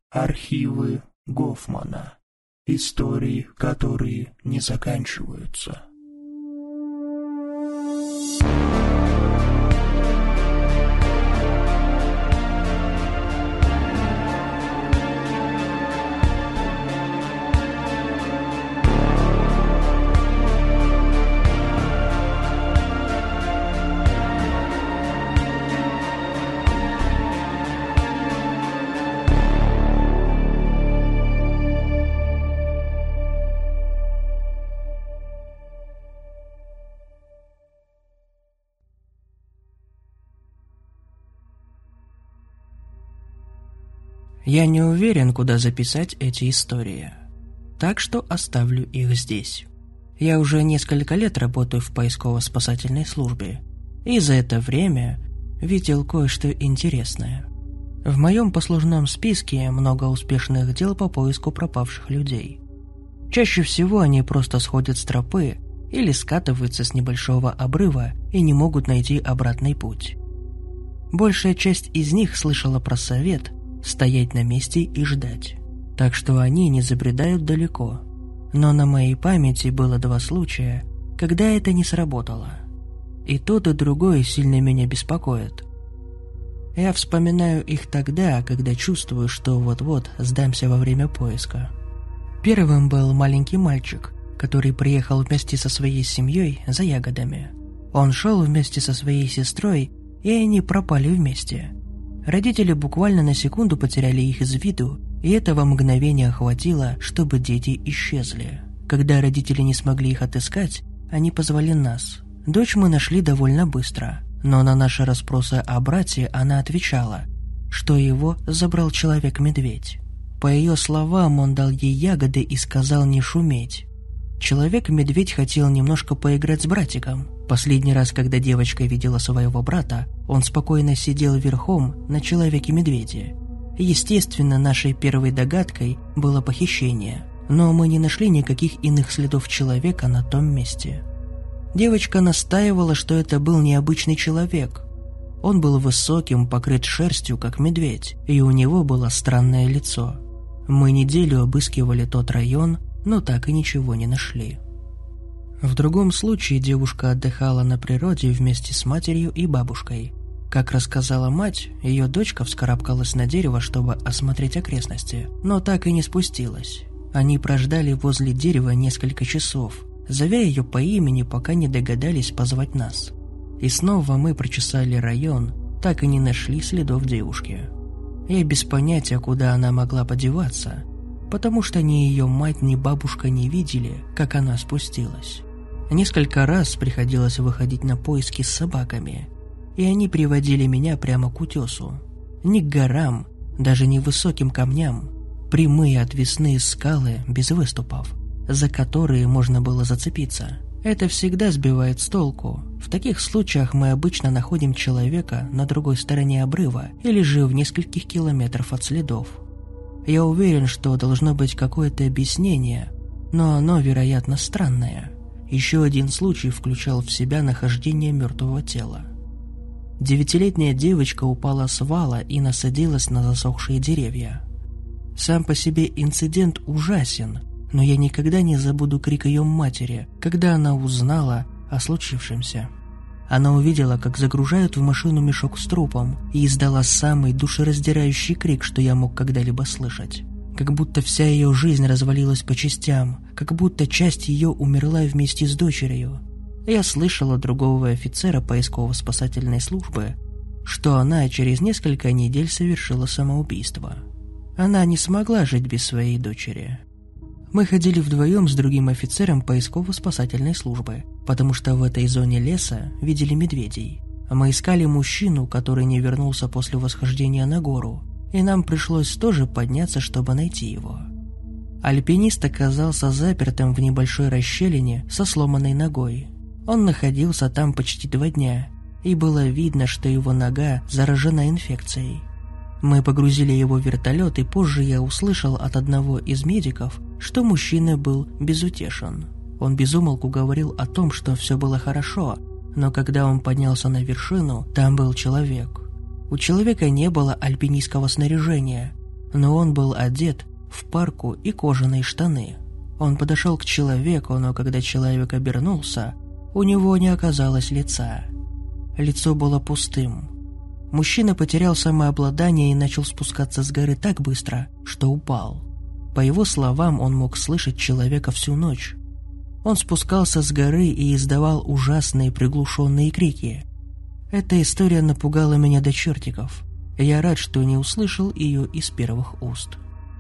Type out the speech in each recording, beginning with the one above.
Архивы Гофмана. Истории, которые не заканчиваются. Я не уверен, куда записать эти истории, так что оставлю их здесь. Я уже несколько лет работаю в поисково-спасательной службе, и за это время видел кое-что интересное. В моем послужном списке много успешных дел по поиску пропавших людей. Чаще всего они просто сходят с тропы или скатываются с небольшого обрыва и не могут найти обратный путь. Большая часть из них слышала про совет стоять на месте и ждать, так что они не забредают далеко. Но на моей памяти было 2 случая, когда это не сработало. И тот, и другой сильно меня беспокоит. Я вспоминаю их тогда, когда чувствую, что вот-вот сдамся во время поиска. Первым был маленький мальчик, который приехал вместе со своей семьей за ягодами. Он шел вместе со своей сестрой, и они пропали вместе. Родители буквально на секунду потеряли их из виду, и этого мгновения хватило, чтобы дети исчезли. Когда родители не смогли их отыскать, они позвали нас. Дочь мы нашли довольно быстро, но на наши расспросы о брате она отвечала, что его забрал человек-медведь. По ее словам, он дал ей ягоды и сказал не шуметь. Человек-медведь хотел немножко поиграть с братиком. Последний раз, когда девочка видела своего брата, он спокойно сидел верхом на человеке-медведе. Естественно, нашей первой догадкой было похищение, но мы не нашли никаких иных следов человека на том месте. Девочка настаивала, что это был необычный человек. Он был высоким, покрыт шерстью, как медведь, и у него было странное лицо. Мы неделю обыскивали тот район, но так и ничего не нашли. В другом случае девушка отдыхала на природе вместе с матерью и бабушкой. Как рассказала мать, ее дочка вскарабкалась на дерево, чтобы осмотреть окрестности, но так и не спустилась. Они прождали возле дерева несколько часов, зовя ее по имени, пока не догадались позвать нас. И снова мы прочесали район, так и не нашли следов девушки. Я без понятия, куда она могла подеваться, потому что ни ее мать, ни бабушка не видели, как она спустилась. Несколько раз приходилось выходить на поиски с собаками, и они приводили меня прямо к утесу. Ни к горам, даже не высоким камням, прямые отвесные скалы без выступов, за которые можно было зацепиться. Это всегда сбивает с толку. В таких случаях мы обычно находим человека на другой стороне обрыва или же в нескольких километрах от следов. Я уверен, что должно быть какое-то объяснение, но оно, вероятно, странное. Еще один случай включал в себя нахождение мертвого тела. 9-летняя девочка упала с вала и насадилась на засохшие деревья. Сам по себе инцидент ужасен, но я никогда не забуду крик ее матери, когда она узнала о случившемся. Она увидела, как загружают в машину мешок с трупом, и издала самый душераздирающий крик, что я мог когда-либо слышать. Как будто вся ее жизнь развалилась по частям, как будто часть ее умерла вместе с дочерью. Я слышал от другого офицера поисково-спасательной службы, что она через несколько недель совершила самоубийство. Она не смогла жить без своей дочери. Мы ходили вдвоем с другим офицером поисково-спасательной службы, потому что в этой зоне леса видели медведей. Мы искали мужчину, который не вернулся после восхождения на гору, и нам пришлось тоже подняться, чтобы найти его. Альпинист оказался запертым в небольшой расщелине со сломанной ногой. Он находился там почти 2 дня, и было видно, что его нога заражена инфекцией. Мы погрузили его в вертолет, и позже я услышал от одного из медиков, что мужчина был безутешен. Он без умолку говорил о том, что все было хорошо, но когда он поднялся на вершину, там был человек. У человека не было альпинистского снаряжения, но он был одет в парку и кожаные штаны. Он подошел к человеку, но когда человек обернулся, у него не оказалось лица. Лицо было пустым. Мужчина потерял самообладание и начал спускаться с горы так быстро, что упал. По его словам, он мог слышать человека всю ночь. Он спускался с горы и издавал ужасные приглушенные крики. Эта история напугала меня до чертиков. Я рад, что не услышал ее из первых уст.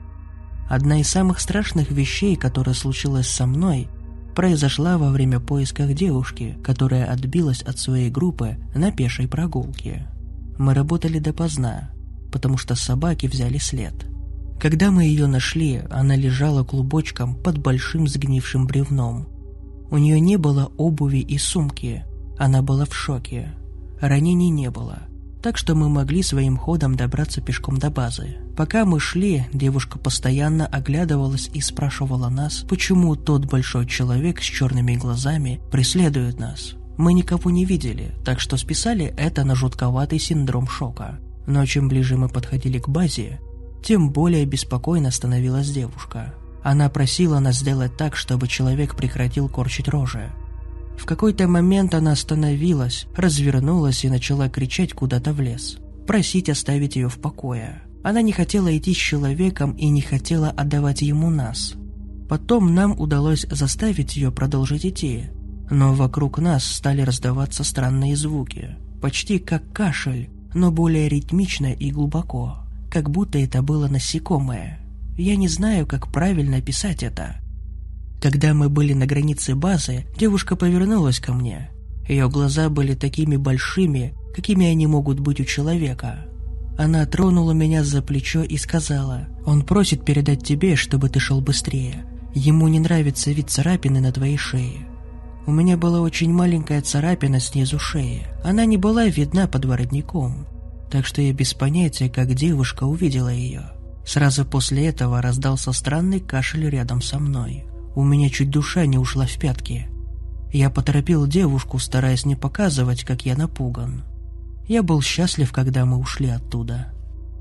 Одна из самых страшных вещей, которая случилась со мной, произошла во время поисков девушки, которая отбилась от своей группы на пешей прогулке. Мы работали допоздна, потому что собаки взяли след. Когда мы ее нашли, она лежала клубочком под большим сгнившим бревном. У нее не было обуви и сумки, она была в шоке. Ранений не было, так что мы могли своим ходом добраться пешком до базы. Пока мы шли, девушка постоянно оглядывалась и спрашивала нас, почему тот большой человек с черными глазами преследует нас. Мы никого не видели, так что списали это на жутковатый синдром шока. Но чем ближе мы подходили к базе, тем более беспокойно становилась девушка. Она просила нас сделать так, чтобы человек прекратил корчить рожи. В какой-то момент она остановилась, развернулась и начала кричать куда-то в лес, просить оставить ее в покое. Она не хотела идти с человеком и не хотела отдавать ему нас. Потом нам удалось заставить ее продолжить идти, но вокруг нас стали раздаваться странные звуки, почти как кашель, но более ритмично и глубоко, как будто это было насекомое. Я не знаю, как правильно описать это. Когда мы были на границе базы, девушка повернулась ко мне. Ее глаза были такими большими, какими они могут быть у человека. Она тронула меня за плечо и сказала: «Он просит передать тебе, чтобы ты шел быстрее. Ему не нравится вид царапины на твоей шее». У меня была очень маленькая царапина снизу шеи. Она не была видна под воротником, так что я без понятия, как девушка увидела ее. Сразу после этого раздался странный кашель рядом со мной. У меня чуть душа не ушла в пятки. Я поторопил девушку, стараясь не показывать, как я напуган. Я был счастлив, когда мы ушли оттуда.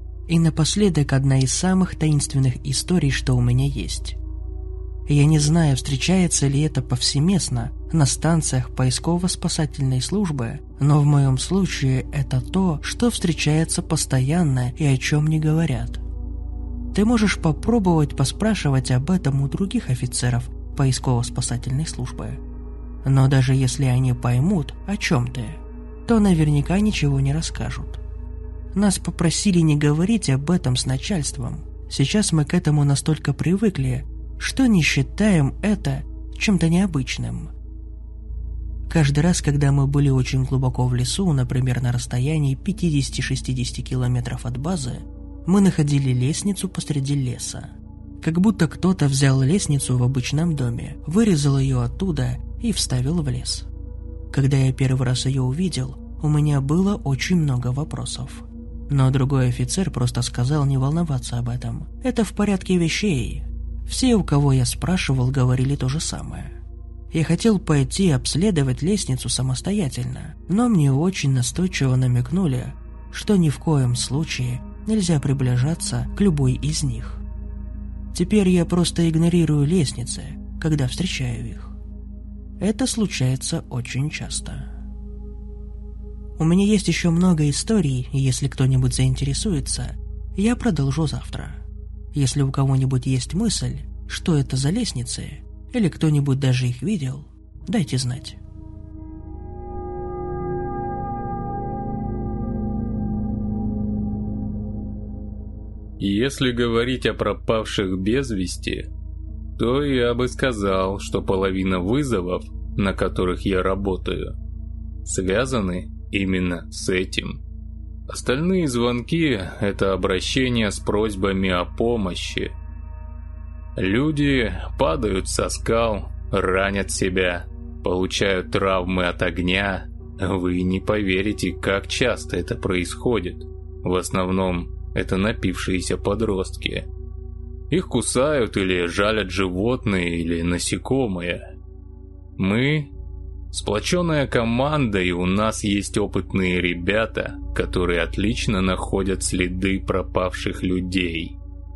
И напоследок одна из самых таинственных историй, что у меня есть. Я не знаю, встречается ли это повсеместно на станциях поисково-спасательной службы, но в моем случае это то, что встречается постоянно и о чем не говорят. Ты можешь попробовать поспрашивать об этом у других офицеров поисково-спасательной службы. Но даже если они поймут, о чем ты, то наверняка ничего не расскажут. Нас попросили не говорить об этом с начальством. Сейчас мы к этому настолько привыкли, что не считаем это чем-то необычным. Каждый раз, когда мы были очень глубоко в лесу, например, на расстоянии 50-60 километров от базы, мы находили лестницу посреди леса. Как будто кто-то взял лестницу в обычном доме, вырезал ее оттуда и вставил в лес. Когда я первый раз ее увидел, у меня было очень много вопросов. Но другой офицер просто сказал не волноваться об этом. Это в порядке вещей. Все, у кого я спрашивал, говорили то же самое. Я хотел пойти обследовать лестницу самостоятельно, но мне очень настойчиво намекнули, что ни в коем случае нельзя приближаться к любой из них. Теперь я просто игнорирую лестницы, когда встречаю их. Это случается очень часто. У меня есть еще много историй, и если кто-нибудь заинтересуется, я продолжу завтра. Если у кого-нибудь есть мысль, что это за лестницы, или кто-нибудь даже их видел, дайте знать. Если говорить о пропавших без вести, то я бы сказал, что половина вызовов, на которых я работаю, связаны именно с этим. Остальные звонки – это обращения с просьбами о помощи. Люди падают со скал, ранят себя, получают травмы от огня. Вы не поверите, как часто это происходит. В основном это напившиеся подростки. Их кусают или жалят животные или насекомые. Мы – сплоченная команда, и у нас есть опытные ребята, которые отлично находят следы пропавших людей.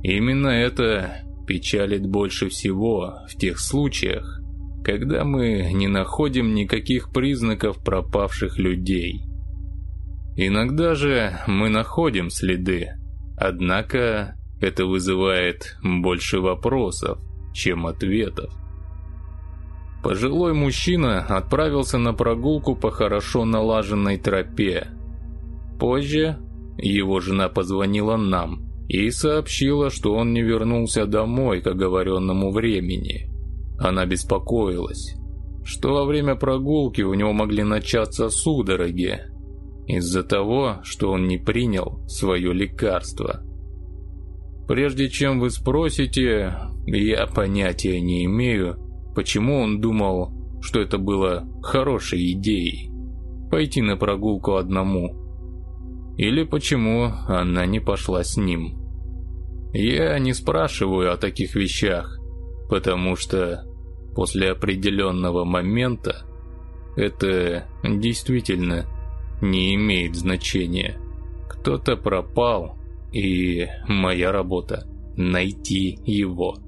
Именно это печалит больше всего в тех случаях, когда мы не находим никаких признаков пропавших людей. Иногда же мы находим следы, однако это вызывает больше вопросов, чем ответов. Пожилой мужчина отправился на прогулку по хорошо налаженной тропе. Позже его жена позвонила нам и сообщила, что он не вернулся домой к оговоренному времени. Она беспокоилась, что во время прогулки у него могли начаться судороги из-за того, что он не принял свое лекарство. Прежде чем вы спросите, я понятия не имею, почему он думал, что это было хорошей идеей пойти на прогулку одному, или почему она не пошла с ним. Я не спрашиваю о таких вещах, потому что после определенного момента это действительно не имеет значения. Кто-то пропал, и моя работа – найти его.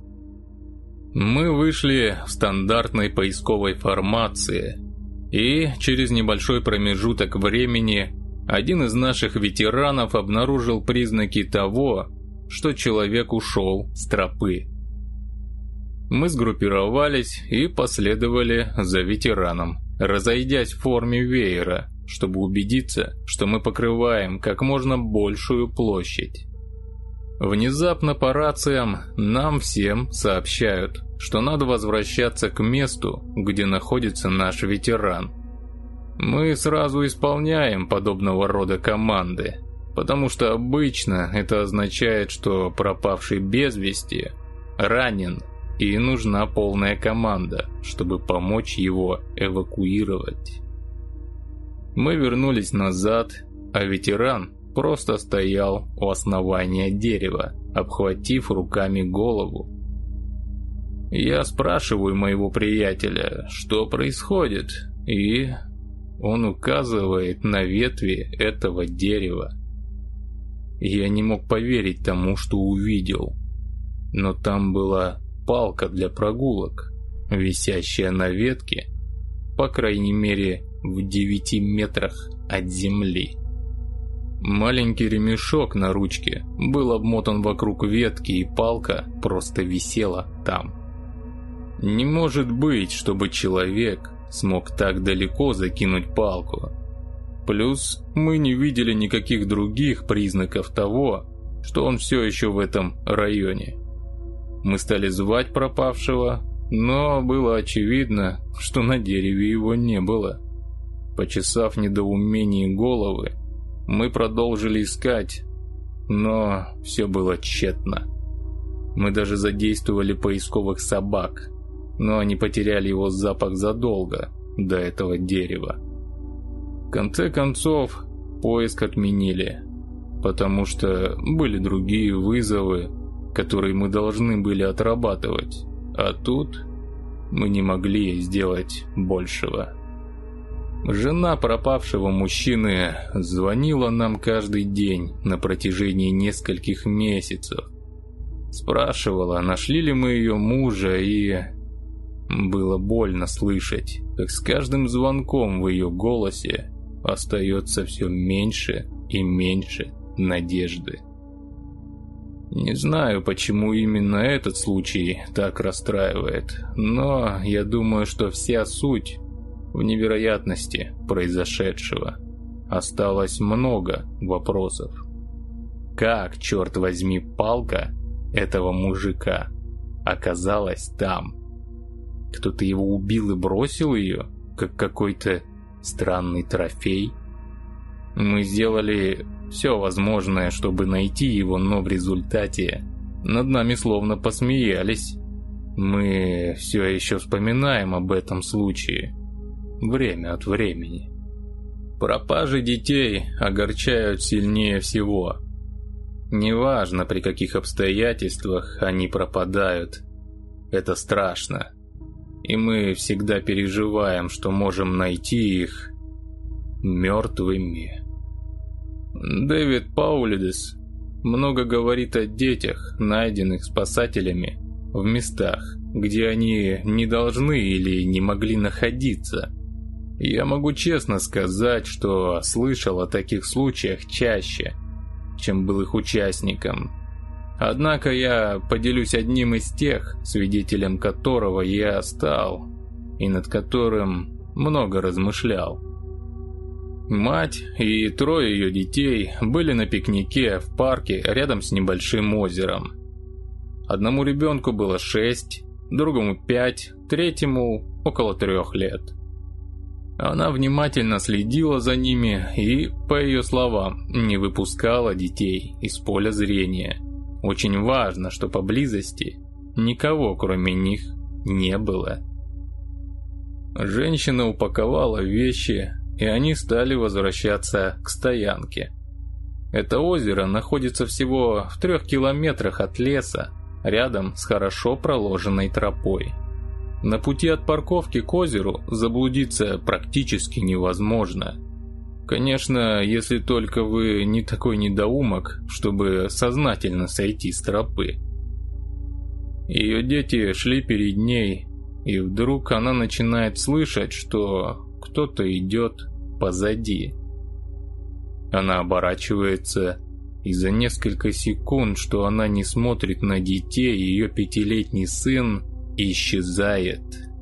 Мы вышли в стандартной поисковой формации, и через небольшой промежуток времени один из наших ветеранов обнаружил признаки того, что человек ушел с тропы. Мы сгруппировались и последовали за ветераном, разойдясь в форме веера, чтобы убедиться, что мы покрываем как можно большую площадь. Внезапно по рациям нам всем сообщают, что надо возвращаться к месту, где находится наш ветеран. Мы сразу исполняем подобного рода команды, потому что обычно это означает, что пропавший без вести ранен и нужна полная команда, чтобы помочь его эвакуировать. Мы вернулись назад, а ветеран просто стоял у основания дерева, обхватив руками голову. Я спрашиваю моего приятеля, что происходит, и он указывает на ветви этого дерева. Я не мог поверить тому, что увидел, но там была палка для прогулок, висящая на ветке, по крайней мере, в 9 метрах от земли. Маленький ремешок на ручке был обмотан вокруг ветки, и палка просто висела там. Не может быть, чтобы человек смог так далеко закинуть палку. Плюс мы не видели никаких других признаков того, что он все еще в этом районе. Мы стали звать пропавшего, но было очевидно, что на дереве его не было. Почесав в недоумении головы, мы продолжили искать, но все было тщетно. Мы даже задействовали поисковых собак, но они потеряли его запах задолго до этого дерева. В конце концов, поиск отменили, потому что были другие вызовы, которые мы должны были отрабатывать, а тут мы не могли сделать большего. Жена пропавшего мужчины звонила нам каждый день на протяжении нескольких месяцев. Спрашивала, нашли ли мы ее мужа, и было больно слышать, как с каждым звонком в ее голосе остается все меньше и меньше надежды. Не знаю, почему именно этот случай так расстраивает, но я думаю, что вся суть в невероятности произошедшего. Осталось много вопросов. Как, черт возьми, палка этого мужика оказалась там? Кто-то его убил и бросил ее, как какой-то странный трофей? Мы сделали все возможное, чтобы найти его, но в результате над нами словно посмеялись. Мы все еще вспоминаем об этом случае время от времени. Пропажи детей огорчают сильнее всего. Неважно, при каких обстоятельствах они пропадают, это страшно. И мы всегда переживаем, что можем найти их мертвыми. Дэвид Паулидес много говорит о детях, найденных спасателями в местах, где они не должны или не могли находиться. Я могу честно сказать, что слышал о таких случаях чаще, чем был их участником. Однако я поделюсь одним из тех, свидетелем которого я стал, и над которым много размышлял. Мать и 3 ее детей были на пикнике в парке рядом с небольшим озером. Одному ребенку было 6, другому 5, третьему около 3 лет. Она внимательно следила за ними и, по ее словам, не выпускала детей из поля зрения. Очень важно, что поблизости никого, кроме них, не было. Женщина упаковала вещи, и они стали возвращаться к стоянке. Это озеро находится всего в 3 километрах от леса, рядом с хорошо проложенной тропой. На пути от парковки к озеру заблудиться практически невозможно. Конечно, если только вы не такой недоумок, чтобы сознательно сойти с тропы. Ее дети шли перед ней, и вдруг она начинает слышать, что кто-то идет позади. Она оборачивается, и за несколько секунд, что она не смотрит на детей, ее 5-летний сын исчезает.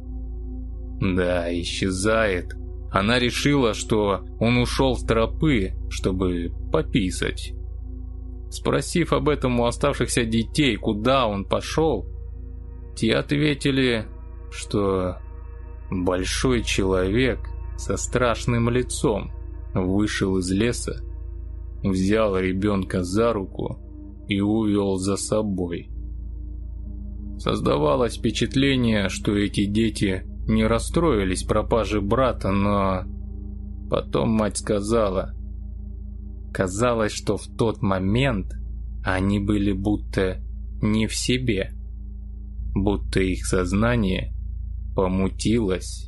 Да, исчезает. Она решила, что он ушел с тропы, чтобы пописать. Спросив об этом у оставшихся детей, куда он пошел, те ответили, что большой человек со страшным лицом вышел из леса, взял ребенка за руку и увел за собой. Создавалось впечатление, что эти дети не расстроились пропаже брата, но потом мать сказала, казалось, что в тот момент они были будто не в себе, будто их сознание помутилось.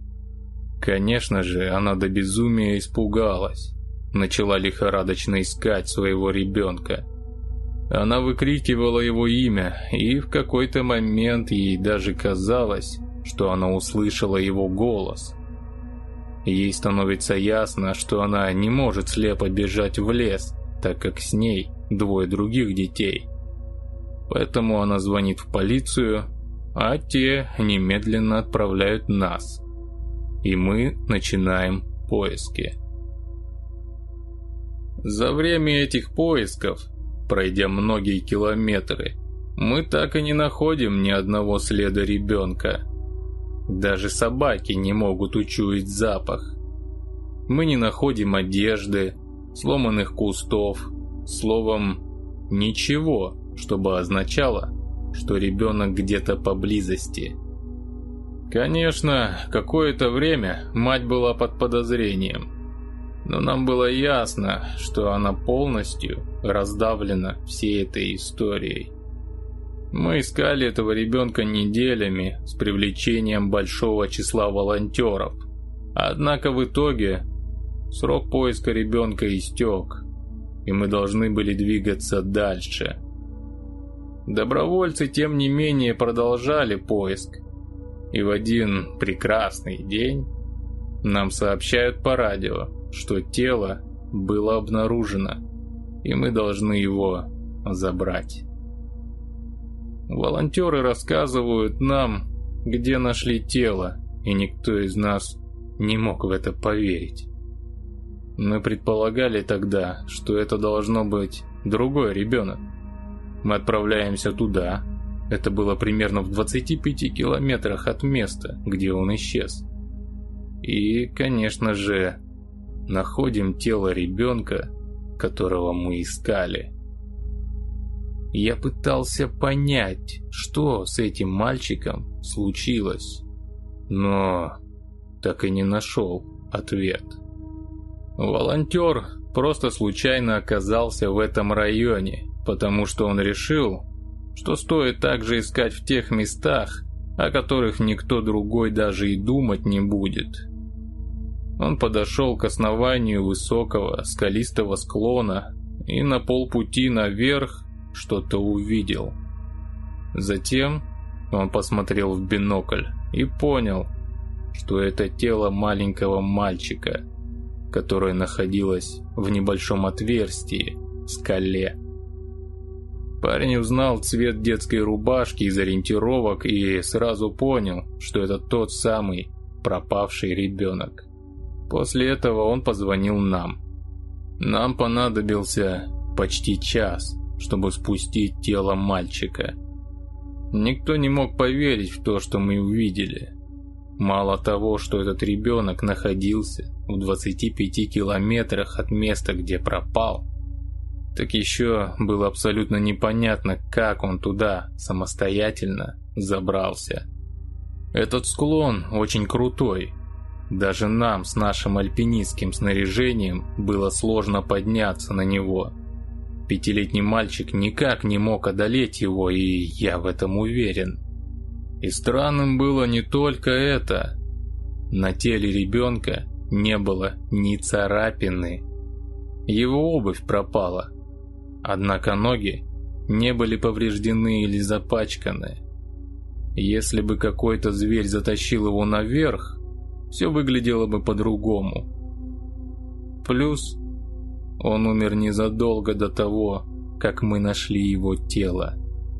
Конечно же, она до безумия испугалась, начала лихорадочно искать своего ребенка. Она выкрикивала его имя, и в какой-то момент ей даже казалось, что она услышала его голос. Ей становится ясно, что она не может слепо бежать в лес, так как с ней 2 других детей. Поэтому она звонит в полицию, а те немедленно отправляют нас. И мы начинаем поиски. За время этих поисков, пройдя многие километры, мы так и не находим ни одного следа ребенка. Даже собаки не могут учуять запах. Мы не находим одежды, сломанных кустов, словом, ничего, чтобы означало, что ребенок где-то поблизости. Конечно, какое-то время мать была под подозрением, но нам было ясно, что она полностью раздавлена всей этой историей. Мы искали этого ребенка неделями с привлечением большого числа волонтеров, однако в итоге срок поиска ребенка истек, и мы должны были двигаться дальше. Добровольцы, тем не менее, продолжали поиск, и в один прекрасный день нам сообщают по радио, что тело было обнаружено, и мы должны его забрать. Волонтеры рассказывают нам, где нашли тело, и никто из нас не мог в это поверить. Мы предполагали тогда, что это должно быть другой ребенок. Мы отправляемся туда. Это было примерно в 25 километрах от места, где он исчез. И, конечно же, находим тело ребенка, которого мы искали. Я пытался понять, что с этим мальчиком случилось, но так и не нашел ответ. Волонтер просто случайно оказался в этом районе, потому что он решил, что стоит также искать в тех местах, о которых никто другой даже и думать не будет. Он подошел к основанию высокого скалистого склона и на полпути наверх что-то увидел. Затем он посмотрел в бинокль и понял, что это тело маленького мальчика, которое находилось в небольшом отверстии в скале. Парень узнал цвет детской рубашки из ориентировок и сразу понял, что это тот самый пропавший ребенок. После этого он позвонил нам. Нам понадобился почти час, чтобы спустить тело мальчика. Никто не мог поверить в то, что мы увидели. Мало того, что этот ребенок находился в 25 километрах от места, где пропал, так еще было абсолютно непонятно, как он туда самостоятельно забрался. Этот склон очень крутой. Даже нам с нашим альпинистским снаряжением было сложно подняться на него. 5-летний мальчик никак не мог одолеть его, и я в этом уверен. И странным было не только это. На теле ребенка не было ни царапины. Его обувь пропала. Однако ноги не были повреждены или запачканы. Если бы какой-то зверь затащил его наверх, все выглядело бы по-другому. Плюс он умер незадолго до того, как мы нашли его тело.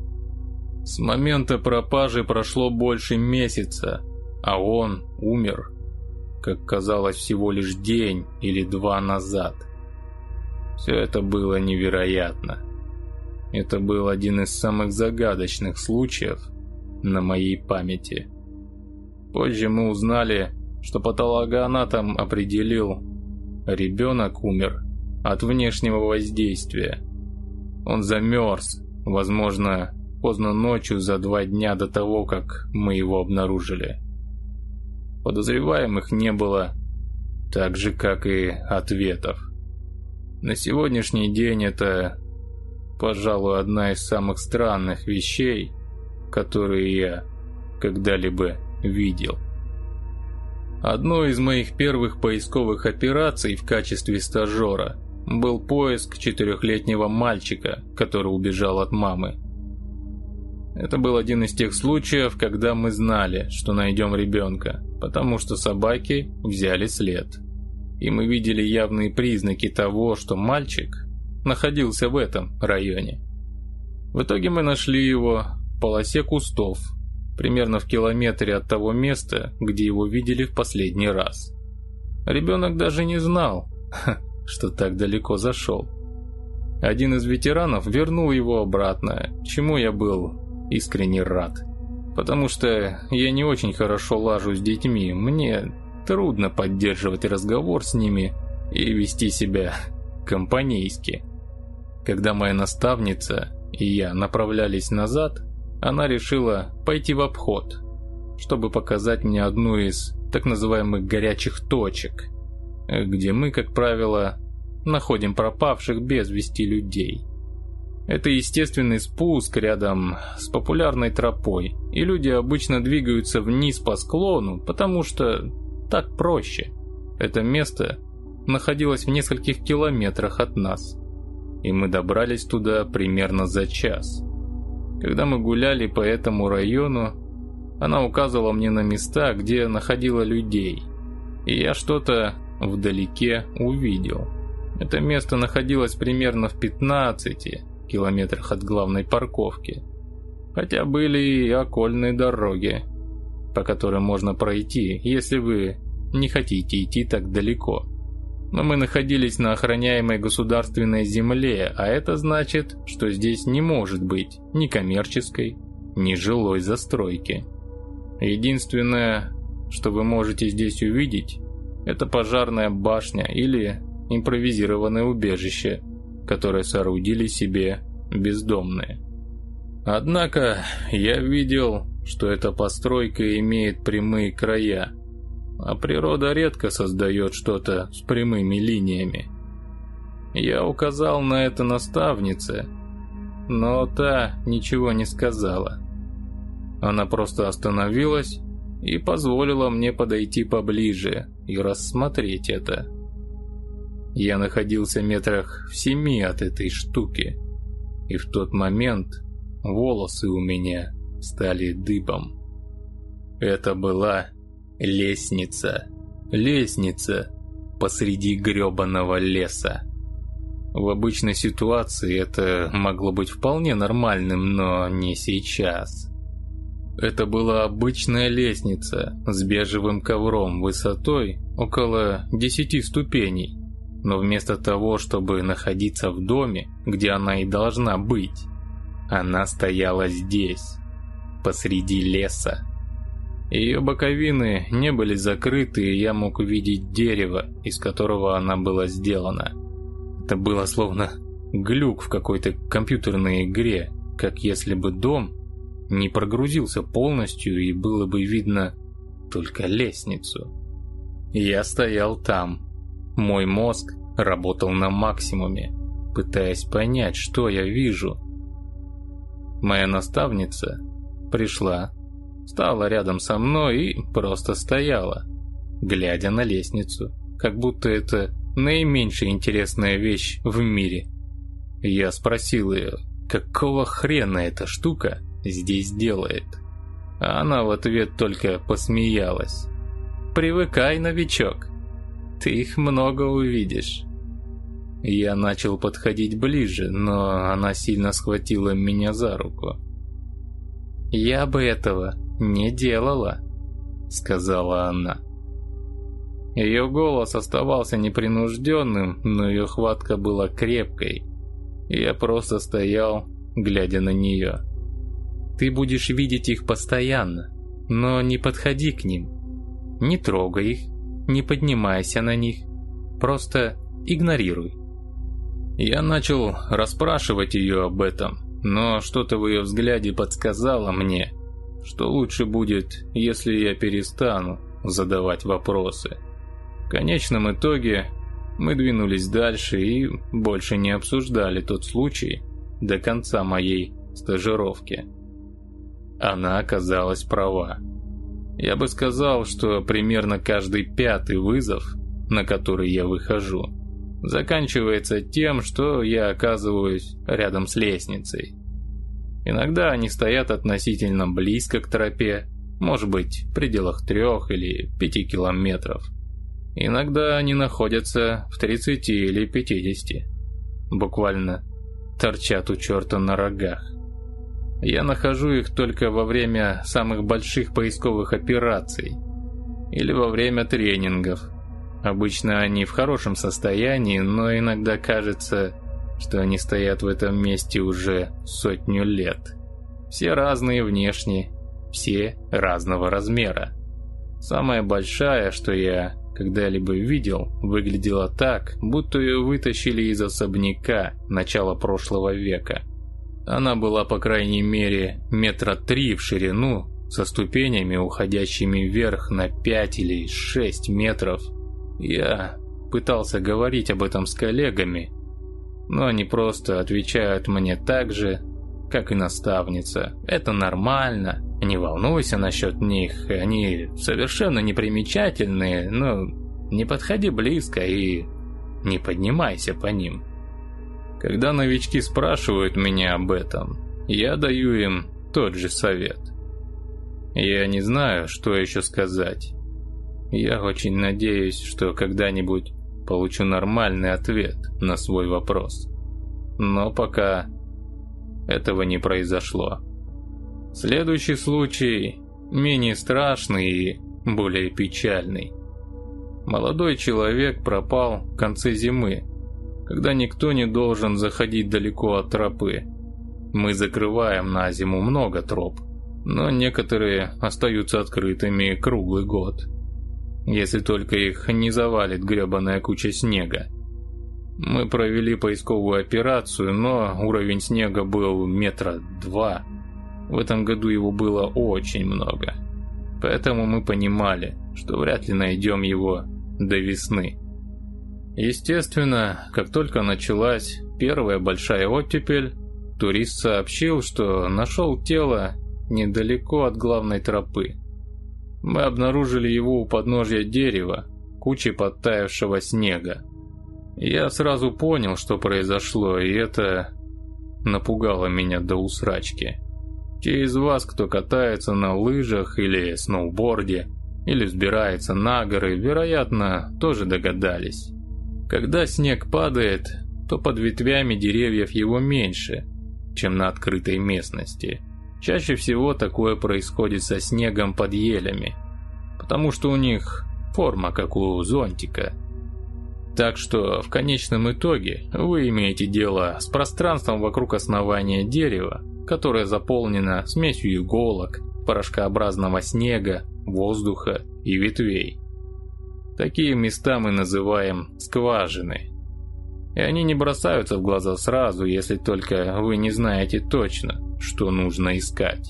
С момента пропажи прошло больше месяца, а он умер, как казалось, всего лишь день или 2 назад. Все это было невероятно. Это был один из самых загадочных случаев на моей памяти. Позже мы узнали, что патологоанатом определил, ребенок умер от внешнего воздействия. Он замерз, возможно, поздно ночью за 2 дня до того, как мы его обнаружили. Подозреваемых не было, так же, как и ответов. На сегодняшний день это, пожалуй, одна из самых странных вещей, которые я когда-либо видел. Одной из моих первых поисковых операций в качестве стажера был поиск 4-летнего мальчика, который убежал от мамы. Это был один из тех случаев, когда мы знали, что найдем ребенка, потому что собаки взяли след. И мы видели явные признаки того, что мальчик находился в этом районе. В итоге мы нашли его в полосе кустов, примерно в километре от того места, где его видели в последний раз. Ребенок даже не знал, что так далеко зашел. Один из ветеранов вернул его обратно, чему я был искренне рад. Потому что я не очень хорошо лажу с детьми, мне трудно поддерживать разговор с ними и вести себя компанейски. Когда моя наставница и я направлялись назад, она решила пойти в обход, чтобы показать мне одну из так называемых горячих точек, где мы, как правило, находим пропавших без вести людей. Это естественный спуск рядом с популярной тропой, и люди обычно двигаются вниз по склону, потому что так проще. Это место находилось в нескольких километрах от нас, и мы добрались туда примерно за час. Когда мы гуляли по этому району, она указывала мне на места, где находила людей, и я что-то вдалеке увидел. Это место находилось примерно в 15 километрах от главной парковки, хотя были и окольные дороги, по которым можно пройти, если вы не хотите идти так далеко. Но мы находились на охраняемой государственной земле, а это значит, что здесь не может быть ни коммерческой, ни жилой застройки. Единственное, что вы можете здесь увидеть, это пожарная башня или импровизированное убежище, которое соорудили себе бездомные. Однако я видел, что эта постройка имеет прямые края, а природа редко создает что-то с прямыми линиями. Я указал на это наставнице, но та ничего не сказала. Она просто остановилась и позволила мне подойти поближе и рассмотреть это. Я находился метрах в 7 от этой штуки, и в тот момент волосы у меня стали дыбом. Это была лестница. Лестница посреди грёбаного леса. В обычной ситуации это могло быть вполне нормальным, но не сейчас. Это была обычная лестница с бежевым ковром высотой около 10 ступеней. Но вместо того, чтобы находиться в доме, где она и должна быть, она стояла здесь, посреди леса. Ее боковины не были закрыты, и я мог увидеть дерево, из которого она была сделана. Это было словно глюк в какой-то компьютерной игре, как если бы дом не прогрузился полностью и было бы видно только лестницу. Я стоял там. Мой мозг работал на максимуме, пытаясь понять, что я вижу. Моя наставница пришла, стала рядом со мной и просто стояла, глядя на лестницу, как будто это наименьшая интересная вещь в мире. Я спросил ее, какого хрена эта штука здесь делает? А она в ответ только посмеялась. «Привыкай, новичок, ты их много увидишь». Я начал подходить ближе, но она сильно схватила меня за руку. «Я бы этого не делала», — сказала она. Ее голос оставался непринужденным, но ее хватка была крепкой. Я просто стоял, глядя на нее. «Ты будешь видеть их постоянно, но не подходи к ним. Не трогай их, не поднимайся на них, просто игнорируй». Я начал расспрашивать ее об этом, но что-то в ее взгляде подсказало мне, что лучше будет, если я перестану задавать вопросы. В конечном итоге мы двинулись дальше и больше не обсуждали тот случай до конца моей стажировки. Она оказалась права. Я бы сказал, что примерно каждый 5-й вызов, на который я выхожу, заканчивается тем, что я оказываюсь рядом с лестницей. Иногда они стоят относительно близко к тропе, может быть, в пределах 3 или 5 километров. Иногда они находятся в 30 или 50. Буквально торчат у черта на рогах. Я нахожу их только во время самых больших поисковых операций или во время тренингов. Обычно они в хорошем состоянии, но иногда кажется, что они стоят в этом месте уже 100 лет. Все разные внешне, все разного размера. Самая большая, что я когда-либо видел, выглядела так, будто ее вытащили из особняка начала прошлого века. Она была по крайней мере 3 метра в ширину, со ступенями, уходящими вверх на 5 или 6 метров. Я пытался говорить об этом с коллегами, но они просто отвечают мне так же, как и наставница. Это нормально, не волнуйся насчет них, они совершенно непримечательные, но не подходи близко и не поднимайся по ним. Когда новички спрашивают меня об этом, я даю им тот же совет. Я не знаю, что еще сказать. Я очень надеюсь, что когда-нибудь получу нормальный ответ на свой вопрос. Но пока этого не произошло. Следующий случай менее страшный и более печальный. Молодой человек пропал в конце зимы, когда никто не должен заходить далеко от тропы. Мы закрываем на зиму много троп, но некоторые остаются открытыми круглый год. Если только их не завалит гребаная куча снега. Мы провели поисковую операцию, но уровень снега был 2 метра. В этом году его было очень много. Поэтому мы понимали, что вряд ли найдем его до весны. Естественно, как только началась первая большая оттепель, турист сообщил, что нашел тело недалеко от главной тропы. Мы обнаружили его у подножья дерева, кучей подтаявшего снега. Я сразу понял, что произошло, и это напугало меня до усрачки. Те из вас, кто катается на лыжах или сноуборде, или взбирается на горы, вероятно, тоже догадались. Когда снег падает, то под ветвями деревьев его меньше, чем на открытой местности. Чаще всего такое происходит со снегом под елями, потому что у них форма как у зонтика. Так что в конечном итоге вы имеете дело с пространством вокруг основания дерева, которое заполнено смесью иголок, порошкообразного снега, воздуха и ветвей. Такие места мы называем скважины. И они не бросаются в глаза сразу, если только вы не знаете точно, что нужно искать.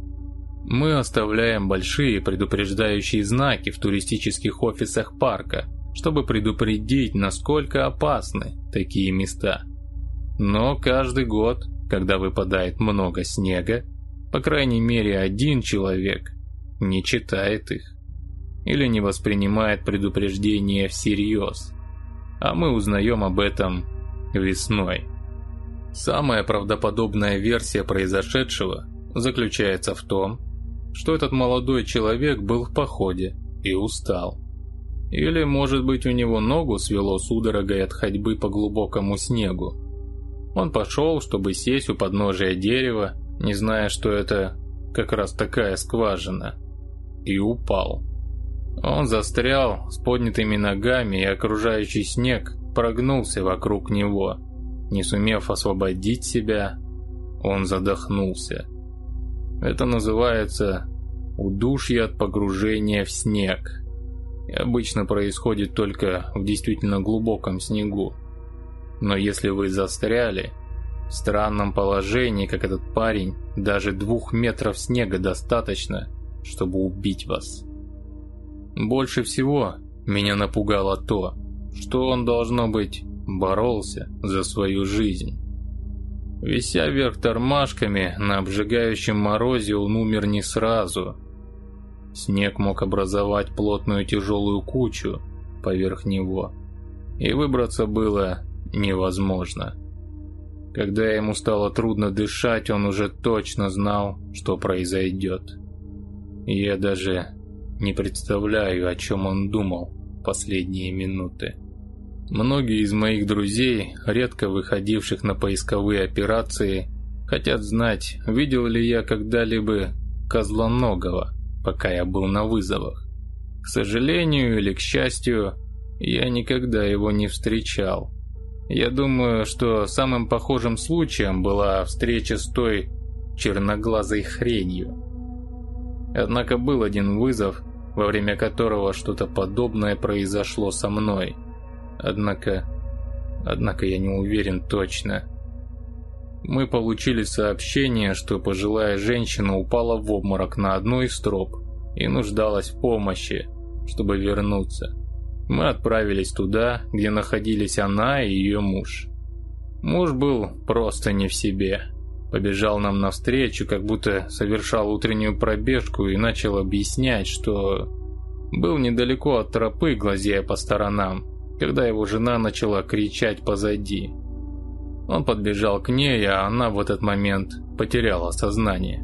Мы оставляем большие предупреждающие знаки в туристических офисах парка, чтобы предупредить, насколько опасны такие места. Но каждый год, когда выпадает много снега, по крайней мере один человек не читает их или не воспринимает предупреждения всерьез, а мы узнаем об этом весной. Самая правдоподобная версия произошедшего заключается в том, что этот молодой человек был в походе и устал. Или, может быть, у него ногу свело судорогой от ходьбы по глубокому снегу. Он пошел, чтобы сесть у подножия дерева, не зная, что это как раз такая скважина, и упал. Он застрял с поднятыми ногами, и окружающий снег прогнулся вокруг него. Не сумев освободить себя, он задохнулся. Это называется удушье от погружения в снег. И обычно происходит только в действительно глубоком снегу. Но если вы застряли в странном положении, как этот парень, даже 2 метров снега достаточно, чтобы убить вас. Больше всего меня напугало то, что он, должно быть, боролся за свою жизнь. Вися вверх тормашками на обжигающем морозе, он умер не сразу. Снег мог образовать плотную тяжелую кучу поверх него, и выбраться было невозможно. Когда ему стало трудно дышать, он уже точно знал, что произойдет. И я даже не представляю, о чем он думал последние минуты. Многие из моих друзей, редко выходивших на поисковые операции, хотят знать, видел ли я когда-либо козлоногого, пока я был на вызовах. К сожалению или к счастью, я никогда его не встречал. Я думаю, что самым похожим случаем была встреча с той черноглазой хренью. Однако был один вызов, во время которого что-то подобное произошло со мной. Однако я не уверен точно. Мы получили сообщение, что пожилая женщина упала в обморок на одной из троп и нуждалась в помощи, чтобы вернуться. Мы отправились туда, где находились она и ее муж. Муж был просто не в себе. Побежал нам навстречу, как будто совершал утреннюю пробежку, и начал объяснять, что был недалеко от тропы, глазея по сторонам, когда его жена начала кричать позади. Он подбежал к ней, а она в этот момент потеряла сознание.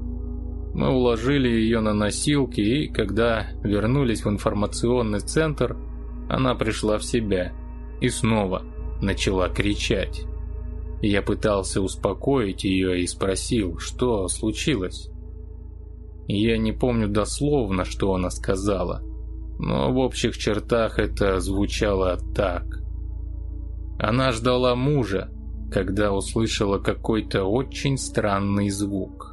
Мы уложили ее на носилки, и когда вернулись в информационный центр, она пришла в себя и снова начала кричать. Я пытался успокоить ее и спросил, что случилось. Я не помню дословно, что она сказала, но в общих чертах это звучало так. Она ждала мужа, когда услышала какой-то очень странный звук.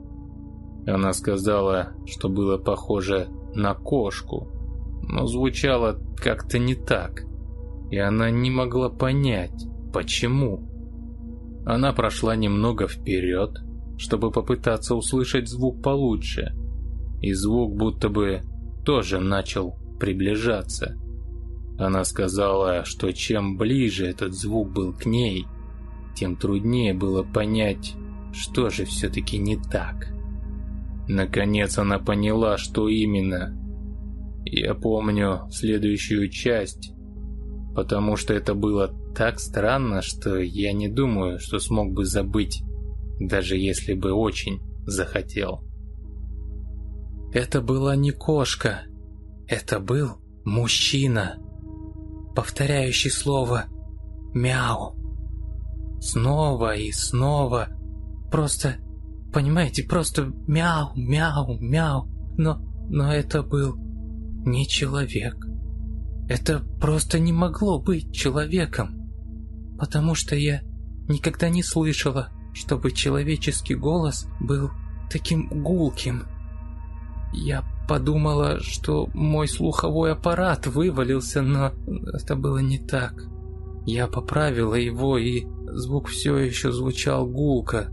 Она сказала, что было похоже на кошку, но звучало как-то не так, и она не могла понять, почему. Она прошла немного вперед, чтобы попытаться услышать звук получше, и звук будто бы тоже начал приближаться. Она сказала, что чем ближе этот звук был к ней, тем труднее было понять, что же все-таки не так. Наконец она поняла, что именно. Я помню следующую часть, потому что это было так странно, что я не думаю, что смог бы забыть, даже если бы очень захотел. Это была не кошка, это был мужчина, повторяющий слово «мяу». Снова и снова. Просто, понимаете, просто мяу, мяу, мяу. Но это был не человек. Это просто не могло быть человеком. Потому что я никогда не слышала, чтобы человеческий голос был таким гулким. Я подумала, что мой слуховой аппарат вывалился, но это было не так. Я поправила его, и звук все еще звучал гулко.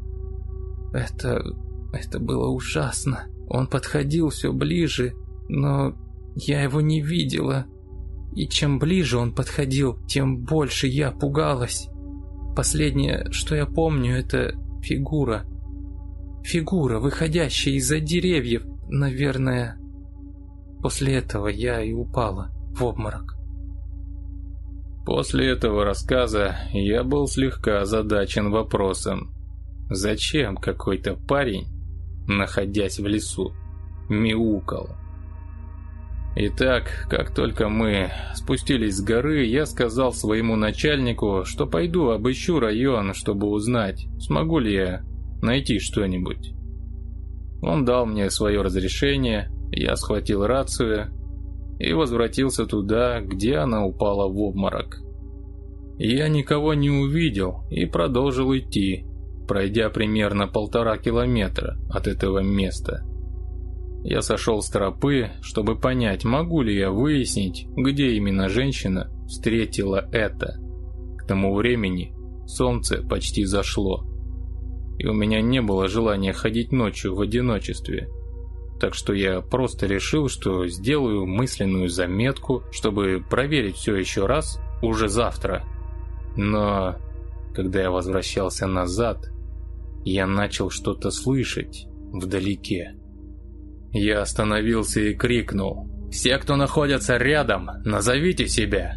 Это было ужасно. Он подходил все ближе, но я его не видела. И чем ближе он подходил, тем больше я пугалась. Последнее, что я помню, это фигура. Фигура, выходящая из-за деревьев. Наверное, после этого я и упала в обморок. После этого рассказа я был слегка озадачен вопросом, зачем какой-то парень, находясь в лесу, мяукал. Итак, как только мы спустились с горы, я сказал своему начальнику, что пойду обыщу район, чтобы узнать, смогу ли я найти что-нибудь. Он дал мне свое разрешение, я схватил рацию и возвратился туда, где она упала в обморок. Я никого не увидел и продолжил идти, пройдя примерно 1,5 километра от этого места. Я сошел с тропы, чтобы понять, могу ли я выяснить, где именно женщина встретила это. К тому времени солнце почти зашло, и у меня не было желания ходить ночью в одиночестве. Так что я просто решил, что сделаю мысленную заметку, чтобы проверить все еще раз уже завтра. Но когда я возвращался назад, я начал что-то слышать вдалеке. Я остановился и крикнул: «Все, кто находится рядом, назовите себя!»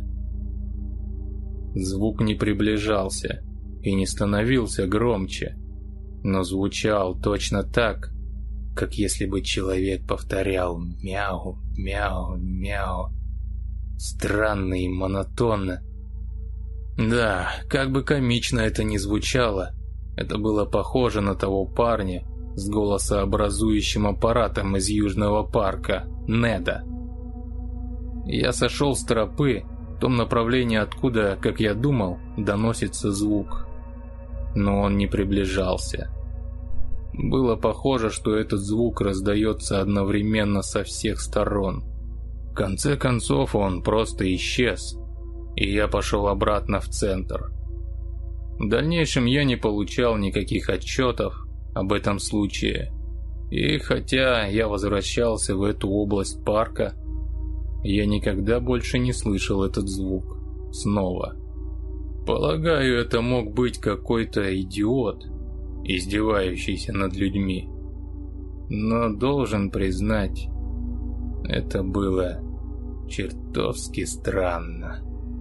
Звук не приближался и не становился громче, но звучал точно так, как если бы человек повторял «мяу, мяу, мяу». Странно и монотонно. Да, как бы комично это ни звучало, это было похоже на того парня с голосообразующим аппаратом из Южного парка, Неда. Я сошел с тропы в том направлении, откуда, как я думал, доносится звук. Но он не приближался. Было похоже, что этот звук раздается одновременно со всех сторон. В конце концов он просто исчез, и я пошел обратно в центр. В дальнейшем я не получал никаких отчетов об этом случае, и хотя я возвращался в эту область парка, я никогда больше не слышал этот звук снова. Полагаю, это мог быть какой-то идиот, издевающийся над людьми. Но должен признать, это было чертовски странно.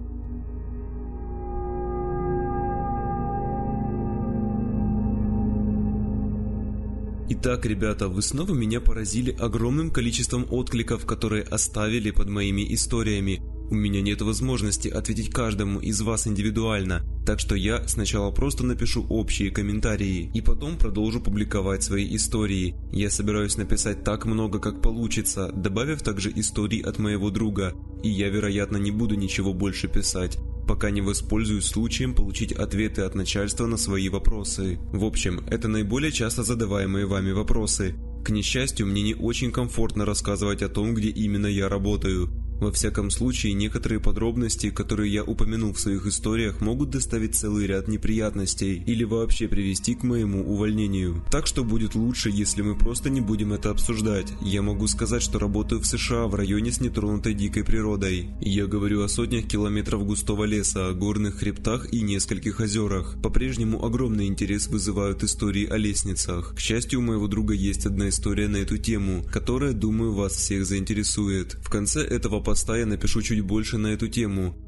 Итак, ребята, вы снова меня поразили огромным количеством откликов, которые оставили под моими историями. У меня нет возможности ответить каждому из вас индивидуально, так что я сначала просто напишу общие комментарии и потом продолжу публиковать свои истории. Я собираюсь написать так много, как получится, добавив также истории от моего друга, и я, вероятно, не буду ничего больше писать, пока не воспользуюсь случаем получить ответы от начальства на свои вопросы. В общем, это наиболее часто задаваемые вами вопросы. К несчастью, мне не очень комфортно рассказывать о том, где именно я работаю. Во всяком случае, некоторые подробности, которые я упомянул в своих историях, могут доставить целый ряд неприятностей или вообще привести к моему увольнению. Так что будет лучше, если мы просто не будем это обсуждать. Я могу сказать, что работаю в США в районе с нетронутой дикой природой. Я говорю о сотнях километров густого леса, горных хребтах и нескольких озерах. По-прежнему огромный интерес вызывают истории о лестницах. К счастью, у моего друга есть одна история на эту тему, которая, думаю, вас всех заинтересует. В конце этого поста я напишу чуть больше на эту тему.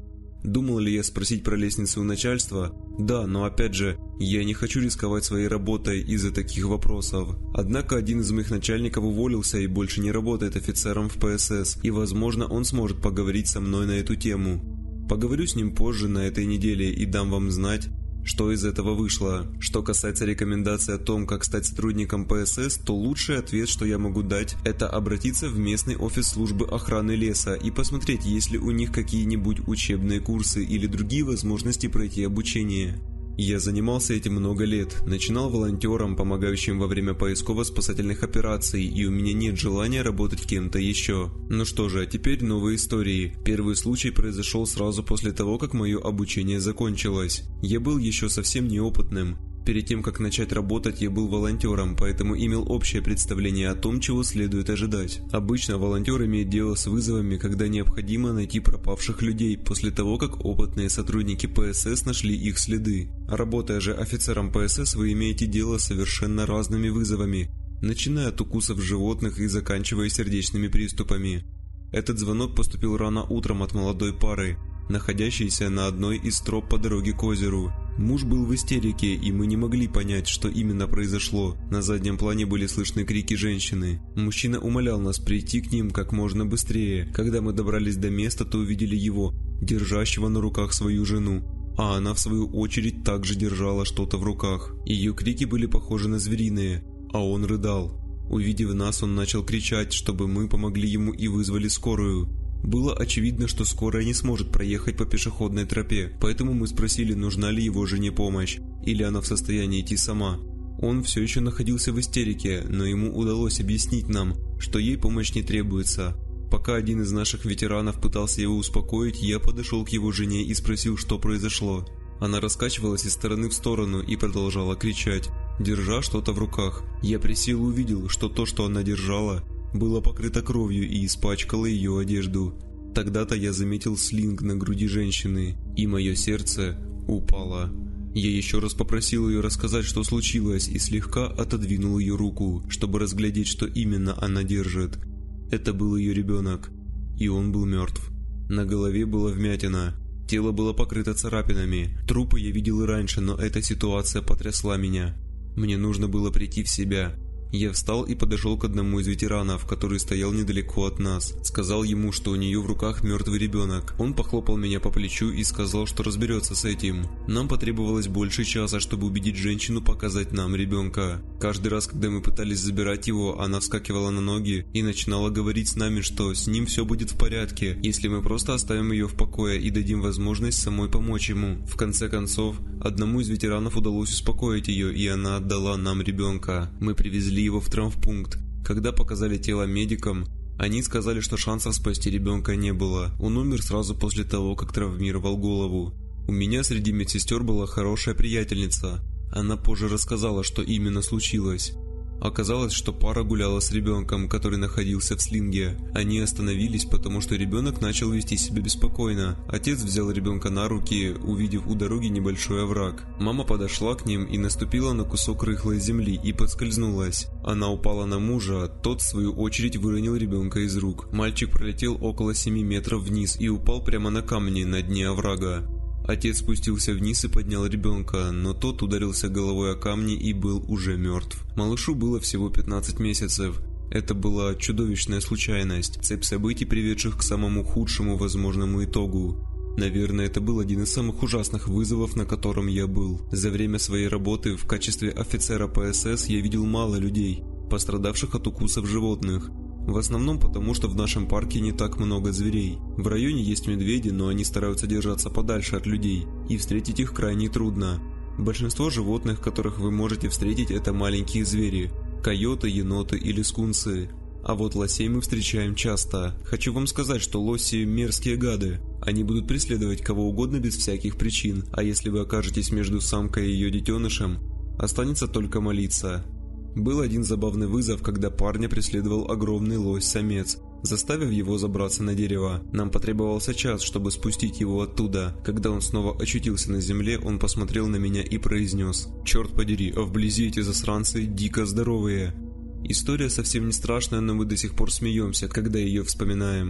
Думал ли я спросить про лестницу у начальства? Да, но опять же, я не хочу рисковать своей работой из-за таких вопросов. Однако один из моих начальников уволился и больше не работает офицером в ПСС, и возможно он сможет поговорить со мной на эту тему. Поговорю с ним позже на этой неделе и дам вам знать, что из этого вышло. Что касается рекомендаций о том, как стать сотрудником ПСС, то лучший ответ, что я могу дать, это обратиться в местный офис службы охраны леса и посмотреть, есть ли у них какие-нибудь учебные курсы или другие возможности пройти обучение. Я занимался этим много лет, начинал волонтером, помогающим во время поисково-спасательных операций, и у меня нет желания работать кем-то еще. Ну что же, а теперь новые истории. Первый случай произошел сразу после того, как мое обучение закончилось. Я был еще совсем неопытным. Перед тем, как начать работать, я был волонтером, поэтому имел общее представление о том, чего следует ожидать. Обычно волонтер имеет дело с вызовами, когда необходимо найти пропавших людей после того, как опытные сотрудники ПСС нашли их следы. Работая же офицером ПСС, вы имеете дело с совершенно разными вызовами, начиная от укусов животных и заканчивая сердечными приступами. Этот звонок поступил рано утром от молодой пары, находящейся на одной из троп по дороге к озеру. Муж был в истерике, и мы не могли понять, что именно произошло. На заднем плане были слышны крики женщины. Мужчина умолял нас прийти к ним как можно быстрее. Когда мы добрались до места, то увидели его, держащего на руках свою жену. А она, в свою очередь, также держала что-то в руках. Ее крики были похожи на звериные, а он рыдал. Увидев нас, он начал кричать, чтобы мы помогли ему и вызвали скорую. Было очевидно, что скорая не сможет проехать по пешеходной тропе, поэтому мы спросили, нужна ли его жене помощь, или она в состоянии идти сама. Он все еще находился в истерике, но ему удалось объяснить нам, что ей помощь не требуется. Пока один из наших ветеранов пытался его успокоить, я подошел к его жене и спросил, что произошло. Она раскачивалась из стороны в сторону и продолжала кричать, держа что-то в руках. Я присел и увидел, что то, что она держала, было покрыто кровью и испачкало ее одежду. Тогда-то я заметил слинг на груди женщины, и мое сердце упало. Я еще раз попросил ее рассказать, что случилось, и слегка отодвинул ее руку, чтобы разглядеть, что именно она держит. Это был ее ребенок, и он был мертв. На голове была вмятина, тело было покрыто царапинами. Трупы я видел и раньше, но эта ситуация потрясла меня. Мне нужно было прийти в себя. Я встал и подошел к одному из ветеранов, который стоял недалеко от нас. Сказал ему, что у нее в руках мертвый ребенок. Он похлопал меня по плечу и сказал, что разберется с этим. Нам потребовалось больше часа, чтобы убедить женщину показать нам ребенка. Каждый раз, когда мы пытались забирать его, она вскакивала на ноги и начинала говорить с нами, что с ним все будет в порядке, если мы просто оставим ее в покое и дадим возможность самой помочь ему. В конце концов, одному из ветеранов удалось успокоить ее, и она отдала нам ребенка. Мы привезли его в травмпункт. Когда показали тело медикам, они сказали, что шансов спасти ребенка не было. Он умер сразу после того, как травмировал голову. У меня среди медсестер была хорошая приятельница. Она позже рассказала, что именно случилось. Оказалось, что пара гуляла с ребенком, который находился в слинге. Они остановились, потому что ребенок начал вести себя беспокойно. Отец взял ребенка на руки, увидев у дороги небольшой овраг. Мама подошла к ним и наступила на кусок рыхлой земли и подскользнулась. Она упала на мужа, тот в свою очередь выронил ребенка из рук. Мальчик пролетел около 7 метров вниз и упал прямо на камни на дне оврага. Отец спустился вниз и поднял ребенка, но тот ударился головой о камни и был уже мертв. Малышу было всего 15 месяцев. Это была чудовищная случайность, цепь событий, приведших к самому худшему возможному итогу. Наверное, это был один из самых ужасных вызовов, на котором я был. За время своей работы в качестве офицера ПСС я видел мало людей, пострадавших от укусов животных. В основном потому, что в нашем парке не так много зверей. В районе есть медведи, но они стараются держаться подальше от людей, и встретить их крайне трудно. Большинство животных, которых вы можете встретить, это маленькие звери – койоты, еноты или скунсы. А вот лосей мы встречаем часто. Хочу вам сказать, что лоси – мерзкие гады. Они будут преследовать кого угодно без всяких причин, а если вы окажетесь между самкой и ее детенышем, останется только молиться. Был один забавный вызов, когда парня преследовал огромный лось-самец, заставив его забраться на дерево. Нам потребовался час, чтобы спустить его оттуда. Когда он снова очутился на земле, он посмотрел на меня и произнес: «Черт подери, а вблизи эти засранцы дико здоровые». История совсем не страшная, но мы до сих пор смеемся, когда ее вспоминаем.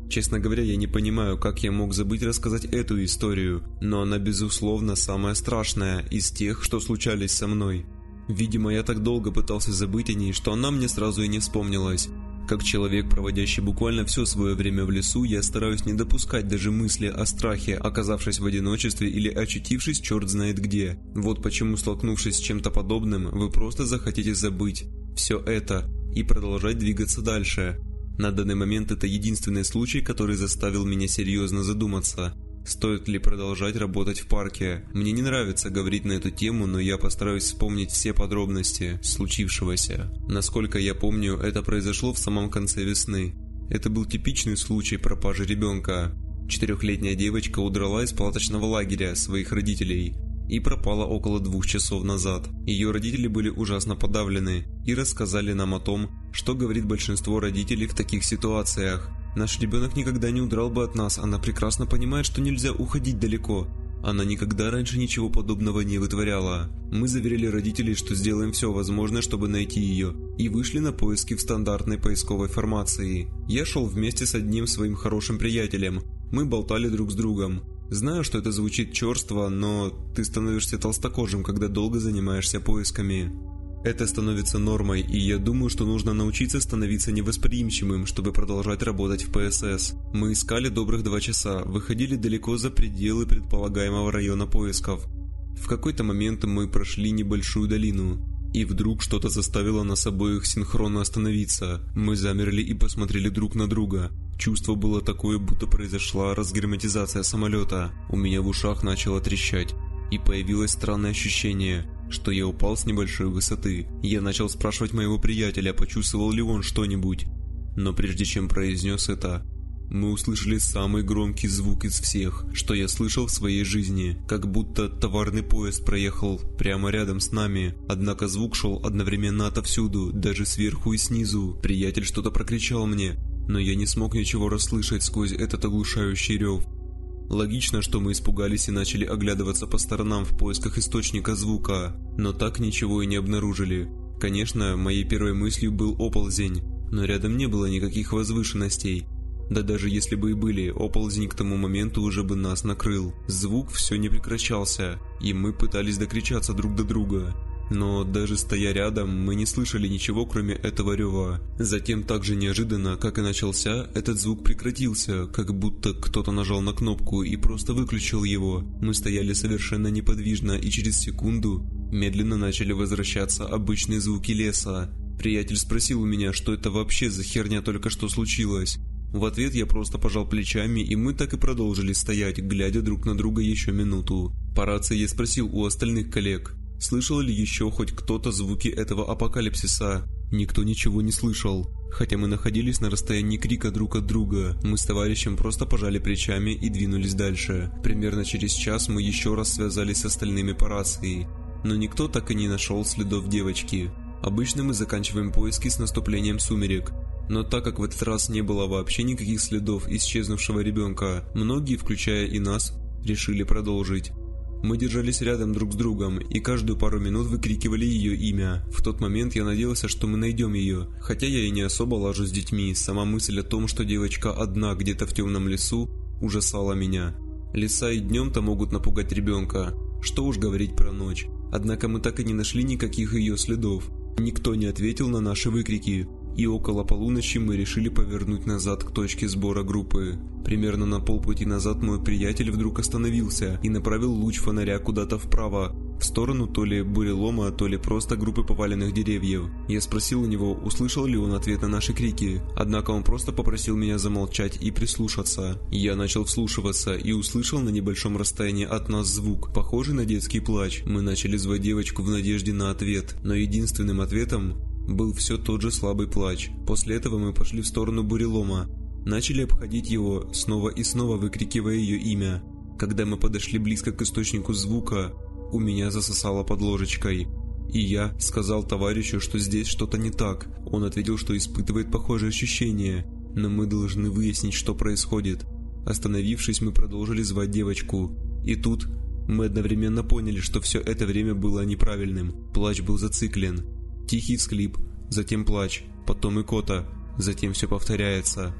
Честно говоря, я не понимаю, как я мог забыть рассказать эту историю, но она, безусловно, самая страшная из тех, что случались со мной. Видимо, я так долго пытался забыть о ней, что она мне сразу и не вспомнилась. Как человек, проводящий буквально все свое время в лесу, я стараюсь не допускать даже мысли о страхе, оказавшись в одиночестве или очутившись черт знает где. Вот почему, столкнувшись с чем-то подобным, вы просто захотите забыть все это и продолжать двигаться дальше. На данный момент это единственный случай, который заставил меня серьезно задуматься. Стоит ли продолжать работать в парке? Мне не нравится говорить на эту тему, но я постараюсь вспомнить все подробности случившегося. Насколько я помню, это произошло в самом конце весны. Это был типичный случай пропажи ребенка. 4-летняя девочка удрала из палаточного лагеря своих родителей и пропала около 2 часов назад. Ее родители были ужасно подавлены и рассказали нам о том, что говорит большинство родителей в таких ситуациях. Наш ребенок никогда не удрал бы от нас, она прекрасно понимает, что нельзя уходить далеко. Она никогда раньше ничего подобного не вытворяла. Мы заверили родителей, что сделаем все возможное, чтобы найти ее, и вышли на поиски в стандартной поисковой формации. Я шел вместе с одним своим хорошим приятелем. Мы болтали друг с другом. Знаю, что это звучит черство, но ты становишься толстокожим, когда долго занимаешься поисками. Это становится нормой, и я думаю, что нужно научиться становиться невосприимчивым, чтобы продолжать работать в ПСС. Мы искали добрых 2 часа, выходили далеко за пределы предполагаемого района поисков. В какой-то момент мы прошли небольшую долину, и вдруг что-то заставило нас обоих синхронно остановиться. Мы замерли и посмотрели друг на друга. Чувство было такое, будто произошла разгерметизация самолета. У меня в ушах начало трещать, и появилось странное ощущение, что я упал с небольшой высоты. Я начал спрашивать моего приятеля, почувствовал ли он что-нибудь. Но прежде чем произнес это, мы услышали самый громкий звук из всех, что я слышал в своей жизни. Как будто товарный поезд проехал прямо рядом с нами. Однако звук шел одновременно отовсюду, даже сверху и снизу. Приятель что-то прокричал мне, но я не смог ничего расслышать сквозь этот оглушающий рев. Логично, что мы испугались и начали оглядываться по сторонам в поисках источника звука, но так ничего и не обнаружили. Конечно, моей первой мыслью был оползень, но рядом не было никаких возвышенностей. Да даже если бы и были, оползень к тому моменту уже бы нас накрыл. Звук все не прекращался, и мы пытались докричаться друг до друга. Но даже стоя рядом, мы не слышали ничего, кроме этого рева. Затем, так же неожиданно, как и начался, этот звук прекратился, как будто кто-то нажал на кнопку и просто выключил его. Мы стояли совершенно неподвижно, и через секунду медленно начали возвращаться обычные звуки леса. Приятель спросил у меня, что это вообще за херня только что случилось. В ответ я просто пожал плечами, и мы так и продолжили стоять, глядя друг на друга еще минуту. По рации я спросил у остальных коллег, слышал ли еще хоть кто-то звуки этого апокалипсиса. Никто ничего не слышал. Хотя мы находились на расстоянии крика друг от друга, мы с товарищем просто пожали плечами и двинулись дальше. Примерно через час мы еще раз связались с остальными по рации, но никто так и не нашел следов девочки. Обычно мы заканчиваем поиски с наступлением сумерек, но так как в этот раз не было вообще никаких следов исчезнувшего ребенка, многие, включая и нас, решили продолжить. Мы держались рядом друг с другом и каждую пару минут выкрикивали ее имя. В тот момент я надеялся, что мы найдем ее. Хотя я и не особо лажу с детьми, сама мысль о том, что девочка одна где-то в темном лесу, ужасала меня. Леса и днем-то могут напугать ребенка, что уж говорить про ночь. Однако мы так и не нашли никаких ее следов. Никто не ответил на наши выкрики, и около полуночи мы решили повернуть назад к точке сбора группы. Примерно на полпути назад мой приятель вдруг остановился и направил луч фонаря куда-то вправо, в сторону то ли бурелома, то ли просто группы поваленных деревьев. Я спросил у него, услышал ли он ответ на наши крики, однако он просто попросил меня замолчать и прислушаться. Я начал вслушиваться и услышал на небольшом расстоянии от нас звук, похожий на детский плач. Мы начали звать девочку в надежде на ответ, но единственным ответом был все тот же слабый плач. После этого мы пошли в сторону бурелома, начали обходить его, снова и снова выкрикивая ее имя. Когда мы подошли близко к источнику звука, у меня засосало под ложечкой, и я сказал товарищу, что здесь что-то не так. Он ответил, что испытывает похожие ощущения, но мы должны выяснить, что происходит. Остановившись, мы продолжили звать девочку, и тут мы одновременно поняли, что все это время было неправильным. Плач был зациклен. Тихий всхлип, затем плач, потом икота, затем все повторяется.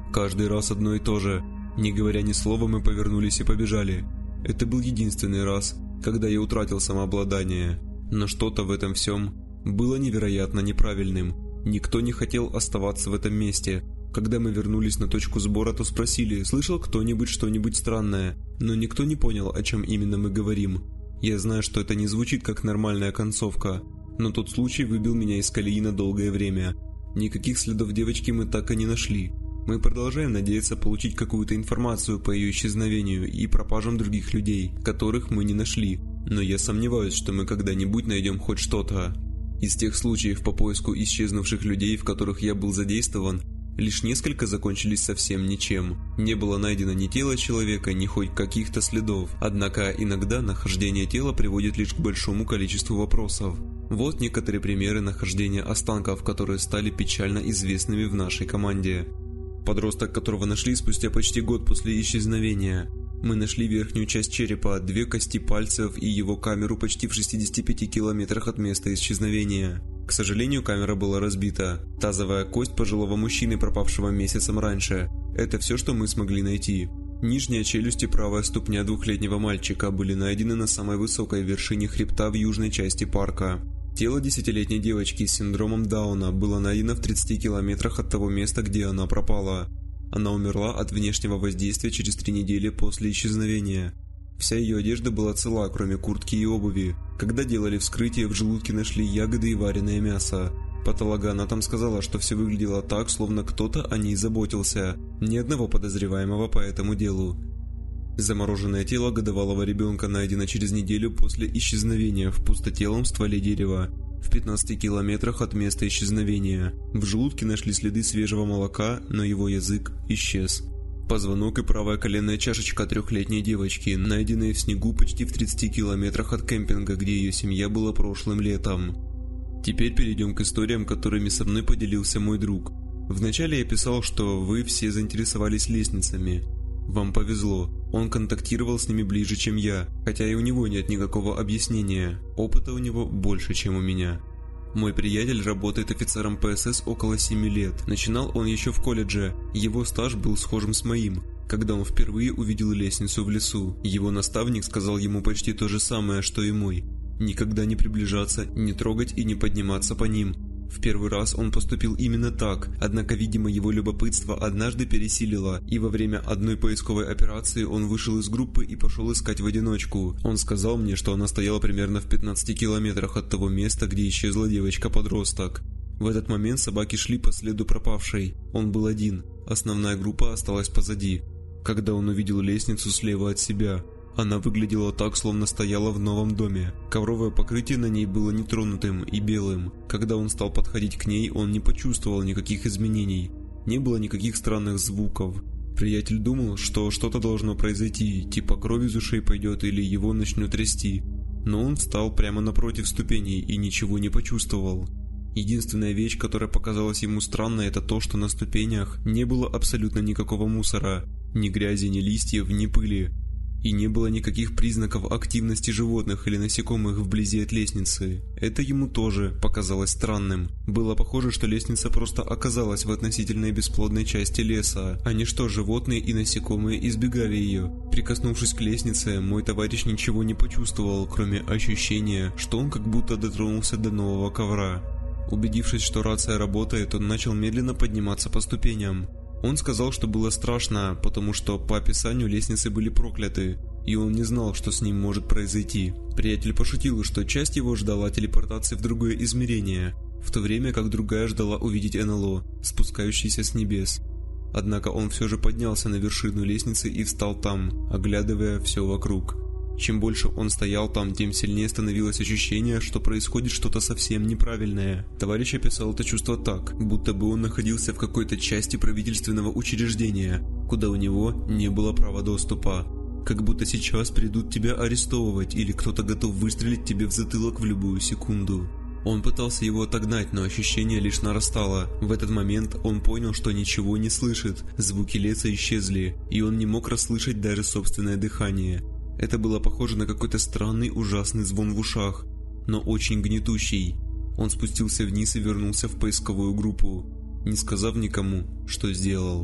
Каждый раз одно и то же. Не говоря ни слова, мы повернулись и побежали. Это был единственный раз, когда я утратил самообладание. Но что-то в этом всем было невероятно неправильным. Никто не хотел оставаться в этом месте. Когда мы вернулись на точку сбора, то спросили, слышал кто-нибудь что-нибудь странное, но никто не понял, о чем именно мы говорим. Я знаю, что это не звучит как нормальная концовка, но тот случай выбил меня из колеи на долгое время. Никаких следов девочки мы так и не нашли. Мы продолжаем надеяться получить какую-то информацию по ее исчезновению и пропажам других людей, которых мы не нашли, но я сомневаюсь, что мы когда-нибудь найдем хоть что-то. Из тех случаев по поиску исчезнувших людей, в которых я был задействован, лишь несколько закончились совсем ничем. Не было найдено ни тела человека, ни хоть каких-то следов. Однако иногда нахождение тела приводит лишь к большому количеству вопросов. Вот некоторые примеры нахождения останков, которые стали печально известными в нашей команде. Подросток, которого нашли спустя почти год после исчезновения. Мы нашли верхнюю часть черепа, 2 кости пальцев и его камеру почти в 65 километрах от места исчезновения. К сожалению, камера была разбита. Тазовая кость пожилого мужчины, пропавшего месяцем раньше. Это все, что мы смогли найти. Нижняя челюсть и правая ступня 2-летнего мальчика были найдены на самой высокой вершине хребта в южной части парка. Тело 10-летней девочки с синдромом Дауна было найдено в 30 километрах от того места, где она пропала. Она умерла от внешнего воздействия через 3 недели после исчезновения. Вся ее одежда была цела, кроме куртки и обуви. Когда делали вскрытие, в желудке нашли ягоды и вареное мясо. Патологоанатом сказала, что все выглядело так, словно кто-то о ней заботился. Ни одного подозреваемого по этому делу. Замороженное тело годовалого ребенка найдено через неделю после исчезновения в пустотелом стволе дерева, в 15 километрах от места исчезновения. В желудке нашли следы свежего молока, но его язык исчез. Позвонок и правая коленная чашечка 3-летней девочки, найденные в снегу почти в 30 километрах от кемпинга, где ее семья была прошлым летом. Теперь перейдем к историям, которыми со мной поделился мой друг. Вначале я писал, что вы все заинтересовались лестницами. Вам повезло, он контактировал с ними ближе, чем я, хотя и у него нет никакого объяснения, опыта у него больше, чем у меня. Мой приятель работает офицером ПСС около 7 лет, начинал он еще в колледже, его стаж был схожим с моим. Когда он впервые увидел лестницу в лесу, его наставник сказал ему почти то же самое, что и мой. Никогда не приближаться, не трогать и не подниматься по ним. В первый раз он поступил именно так, однако, видимо, его любопытство однажды пересилило, и во время одной поисковой операции он вышел из группы и пошел искать в одиночку. Он сказал мне, что она стояла примерно в 15 километрах от того места, где исчезла девочка-подросток. В этот момент собаки шли по следу пропавшей. Он был один, основная группа осталась позади. Когда он увидел лестницу слева от себя, она выглядела так, словно стояла в новом доме. Ковровое покрытие на ней было нетронутым и белым. Когда он стал подходить к ней, он не почувствовал никаких изменений. Не было никаких странных звуков. Приятель думал, что что-то должно произойти, типа кровь из ушей пойдет или его начнет трясти. Но он встал прямо напротив ступеней и ничего не почувствовал. Единственная вещь, которая показалась ему странной, это то, что на ступенях не было абсолютно никакого мусора. Ни грязи, ни листьев, ни пыли. И не было никаких признаков активности животных или насекомых вблизи от лестницы. Это ему тоже показалось странным. Было похоже, что лестница просто оказалась в относительно бесплодной части леса, а не что животные и насекомые избегали ее. Прикоснувшись к лестнице, мой товарищ ничего не почувствовал, кроме ощущения, что он как будто дотронулся до нового ковра. Убедившись, что рация работает, он начал медленно подниматься по ступеням. Он сказал, что было страшно, потому что по описанию лестницы были прокляты, и он не знал, что с ним может произойти. Приятель пошутил, что часть его ждала телепортации в другое измерение, в то время как другая ждала увидеть НЛО, спускающийся с небес. Однако он все же поднялся на вершину лестницы и встал там, оглядывая все вокруг. Чем больше он стоял там, тем сильнее становилось ощущение, что происходит что-то совсем неправильное. Товарищ описал это чувство так, будто бы он находился в какой-то части правительственного учреждения, куда у него не было права доступа. Как будто сейчас придут тебя арестовывать или кто-то готов выстрелить тебе в затылок в любую секунду. Он пытался его отогнать, но ощущение лишь нарастало. В этот момент он понял, что ничего не слышит, звуки леса исчезли, и он не мог расслышать даже собственное дыхание. Это было похоже на какой-то странный ужасный звон в ушах, но очень гнетущий. Он спустился вниз и вернулся в поисковую группу, не сказав никому, что сделал.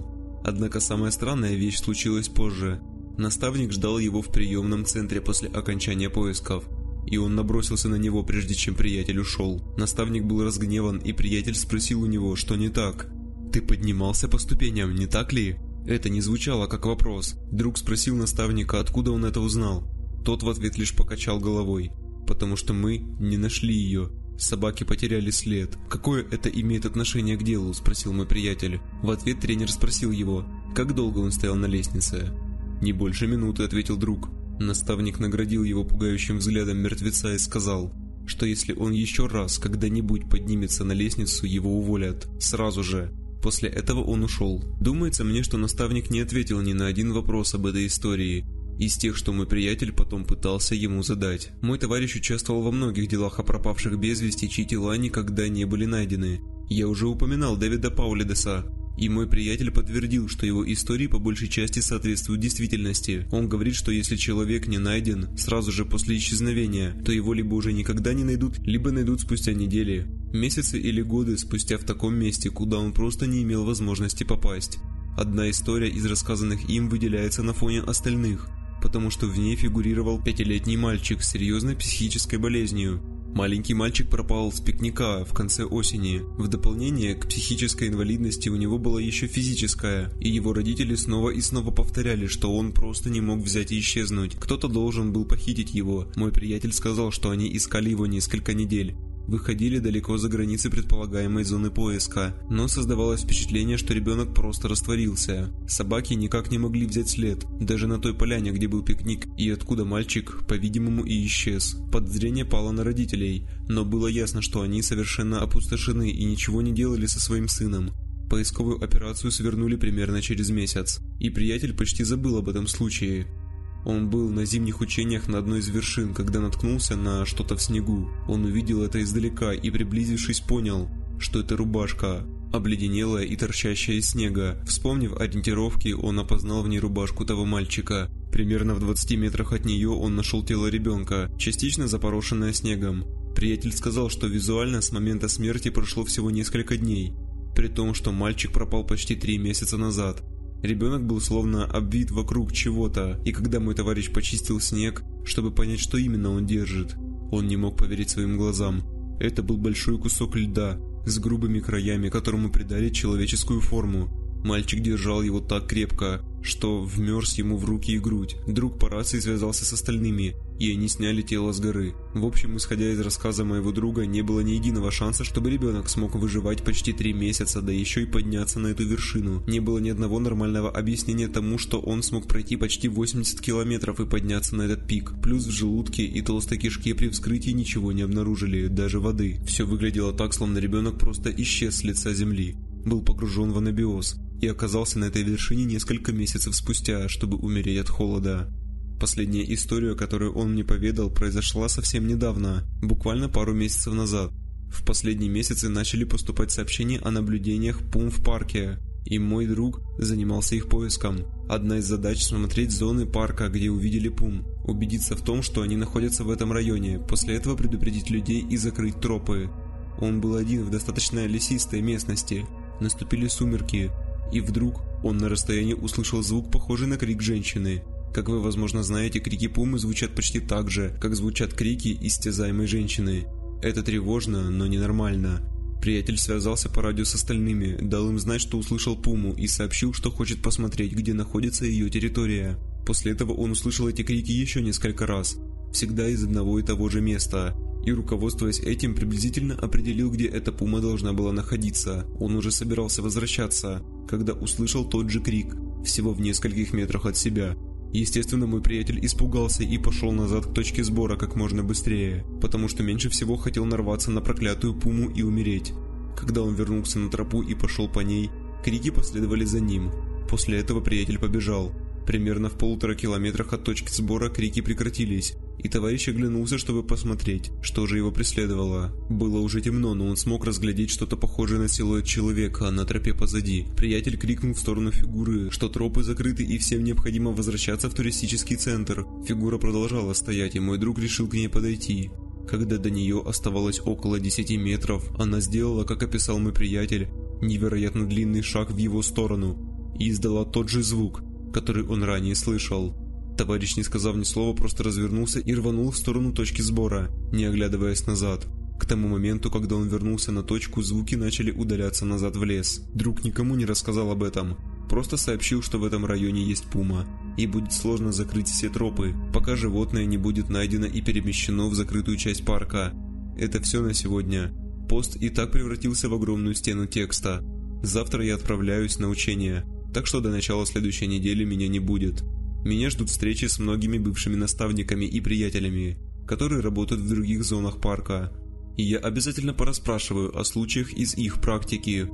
Однако самая странная вещь случилась позже. Наставник ждал его в приемном центре после окончания поисков, и он набросился на него, прежде чем приятель ушел. Наставник был разгневан, и приятель спросил у него, что не так. «Ты поднимался по ступеням, не так ли?» Это не звучало как вопрос. Друг спросил наставника, откуда он это узнал. Тот в ответ лишь покачал головой. «Потому что мы не нашли ее. Собаки потеряли след». «Какое это имеет отношение к делу?» – спросил мой приятель. В ответ тренер спросил его, как долго он стоял на лестнице. «Не больше минуты», – ответил друг. Наставник наградил его пугающим взглядом мертвеца и сказал, что если он еще раз когда-нибудь поднимется на лестницу, его уволят. Сразу же. После этого он ушел. Думается мне, что наставник не ответил ни на один вопрос об этой истории из тех, что мой приятель потом пытался ему задать. Мой товарищ участвовал во многих делах о пропавших без вести, чьи тела никогда не были найдены. Я уже упоминал Дэвида Паулидеса, и мой приятель подтвердил, что его истории по большей части соответствуют действительности. Он говорит, что если человек не найден сразу же после исчезновения, то его либо уже никогда не найдут, либо найдут спустя недели, месяцы или годы спустя в таком месте, куда он просто не имел возможности попасть. Одна история из рассказанных им выделяется на фоне остальных, потому что в ней фигурировал 5-летний мальчик с серьезной психической болезнью. Маленький мальчик пропал с пикника в конце осени. В дополнение к психической инвалидности у него была еще физическая, и его родители снова и снова повторяли, что он просто не мог взять и исчезнуть. Кто-то должен был похитить его. Мой приятель сказал, что они искали его несколько недель. Выходили далеко за границы предполагаемой зоны поиска, но создавалось впечатление, что ребенок просто растворился. Собаки никак не могли взять след, даже на той поляне, где был пикник, и откуда мальчик, по-видимому, и исчез. Подозрение пало на родителей, но было ясно, что они совершенно опустошены и ничего не делали со своим сыном. Поисковую операцию свернули примерно через месяц, и приятель почти забыл об этом случае. Он был на зимних учениях на одной из вершин, когда наткнулся на что-то в снегу. Он увидел это издалека и, приблизившись, понял, что это рубашка, обледенелая и торчащая из снега. Вспомнив ориентировки, он опознал в ней рубашку того мальчика. Примерно в 20 метрах от нее он нашел тело ребенка, частично запорошенное снегом. Приятель сказал, что визуально с момента смерти прошло всего несколько дней, при том, что мальчик пропал почти 3 месяца назад. Ребенок был словно обвит вокруг чего-то, и когда мой товарищ почистил снег, чтобы понять, что именно он держит, он не мог поверить своим глазам. Это был большой кусок льда с грубыми краями, которому придали человеческую форму. Мальчик держал его так крепко, что вмерз ему в руки и грудь. Друг по рации связался с остальными, и они сняли тело с горы. В общем, исходя из рассказа моего друга, не было ни единого шанса, чтобы ребенок смог выживать почти 3 месяца, да еще и подняться на эту вершину. Не было ни одного нормального объяснения тому, что он смог пройти почти 80 километров и подняться на этот пик. Плюс в желудке и толстой кишке при вскрытии ничего не обнаружили, даже воды. Все выглядело так, словно ребенок просто исчез с лица земли, был погружен в анабиоз и оказался на этой вершине несколько месяцев спустя, чтобы умереть от холода. Последняя история, которую он мне поведал, произошла совсем недавно, буквально пару месяцев назад. В последние месяцы начали поступать сообщения о наблюдениях пум в парке, и мой друг занимался их поиском. Одна из задач – смотреть зоны парка, где увидели пум, убедиться в том, что они находятся в этом районе, после этого предупредить людей и закрыть тропы. Он был один в достаточно лесистой местности. Наступили сумерки, и вдруг он на расстоянии услышал звук, похожий на крик женщины. Как вы, возможно, знаете, крики пумы звучат почти так же, как звучат крики истязаемой женщины. Это тревожно, но ненормально. Приятель связался по радио с остальными, дал им знать, что услышал пуму, и сообщил, что хочет посмотреть, где находится ее территория. После этого он услышал эти крики еще несколько раз, всегда из одного и того же места, и, руководствуясь этим, приблизительно определил, где эта пума должна была находиться. Он уже собирался возвращаться, когда услышал тот же крик, всего в нескольких метрах от себя. Естественно, мой приятель испугался и пошел назад к точке сбора как можно быстрее, потому что меньше всего хотел нарваться на проклятую пуму и умереть. Когда он вернулся на тропу и пошел по ней, крики последовали за ним. После этого приятель побежал. Примерно в 1,5 километрах от точки сбора крики прекратились, и товарищ оглянулся, чтобы посмотреть, что же его преследовало. Было уже темно, но он смог разглядеть что-то похожее на силуэт человека на тропе позади. Приятель крикнул в сторону фигуры, что тропы закрыты и всем необходимо возвращаться в туристический центр. Фигура продолжала стоять, и мой друг решил к ней подойти. Когда до нее оставалось около 10 метров, она сделала, как описал мой приятель, невероятно длинный шаг в его сторону. и издала тот же звук, который он ранее слышал. Товарищ, не сказав ни слова, просто развернулся и рванул в сторону точки сбора, не оглядываясь назад. К тому моменту, когда он вернулся на точку, звуки начали удаляться назад в лес. Друг никому не рассказал об этом, просто сообщил, что в этом районе есть пума, и будет сложно закрыть все тропы, пока животное не будет найдено и перемещено в закрытую часть парка. Это все на сегодня. Пост и так превратился в огромную стену текста. Завтра я отправляюсь на учение, так что до начала следующей недели меня не будет. Меня ждут встречи с многими бывшими наставниками и приятелями, которые работают в других зонах парка, и я обязательно порасспрашиваю о случаях из их практики.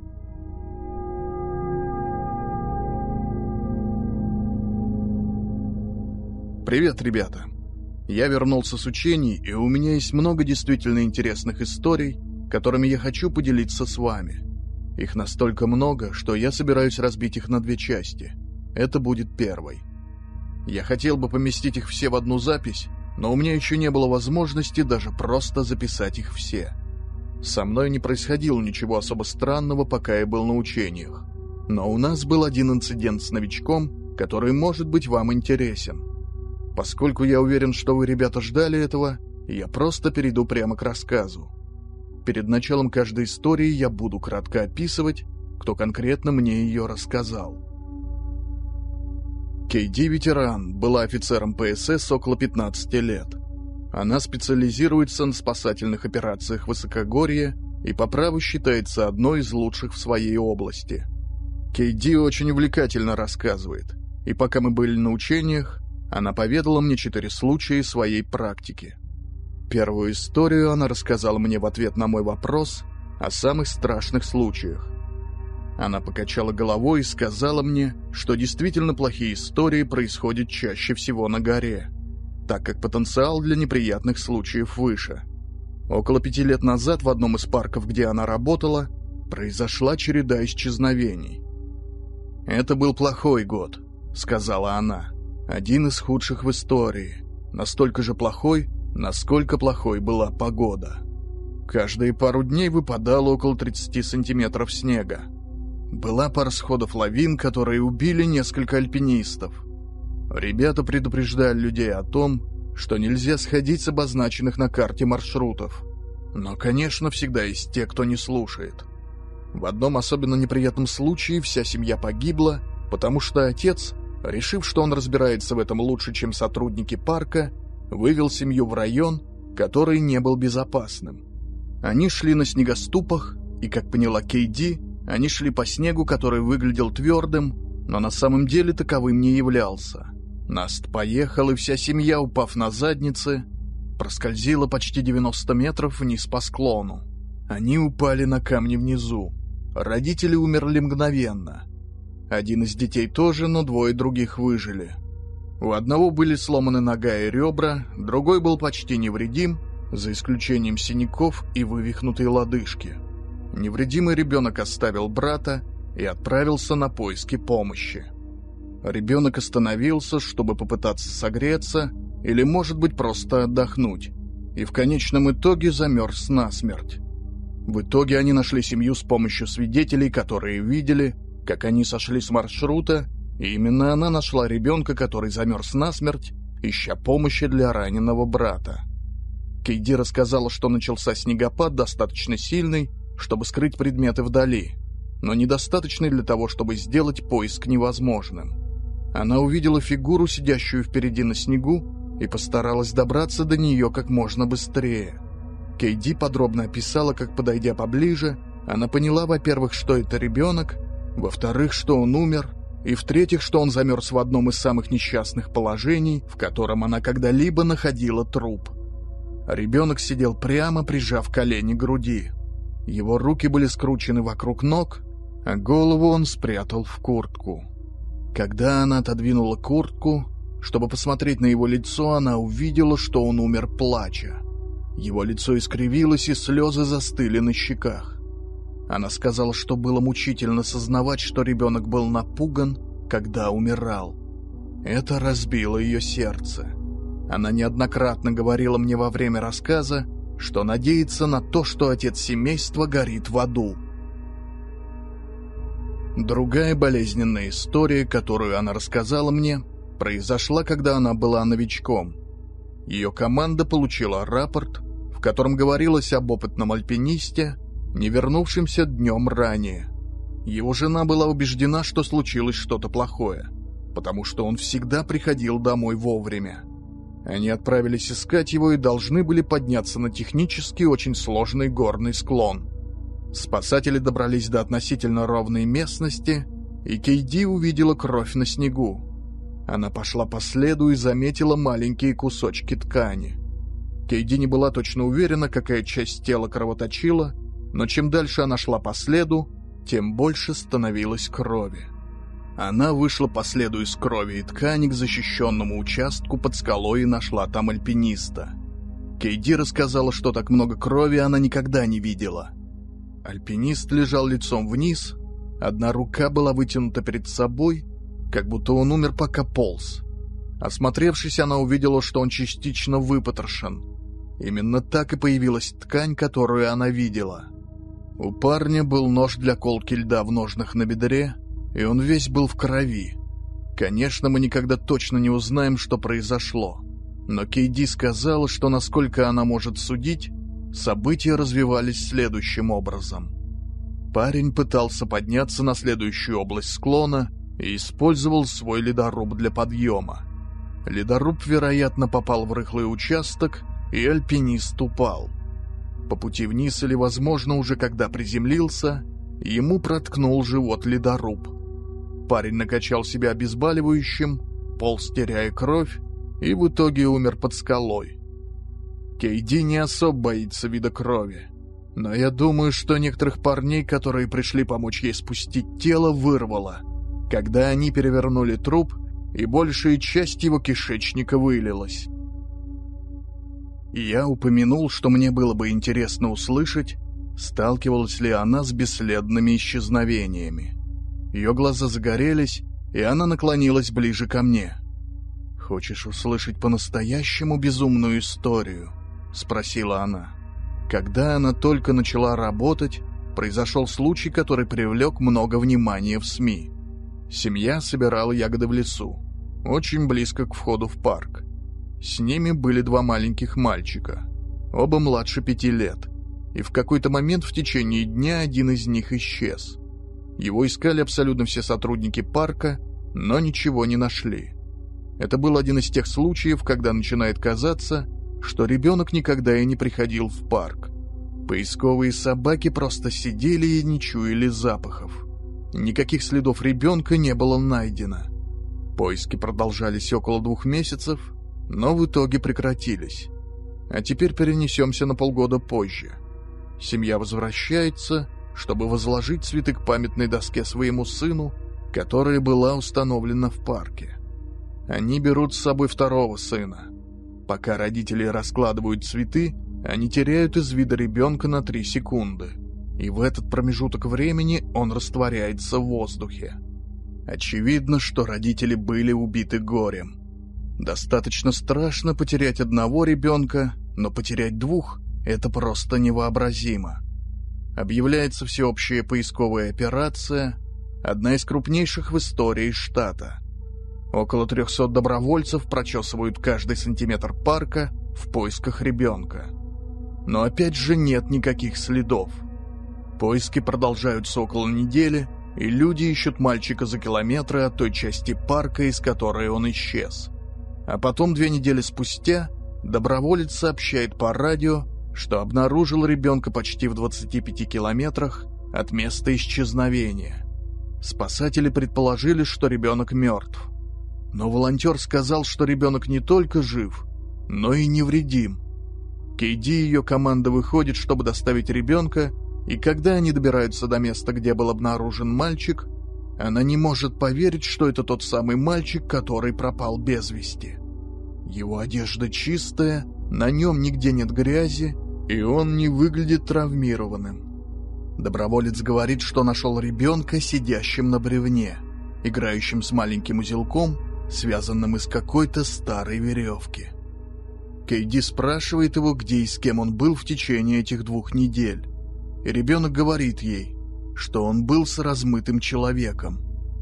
Привет, ребята! Я вернулся с учений, и у меня есть много действительно интересных историй, которыми я хочу поделиться с вами. Их настолько много, что я собираюсь разбить их на 2 части. Это будет первой. Я хотел бы поместить их все в одну запись, но у меня еще не было возможности даже просто записать их все. Со мной не происходило ничего особо странного, пока я был на учениях. Но у нас был один инцидент с новичком, который может быть вам интересен. Поскольку я уверен, что вы, ребята, ждали этого, я просто перейду прямо к рассказу. Перед началом каждой истории я буду кратко описывать, кто конкретно мне ее рассказал. Кейди ветеран, была офицером ПСС около 15 лет. Она специализируется на спасательных операциях высокогорья и по праву считается одной из лучших в своей области. Кейди очень увлекательно рассказывает, и пока мы были на учениях, она поведала мне 4 случая из своей практики. Первую историю она рассказала мне в ответ на мой вопрос о самых страшных случаях. Она покачала головой и сказала мне, что действительно плохие истории происходят чаще всего на горе, так как потенциал для неприятных случаев выше. Около 5 лет назад в одном из парков, где она работала, произошла череда исчезновений. «Это был плохой год», — сказала она. «Один из худших в истории. Настолько же плохой, насколько плохой была погода. Каждые пару дней выпадало около 30 сантиметров снега. Была пара сходов лавин, которые убили несколько альпинистов. Ребята предупреждали людей о том, что нельзя сходить с обозначенных на карте маршрутов. Но, конечно, всегда есть те, кто не слушает. В одном особенно неприятном случае вся семья погибла, потому что отец, решив, что он разбирается в этом лучше, чем сотрудники парка, вывел семью в район, который не был безопасным. Они шли на снегоступах, и, как поняла Кейди, они шли по снегу, который выглядел твердым, но на самом деле таковым не являлся. Наст поехал, и вся семья, упав на задницы, проскользила почти 90 метров вниз по склону. Они упали на камни внизу. Родители умерли мгновенно. Один из детей тоже, но 2 других выжили. У одного были сломаны нога и ребра, другой был почти невредим, за исключением синяков и вывихнутой лодыжки. Невредимый ребенок оставил брата и отправился на поиски помощи. Ребенок остановился, чтобы попытаться согреться или, может быть, просто отдохнуть, и в конечном итоге замерз насмерть. В итоге они нашли семью с помощью свидетелей, которые видели, как они сошли с маршрута, и именно она нашла ребенка, который замерз насмерть, ища помощи для раненого брата. Кейди рассказала, что начался снегопад достаточно сильный, чтобы скрыть предметы вдали, но недостаточный для того, чтобы сделать поиск невозможным. Она увидела фигуру, сидящую впереди на снегу, и постаралась добраться до нее как можно быстрее. Кейди подробно описала, как, подойдя поближе, она поняла, во-первых, что это ребенок, во-вторых, что он умер, и в-третьих, что он замерз в одном из самых несчастных положений, в котором она когда-либо находила труп. Ребенок сидел прямо, прижав колени к груди. Его руки были скручены вокруг ног, а голову он спрятал в куртку. Когда она отодвинула куртку, чтобы посмотреть на его лицо, она увидела, что он умер плача. Его лицо искривилось, и слезы застыли на щеках. Она сказала, что было мучительно сознавать, что ребенок был напуган, когда умирал. Это разбило ее сердце. Она неоднократно говорила мне во время рассказа, что надеется на то, что отец семейства горит в аду. Другая болезненная история, которую она рассказала мне, произошла, когда она была новичком. Ее команда получила рапорт, в котором говорилось об опытном альпинисте, не вернувшемся днем ранее. Его жена была убеждена, что случилось что-то плохое, потому что он всегда приходил домой вовремя. Они отправились искать его и должны были подняться на технически очень сложный горный склон. Спасатели добрались до относительно ровной местности, и Кейди увидела кровь на снегу. Она пошла по следу и заметила маленькие кусочки ткани. Кейди не была точно уверена, какая часть тела кровоточила, но чем дальше она шла по следу, тем больше становилось крови. Она вышла по следу из крови и ткани к защищенному участку под скалой и нашла там альпиниста. Кейди рассказала, что так много крови она никогда не видела. Альпинист лежал лицом вниз, одна рука была вытянута перед собой, как будто он умер, пока полз. Осмотревшись, она увидела, что он частично выпотрошен. Именно так и появилась ткань, которую она видела. У парня был нож для колки льда в ножнах на бедре, и он весь был в крови. Конечно, мы никогда точно не узнаем, что произошло. Но Кейди сказала, что, насколько она может судить, события развивались следующим образом. Парень пытался подняться на следующую область склона и использовал свой ледоруб для подъема. Ледоруб, вероятно, попал в рыхлый участок, и альпинист упал. По пути вниз или, возможно, уже когда приземлился, ему проткнул живот ледоруб. Парень накачал себя обезболивающим, полз, теряя кровь, и в итоге умер под скалой. Кейди не особо боится вида крови, но я думаю, что некоторых парней, которые пришли помочь ей спустить тело, вырвало, когда они перевернули труп, и большая часть его кишечника вылилась. Я упомянул, что мне было бы интересно услышать, сталкивалась ли она с бесследными исчезновениями. Ее глаза загорелись, и она наклонилась ближе ко мне. «Хочешь услышать по-настоящему безумную историю?» — спросила она. Когда она только начала работать, произошел случай, который привлек много внимания в СМИ. Семья собирала ягоды в лесу, очень близко к входу в парк. С ними были два маленьких мальчика, оба младше 5 лет, и в какой-то момент в течение дня один из них исчез. Его искали абсолютно все сотрудники парка, но ничего не нашли. Это был один из тех случаев, когда начинает казаться, что ребенок никогда и не приходил в парк. Поисковые собаки просто сидели и не чуяли запахов. Никаких следов ребенка не было найдено. Поиски продолжались около 2 месяцев, но в итоге прекратились. А теперь перенесемся на полгода позже. Семья возвращается, чтобы возложить цветы к памятной доске своему сыну, которая была установлена в парке. Они берут с собой второго сына. Пока родители раскладывают цветы, они теряют из вида ребенка на 3 секунды, и в этот промежуток времени он растворяется в воздухе. Очевидно, что родители были убиты горем. Достаточно страшно потерять одного ребенка, но потерять 2 — это просто невообразимо. Объявляется всеобщая поисковая операция, одна из крупнейших в истории штата. Около 300 добровольцев прочесывают каждый сантиметр парка в поисках ребенка. Но опять же нет никаких следов. Поиски продолжаются около недели, и люди ищут мальчика за километры от той части парка, из которой он исчез. А потом 2 недели спустя доброволец сообщает по радио, что обнаружил ребенка почти в 25 километрах от места исчезновения. Спасатели предположили, что ребенок мертв. Но волонтер сказал, что ребенок не только жив, но и невредим. Кейди и ее команда выходит, чтобы доставить ребенка, и когда они добираются до места, где был обнаружен мальчик, она не может поверить, что это тот самый мальчик, который пропал без вести. Его одежда чистая, на нем нигде нет грязи, и он не выглядит травмированным. Доброволец говорит, что нашел ребенка, сидящим на бревне, играющим с маленьким узелком, связанным из какой-то старой веревки. Кейди спрашивает его, где и с кем он был в течение этих 2 недель. И ребенок говорит ей: что он был с размытым человеком.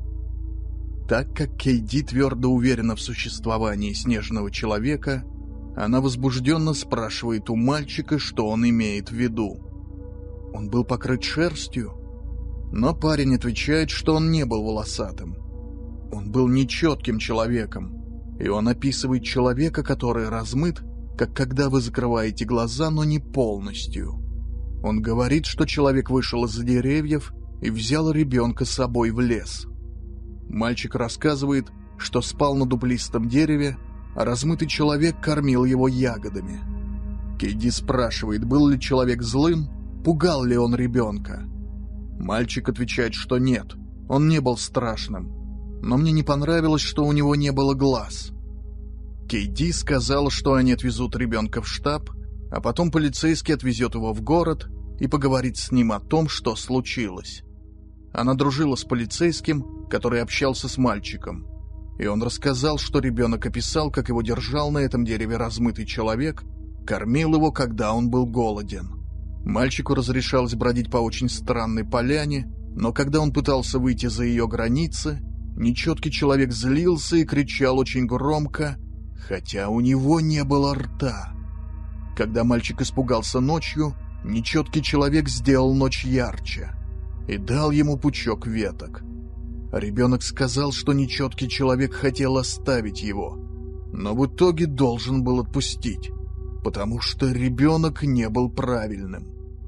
Так как Кейди твердо уверена в существовании снежного человека, она возбужденно спрашивает у мальчика, что он имеет в виду. Он был покрыт шерстью, но парень отвечает, что он не был волосатым. Он был нечетким человеком, и он описывает человека, который размыт, как когда вы закрываете глаза, но не полностью. Он говорит, что человек вышел из-за деревьев и взял ребенка с собой в лес. Мальчик рассказывает, что спал на дуплистом дереве, а размытый человек кормил его ягодами. Кейди спрашивает, был ли человек злым, пугал ли он ребенка. Мальчик отвечает, что нет, он не был страшным, но мне не понравилось, что у него не было глаз. Кейди сказала, что они отвезут ребенка в штаб, а потом полицейский отвезет его в город и поговорит с ним о том, что случилось. Она дружила с полицейским, который общался с мальчиком, и он рассказал, что ребенок описал, как его держал на этом дереве размытый человек, кормил его, когда он был голоден. Мальчику разрешалось бродить по очень странной поляне, но когда он пытался выйти за ее границы, нечеткий человек злился и кричал очень громко, хотя у него не было рта. Когда мальчик испугался ночью, нечеткий человек сделал ночь ярче и дал ему пучок веток. Ребенок сказал, что нечеткий человек хотел оставить его, но в итоге должен был отпустить, потому что ребенок не был правильным.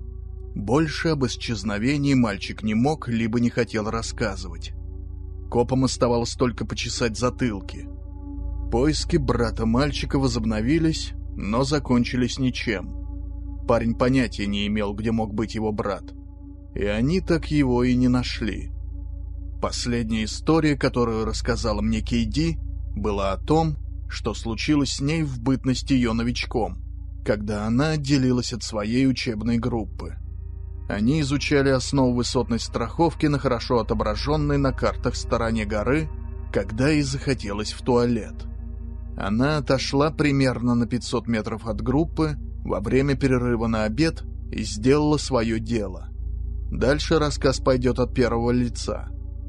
Больше об исчезновении мальчик не мог, либо не хотел рассказывать. Копам оставалось только почесать затылки. Поиски брата мальчика возобновились, но закончились ничем. Парень понятия не имел, где мог быть его брат, и они так его и не нашли. Последняя история, которую рассказала мне Кейди, была о том, что случилось с ней в бытность ее новичком, когда она отделилась от своей учебной группы. Они изучали основу высотной страховки на хорошо отображенной на картах стороне горы, когда ей захотелось в туалет. Она отошла примерно на 500 метров от группы во время перерыва на обед и сделала свое дело. Дальше рассказ пойдет от первого лица.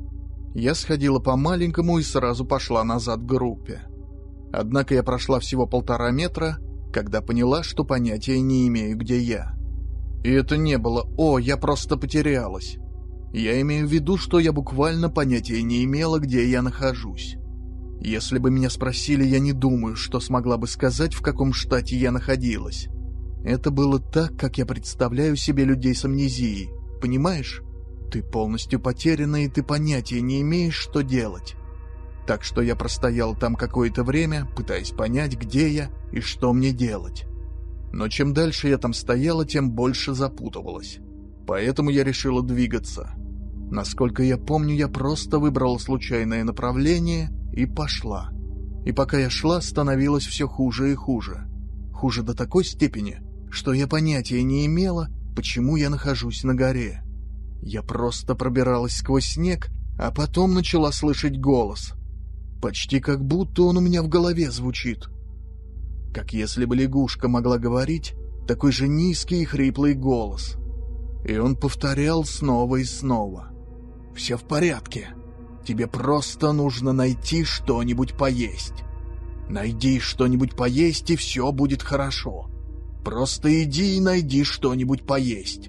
Я сходила по-маленькому и сразу пошла назад к группе. Однако я прошла всего 1,5 метра, когда поняла, что понятия не имею, где я. И это не было «О, я просто потерялась». Я имею в виду, что я буквально понятия не имела, где я нахожусь. Если бы меня спросили, я не думаю, что смогла бы сказать, в каком штате я находилась. Это было так, как я представляю себе людей с амнезией. Понимаешь? Ты полностью потеряна, и ты понятия не имеешь, что делать. Так что я простоял там какое-то время, пытаясь понять, где я и что мне делать. Но чем дальше я там стояла, тем больше запутывалась. Поэтому я решила двигаться. Насколько я помню, я просто выбрала случайное направление и пошла. И пока я шла, становилось все хуже и хуже. Хуже до такой степени, что я понятия не имела, почему я нахожусь на горе. Я просто пробиралась сквозь снег, а потом начала слышать голос. Почти как будто он у меня в голове звучит. Как если бы лягушка могла говорить, такой же низкий и хриплый голос. И он повторял снова и снова. «Все в порядке. Тебе просто нужно найти что-нибудь поесть. Найди что-нибудь поесть, и все будет хорошо. Просто иди и найди что-нибудь поесть.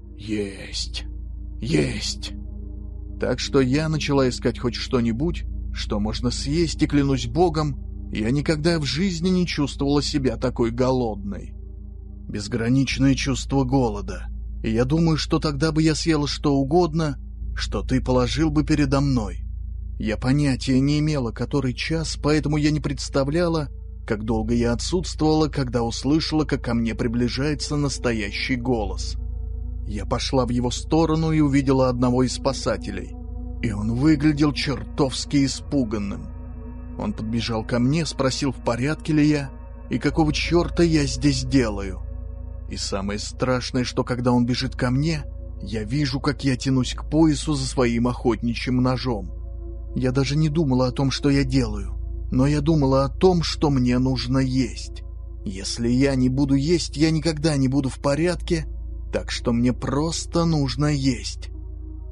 Есть. Есть». Так что я начала искать хоть что-нибудь, что можно съесть, и клянусь Богом, я никогда в жизни не чувствовала себя такой голодной. Безграничное чувство голода. И я думаю, что тогда бы я съела что угодно, что ты положил бы передо мной. Я понятия не имела, который час, поэтому я не представляла, как долго я отсутствовала, когда услышала, как ко мне приближается настоящий голос. Я пошла в его сторону и увидела одного из спасателей, и он выглядел чертовски испуганным. Он подбежал ко мне, спросил, в порядке ли я, и какого черта я здесь делаю. И самое страшное, что когда он бежит ко мне, я вижу, как я тянусь к поясу за своим охотничьим ножом. Я даже не думала о том, что я делаю, но я думала о том, что мне нужно есть. Если я не буду есть, я никогда не буду в порядке, так что мне просто нужно есть.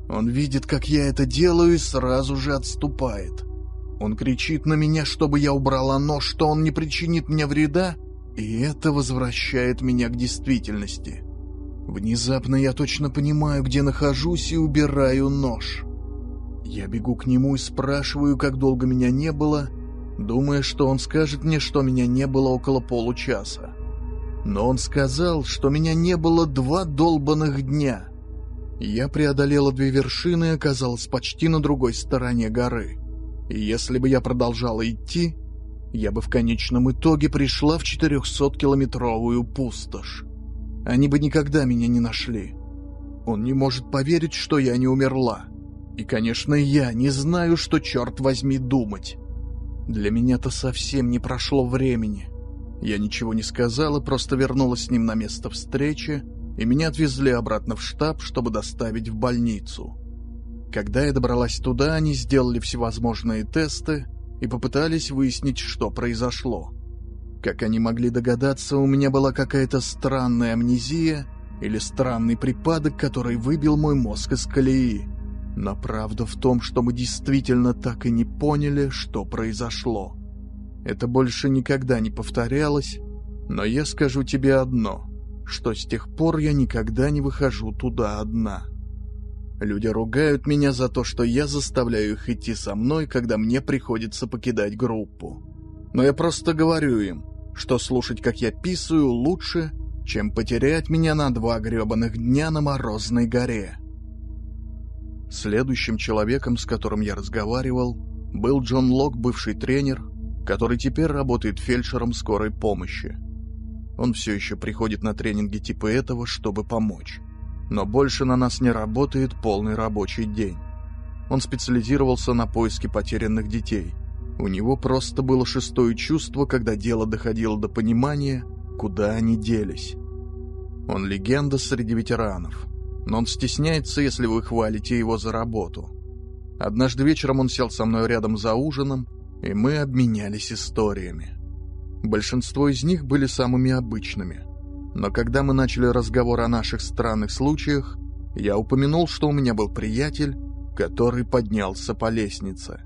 Он видит, как я это делаю, и сразу же отступает. Он кричит на меня, чтобы я убрала нож, что он не причинит мне вреда, и это возвращает меня к действительности. Внезапно я точно понимаю, где нахожусь, и убираю нож. Я бегу к нему и спрашиваю, как долго меня не было, думая, что он скажет мне, что меня не было около получаса. Но он сказал, что меня не было 2 долбаных дня. Я преодолела 2 вершины и оказалась почти на другой стороне горы. И если бы я продолжала идти, я бы в конечном итоге пришла в 400-километровую пустошь. Они бы никогда меня не нашли. Он не может поверить, что я не умерла. И, конечно, я не знаю, что, черт возьми, думать. Для меня-то совсем не прошло времени. Я ничего не сказала, просто вернулась с ним на место встречи, и меня отвезли обратно в штаб, чтобы доставить в больницу. Когда я добралась туда, они сделали всевозможные тесты и попытались выяснить, что произошло. Как они могли догадаться, у меня была какая-то странная амнезия или странный припадок, который выбил мой мозг из колеи. Но правда в том, что мы действительно так и не поняли, что произошло. Это больше никогда не повторялось, но я скажу тебе одно, что с тех пор я никогда не выхожу туда одна. Люди ругают меня за то, что я заставляю их идти со мной, когда мне приходится покидать группу. Но я просто говорю им, что слушать, как я писаю, лучше, чем потерять меня на 2 гребаных дня на морозной горе. Следующим человеком, с которым я разговаривал, был Джон Лок, бывший тренер, который теперь работает фельдшером скорой помощи. Он все еще приходит на тренинги типа этого, чтобы помочь. Но больше на нас не работает полный рабочий день. Он специализировался на поиске потерянных детей. У него просто было 6-е чувство, когда дело доходило до понимания, куда они делись. Он легенда среди ветеранов, но он стесняется, если вы хвалите его за работу. Однажды вечером он сел со мной рядом за ужином, и мы обменялись историями. Большинство из них были самыми обычными. Но когда мы начали разговор о наших странных случаях, я упомянул, что у меня был приятель, который поднялся по лестнице.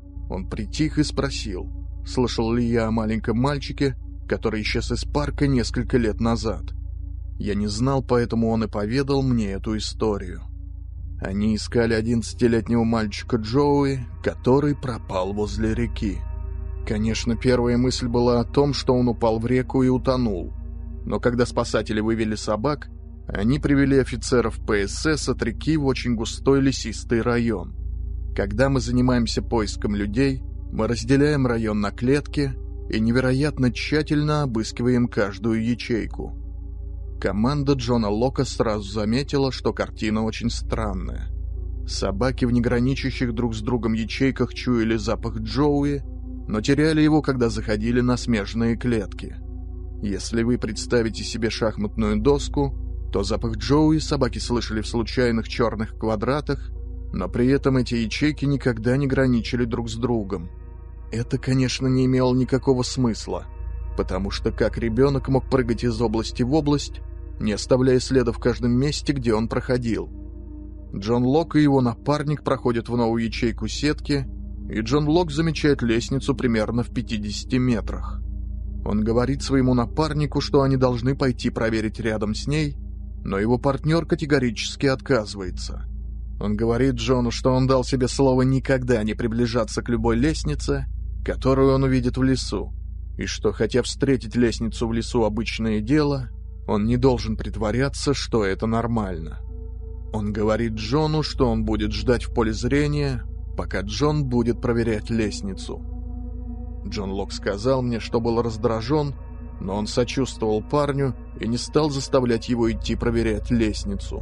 Он притих и спросил, слышал ли я о маленьком мальчике, который исчез из парка несколько лет назад. Я не знал, поэтому он и поведал мне эту историю. Они искали 11-летнего мальчика Джоуи, который пропал возле реки. Конечно, первая мысль была о том, что он упал в реку и утонул. Но когда спасатели вывели собак, они привели офицеров ПСС от реки в очень густой лесистый район. Когда мы занимаемся поиском людей, мы разделяем район на клетки и невероятно тщательно обыскиваем каждую ячейку. Команда Джона Лока сразу заметила, что картина очень странная. Собаки в неграничащих друг с другом ячейках чуяли запах Джоуи, но теряли его, когда заходили на смежные клетки. Если вы представите себе шахматную доску, то запах Джоуи собаки слышали в случайных черных квадратах, но при этом эти ячейки никогда не граничили друг с другом. Это, конечно, не имело никакого смысла, потому что как ребенок мог прыгать из области в область, не оставляя следа в каждом месте, где он проходил. Джон Лок и его напарник проходят в новую ячейку сетки, и Джон Лок замечает лестницу примерно в 50 метрах. Он говорит своему напарнику, что они должны пойти проверить рядом с ней, но его партнер категорически отказывается. Он говорит Джону, что он дал себе слово никогда не приближаться к любой лестнице, которую он увидит в лесу, и что, хотя встретить лестницу в лесу обычное дело, он не должен притворяться, что это нормально. Он говорит Джону, что он будет ждать в поле зрения, пока Джон будет проверять лестницу. Джон Лок сказал мне, что был раздражен, но он сочувствовал парню и не стал заставлять его идти проверять лестницу.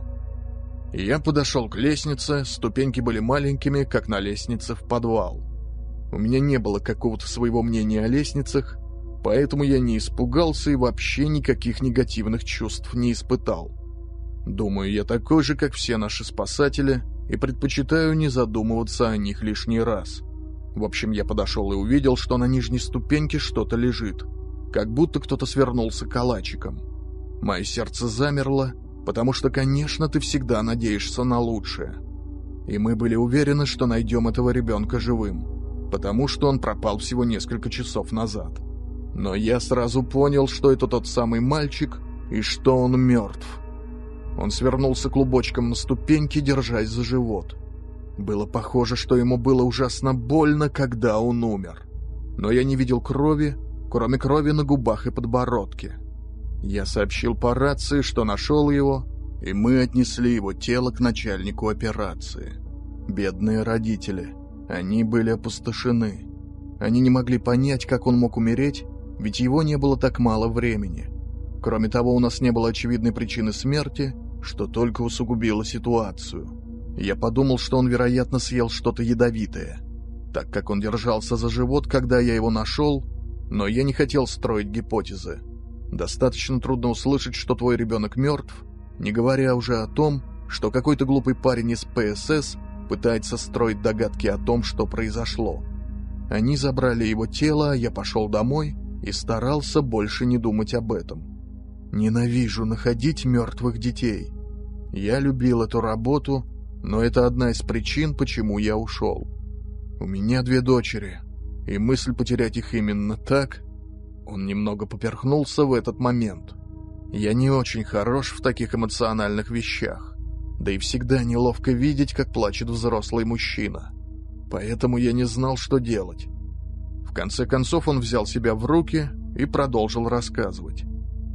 Я подошел к лестнице, ступеньки были маленькими, как на лестнице в подвал. У меня не было какого-то своего мнения о лестницах, поэтому я не испугался и вообще никаких негативных чувств не испытал. Думаю, я такой же, как все наши спасатели, и предпочитаю не задумываться о них лишний раз. В общем, я подошел и увидел, что на нижней ступеньке что-то лежит, как будто кто-то свернулся калачиком. Мое сердце замерло, потому что, конечно, ты всегда надеешься на лучшее. И мы были уверены, что найдем этого ребенка живым, потому что он пропал всего несколько часов назад. Но я сразу понял, что это тот самый мальчик и что он мертв. Он свернулся клубочком на ступеньке, держась за живот. Было похоже, что ему было ужасно больно, когда он умер. Но я не видел крови, кроме крови на губах и подбородке. Я сообщил по рации, что нашел его, и мы отнесли его тело к начальнику операции. Бедные родители. Они были опустошены. Они не могли понять, как он мог умереть, ведь его не было так мало времени. Кроме того, у нас не было очевидной причины смерти, что только усугубило ситуацию. Я подумал, что он, вероятно, съел что-то ядовитое, так как он держался за живот, когда я его нашел, но я не хотел строить гипотезы. Достаточно трудно услышать, что твой ребенок мертв, не говоря уже о том, что какой-то глупый парень из ПСС пытается строить догадки о том, что произошло. Они забрали его тело, а я пошел домой и старался больше не думать об этом. Ненавижу находить мертвых детей. Я любил эту работу, но это одна из причин, почему я ушел. У меня 2 дочери, и мысль потерять их именно так... Он немного поперхнулся в этот момент. Я не очень хорош в таких эмоциональных вещах, да и всегда неловко видеть, как плачет взрослый мужчина. Поэтому я не знал, что делать. В конце концов он взял себя в руки и продолжил рассказывать.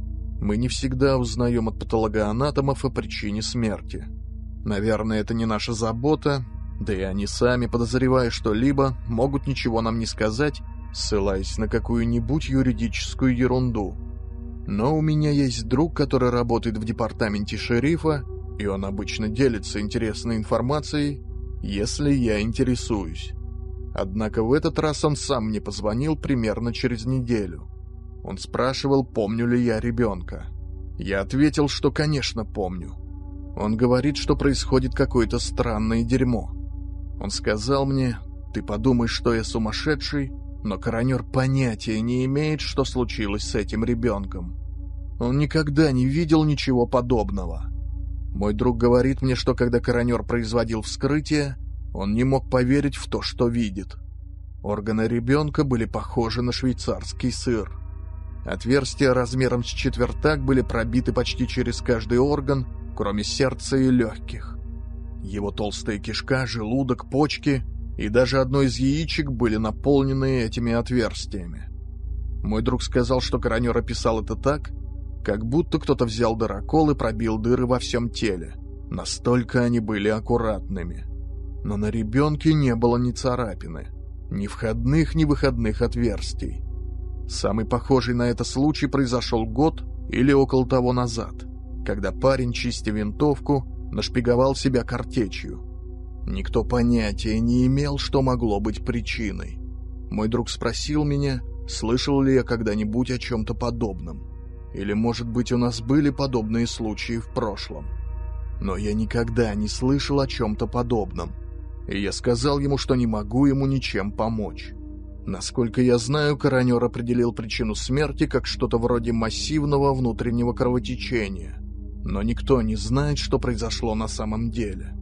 Мы не всегда узнаем от патологоанатомов о причине смерти. Наверное, это не наша забота, да и они сами, подозревая что-либо, могут ничего нам не сказать, ссылаясь на какую-нибудь юридическую ерунду. Но у меня есть друг, который работает в департаменте шерифа, и он обычно делится интересной информацией, если я интересуюсь. Однако в этот раз он сам мне позвонил примерно через неделю. Он спрашивал, помню ли я ребенка. Я ответил, что, конечно, помню. Он говорит, что происходит какое-то странное дерьмо. Он сказал мне, ты подумаешь, что я сумасшедший, но коронер понятия не имеет, что случилось с этим ребенком. Он никогда не видел ничего подобного. Мой друг говорит мне, что когда коронер производил вскрытие, он не мог поверить в то, что видит. Органы ребенка были похожи на швейцарский сыр. Отверстия размером с четвертак были пробиты почти через каждый орган, кроме сердца и легких. Его толстая кишка, желудок, почки и даже одно из яичек были наполнены этими отверстиями. Мой друг сказал, что коронер описал это так, как будто кто-то взял дырокол и пробил дыры во всем теле. Настолько они были аккуратными. Но на ребенке не было ни царапины, ни входных, ни выходных отверстий. Самый похожий на это случай произошел год или около того назад, когда парень, чистя винтовку, нашпиговал себя картечью. Никто понятия не имел, что могло быть причиной. Мой друг спросил меня, слышал ли я когда-нибудь о чем-то подобном. Или, может быть, у нас были подобные случаи в прошлом. Но я никогда не слышал о чем-то подобном. И я сказал ему, что не могу ему ничем помочь. Насколько я знаю, коронер определил причину смерти как что-то вроде массивного внутреннего кровотечения. Но никто не знает, что произошло на самом деле.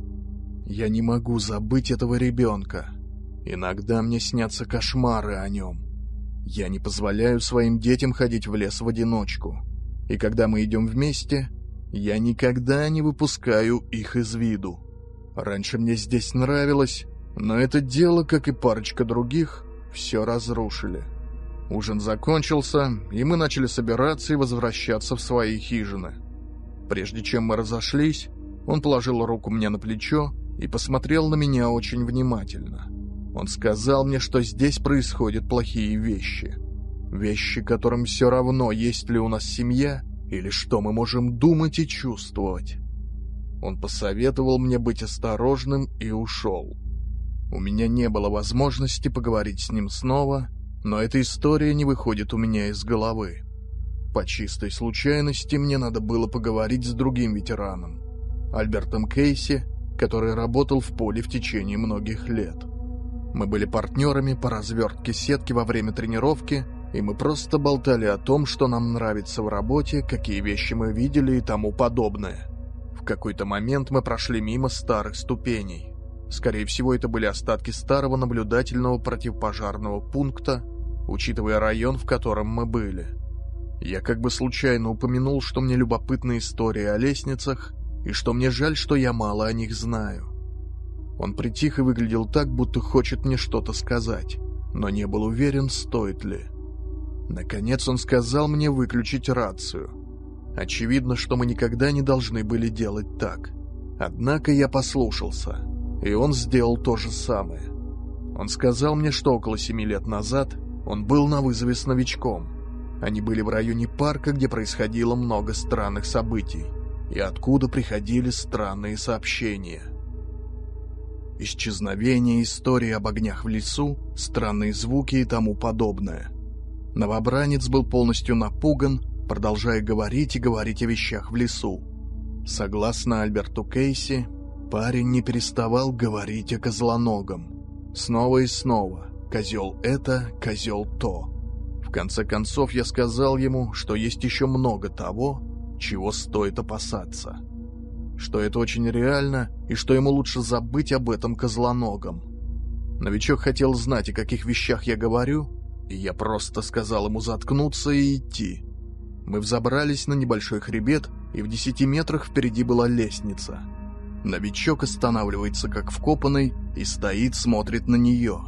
Я не могу забыть этого ребенка. Иногда мне снятся кошмары о нем. Я не позволяю своим детям ходить в лес в одиночку. И когда мы идем вместе, я никогда не выпускаю их из виду. Раньше мне здесь нравилось, но это дело, как и парочка других, все разрушили. Ужин закончился, и мы начали собираться и возвращаться в свои хижины. Прежде чем мы разошлись, он положил руку мне на плечо и посмотрел на меня очень внимательно. Он сказал мне, что здесь происходят плохие вещи. Вещи, которым все равно, есть ли у нас семья, или что мы можем думать и чувствовать. Он посоветовал мне быть осторожным и ушел. У меня не было возможности поговорить с ним снова, но эта история не выходит у меня из головы. По чистой случайности мне надо было поговорить с другим ветераном, Альбертом Кейси, который работал в поле в течение многих лет. Мы были партнерами по развертке сетки во время тренировки, и мы просто болтали о том, что нам нравится в работе, какие вещи мы видели и тому подобное. В какой-то момент мы прошли мимо старых ступеней. Скорее всего, это были остатки старого наблюдательного противопожарного пункта, учитывая район, в котором мы были. Я как бы случайно упомянул, что мне любопытна история о лестницах, и что мне жаль, что я мало о них знаю. Он притих и выглядел так, будто хочет мне что-то сказать, но не был уверен, стоит ли. Наконец он сказал мне выключить рацию. Очевидно, что мы никогда не должны были делать так. Однако я послушался, и он сделал то же самое. Он сказал мне, что около 7 лет назад он был на вызове с новичком. Они были в районе парка, где происходило много странных событий, и откуда приходили странные сообщения. Исчезновение, истории об огнях в лесу, странные звуки и тому подобное. Новобранец был полностью напуган, продолжая говорить и говорить о вещах в лесу. Согласно Альберту Кейси, парень не переставал говорить о козлоногом. Снова и снова. Козел это, козел то. В конце концов я сказал ему, что есть еще много того, чего стоит опасаться. Что это очень реально, и что ему лучше забыть об этом козлоногом. Новичок хотел знать, о каких вещах я говорю, и я просто сказал ему заткнуться и идти. Мы взобрались на небольшой хребет, и в 10 метрах впереди была лестница. Новичок останавливается как вкопанный и стоит, смотрит на нее.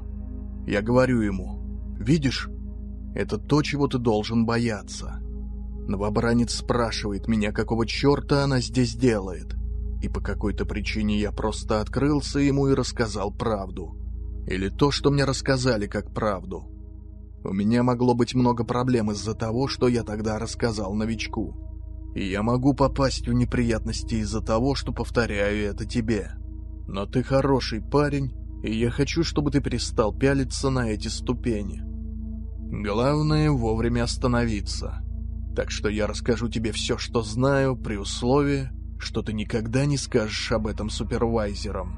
Я говорю ему: «Видишь, это то, чего ты должен бояться». Новобранец спрашивает меня, какого черта она здесь делает. И по какой-то причине я просто открылся ему и рассказал правду. Или то, что мне рассказали, как правду. У меня могло быть много проблем из-за того, что я тогда рассказал новичку. И я могу попасть в неприятности из-за того, что повторяю это тебе. Но ты хороший парень, и я хочу, чтобы ты перестал пялиться на эти ступени. Главное — вовремя остановиться. Так что я расскажу тебе все, что знаю, при условии, что ты никогда не скажешь об этом супервайзерам.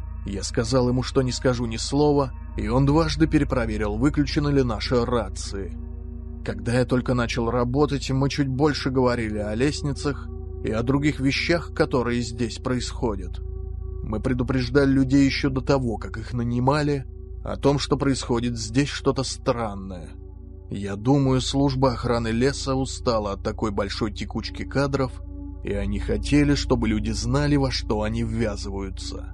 Я сказал ему, что не скажу ни слова, и он дважды перепроверил, выключены ли наши рации. Когда я только начал работать, мы чуть больше говорили о лестницах и о других вещах, которые здесь происходят. Мы предупреждали людей еще до того, как их нанимали, о том, что происходит здесь что-то странное. Я думаю, служба охраны леса устала от такой большой текучки кадров, и они хотели, чтобы люди знали, во что они ввязываются.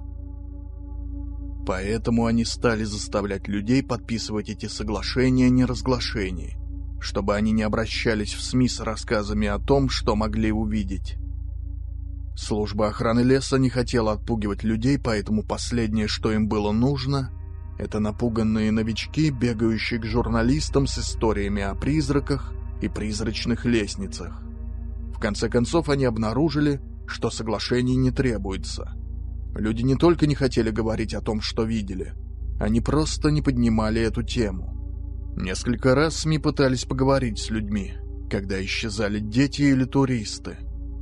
Поэтому они стали заставлять людей подписывать эти соглашения о неразглашении, чтобы они не обращались в СМИ с рассказами о том, что могли увидеть. Служба охраны леса не хотела отпугивать людей, поэтому последнее, что им было нужно, это напуганные новички, бегающие к журналистам с историями о призраках и призрачных лестницах. В конце концов, они обнаружили, что соглашений не требуется. Люди не только не хотели говорить о том, что видели, они просто не поднимали эту тему. Несколько раз СМИ пытались поговорить с людьми, когда исчезали дети или туристы.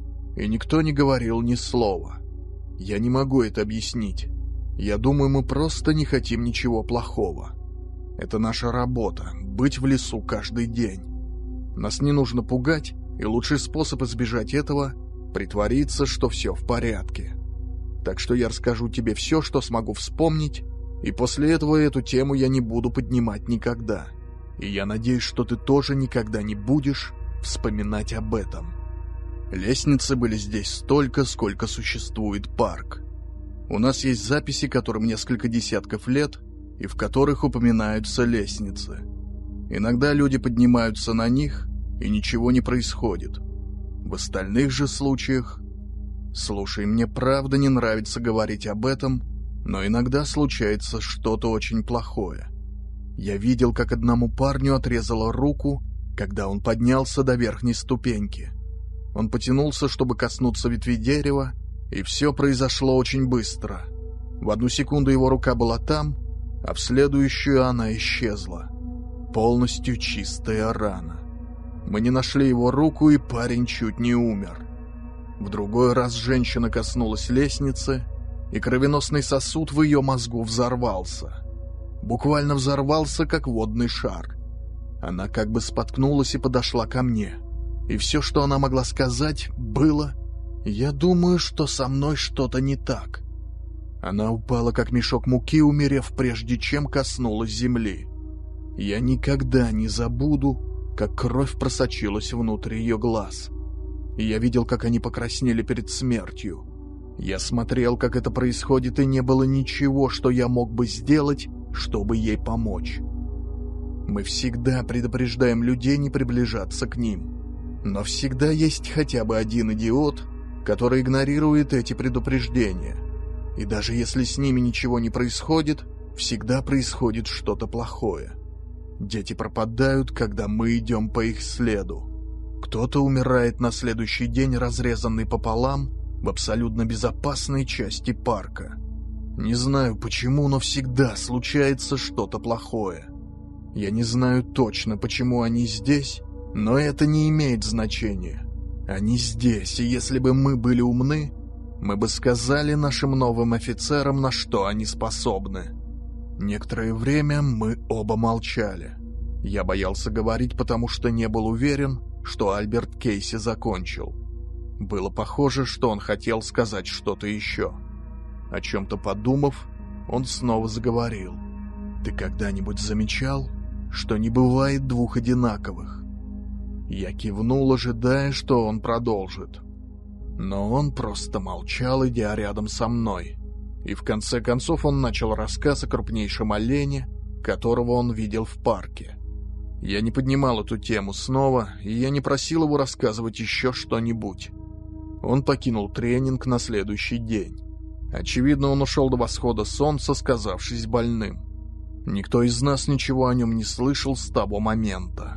И никто не говорил ни слова. Я не могу это объяснить. Я думаю, мы просто не хотим ничего плохого. Это наша работа — быть в лесу каждый день. Нас не нужно пугать, и лучший способ избежать этого — притвориться, что все в порядке. Так что я расскажу тебе все, что смогу вспомнить, и после этого эту тему я не буду поднимать никогда. И я надеюсь, что ты тоже никогда не будешь вспоминать об этом. Лестницы были здесь столько, сколько существует парк. У нас есть записи, которым несколько десятков лет, и в которых упоминаются лестницы. Иногда люди поднимаются на них, и ничего не происходит. В остальных же случаях... Слушай, мне правда не нравится говорить об этом, но иногда случается что-то очень плохое. Я видел, как одному парню отрезало руку, когда он поднялся до верхней ступеньки. Он потянулся, чтобы коснуться ветви дерева, и все произошло очень быстро. В одну секунду его рука была там, а в следующую она исчезла. Полностью чистая рана. Мы не нашли его руку, и парень чуть не умер. В другой раз женщина коснулась лестницы, и кровеносный сосуд в ее мозгу взорвался. Буквально взорвался, как водный шар. Она как бы споткнулась и подошла ко мне. И все, что она могла сказать, было: «Я думаю, что со мной что-то не так». Она упала, как мешок муки, умерев, прежде чем коснулась земли. Я никогда не забуду, как кровь просочилась внутрь ее глаз. Я видел, как они покраснели перед смертью. Я смотрел, как это происходит, и не было ничего, что я мог бы сделать, чтобы ей помочь. Мы всегда предупреждаем людей не приближаться к ним. Но всегда есть хотя бы один идиот, который игнорирует эти предупреждения. И даже если с ними ничего не происходит, всегда происходит что-то плохое. Дети пропадают, когда мы идем по их следу. Кто-то умирает на следующий день, разрезанный пополам, в абсолютно безопасной части парка. Не знаю почему, но всегда случается что-то плохое. Я не знаю точно, почему они здесь, но это не имеет значения. Они здесь, и если бы мы были умны, мы бы сказали нашим новым офицерам, на что они способны. Некоторое время мы оба молчали. Я боялся говорить, потому что не был уверен, что Альберт Кейси закончил. Было похоже, что он хотел сказать что-то еще. О чем-то подумав, он снова заговорил. «Ты когда-нибудь замечал, что не бывает двух одинаковых?» Я кивнул, ожидая, что он продолжит. Но он просто молчал, идя рядом со мной. И в конце концов он начал рассказ о крупнейшем олене, которого он видел в парке. Я не поднимал эту тему снова, и я не просил его рассказывать еще что-нибудь. Он покинул тренинг на следующий день. Очевидно, он ушел до восхода солнца, сказавшись больным. Никто из нас ничего о нем не слышал с того момента.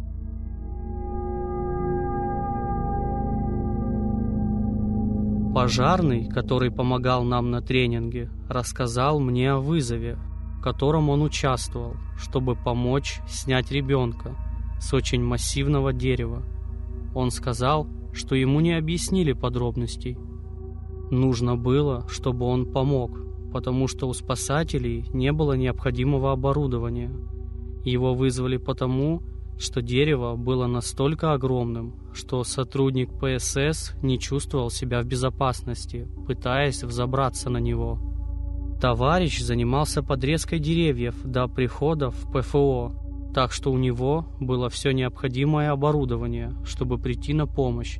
Пожарный, который помогал нам на тренинге, рассказал мне о вызове, в котором он участвовал, чтобы помочь снять ребенка с очень массивного дерева. Он сказал, что ему не объяснили подробностей. Нужно было, чтобы он помог, потому что у спасателей не было необходимого оборудования. Его вызвали потому, что дерево было настолько огромным, что сотрудник ПСС не чувствовал себя в безопасности, пытаясь взобраться на него. Товарищ занимался подрезкой деревьев до прихода в ПФО, так что у него было все необходимое оборудование, чтобы прийти на помощь.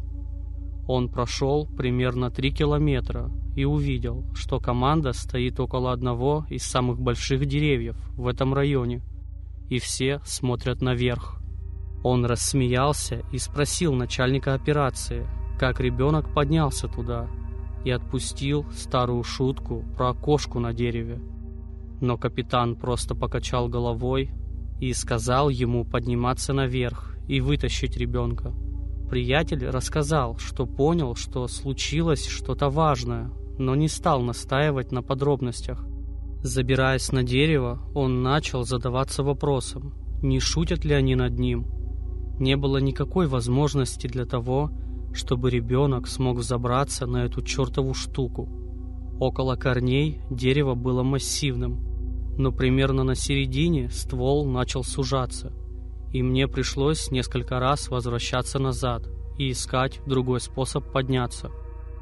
Он прошел примерно 3 километра и увидел, что команда стоит около одного из самых больших деревьев в этом районе, и все смотрят наверх. Он рассмеялся и спросил начальника операции, как ребенок поднялся туда, и отпустил старую шутку про кошку на дереве. Но капитан просто покачал головой и сказал ему подниматься наверх и вытащить ребенка. Приятель рассказал, что понял, что случилось что-то важное, но не стал настаивать на подробностях. Забираясь на дерево, он начал задаваться вопросом, не шутят ли они над ним. Не было никакой возможности для того, чтобы ребенок смог взобраться на эту чертову штуку. Около корней дерево было массивным, но примерно на середине ствол начал сужаться, и мне пришлось несколько раз возвращаться назад и искать другой способ подняться,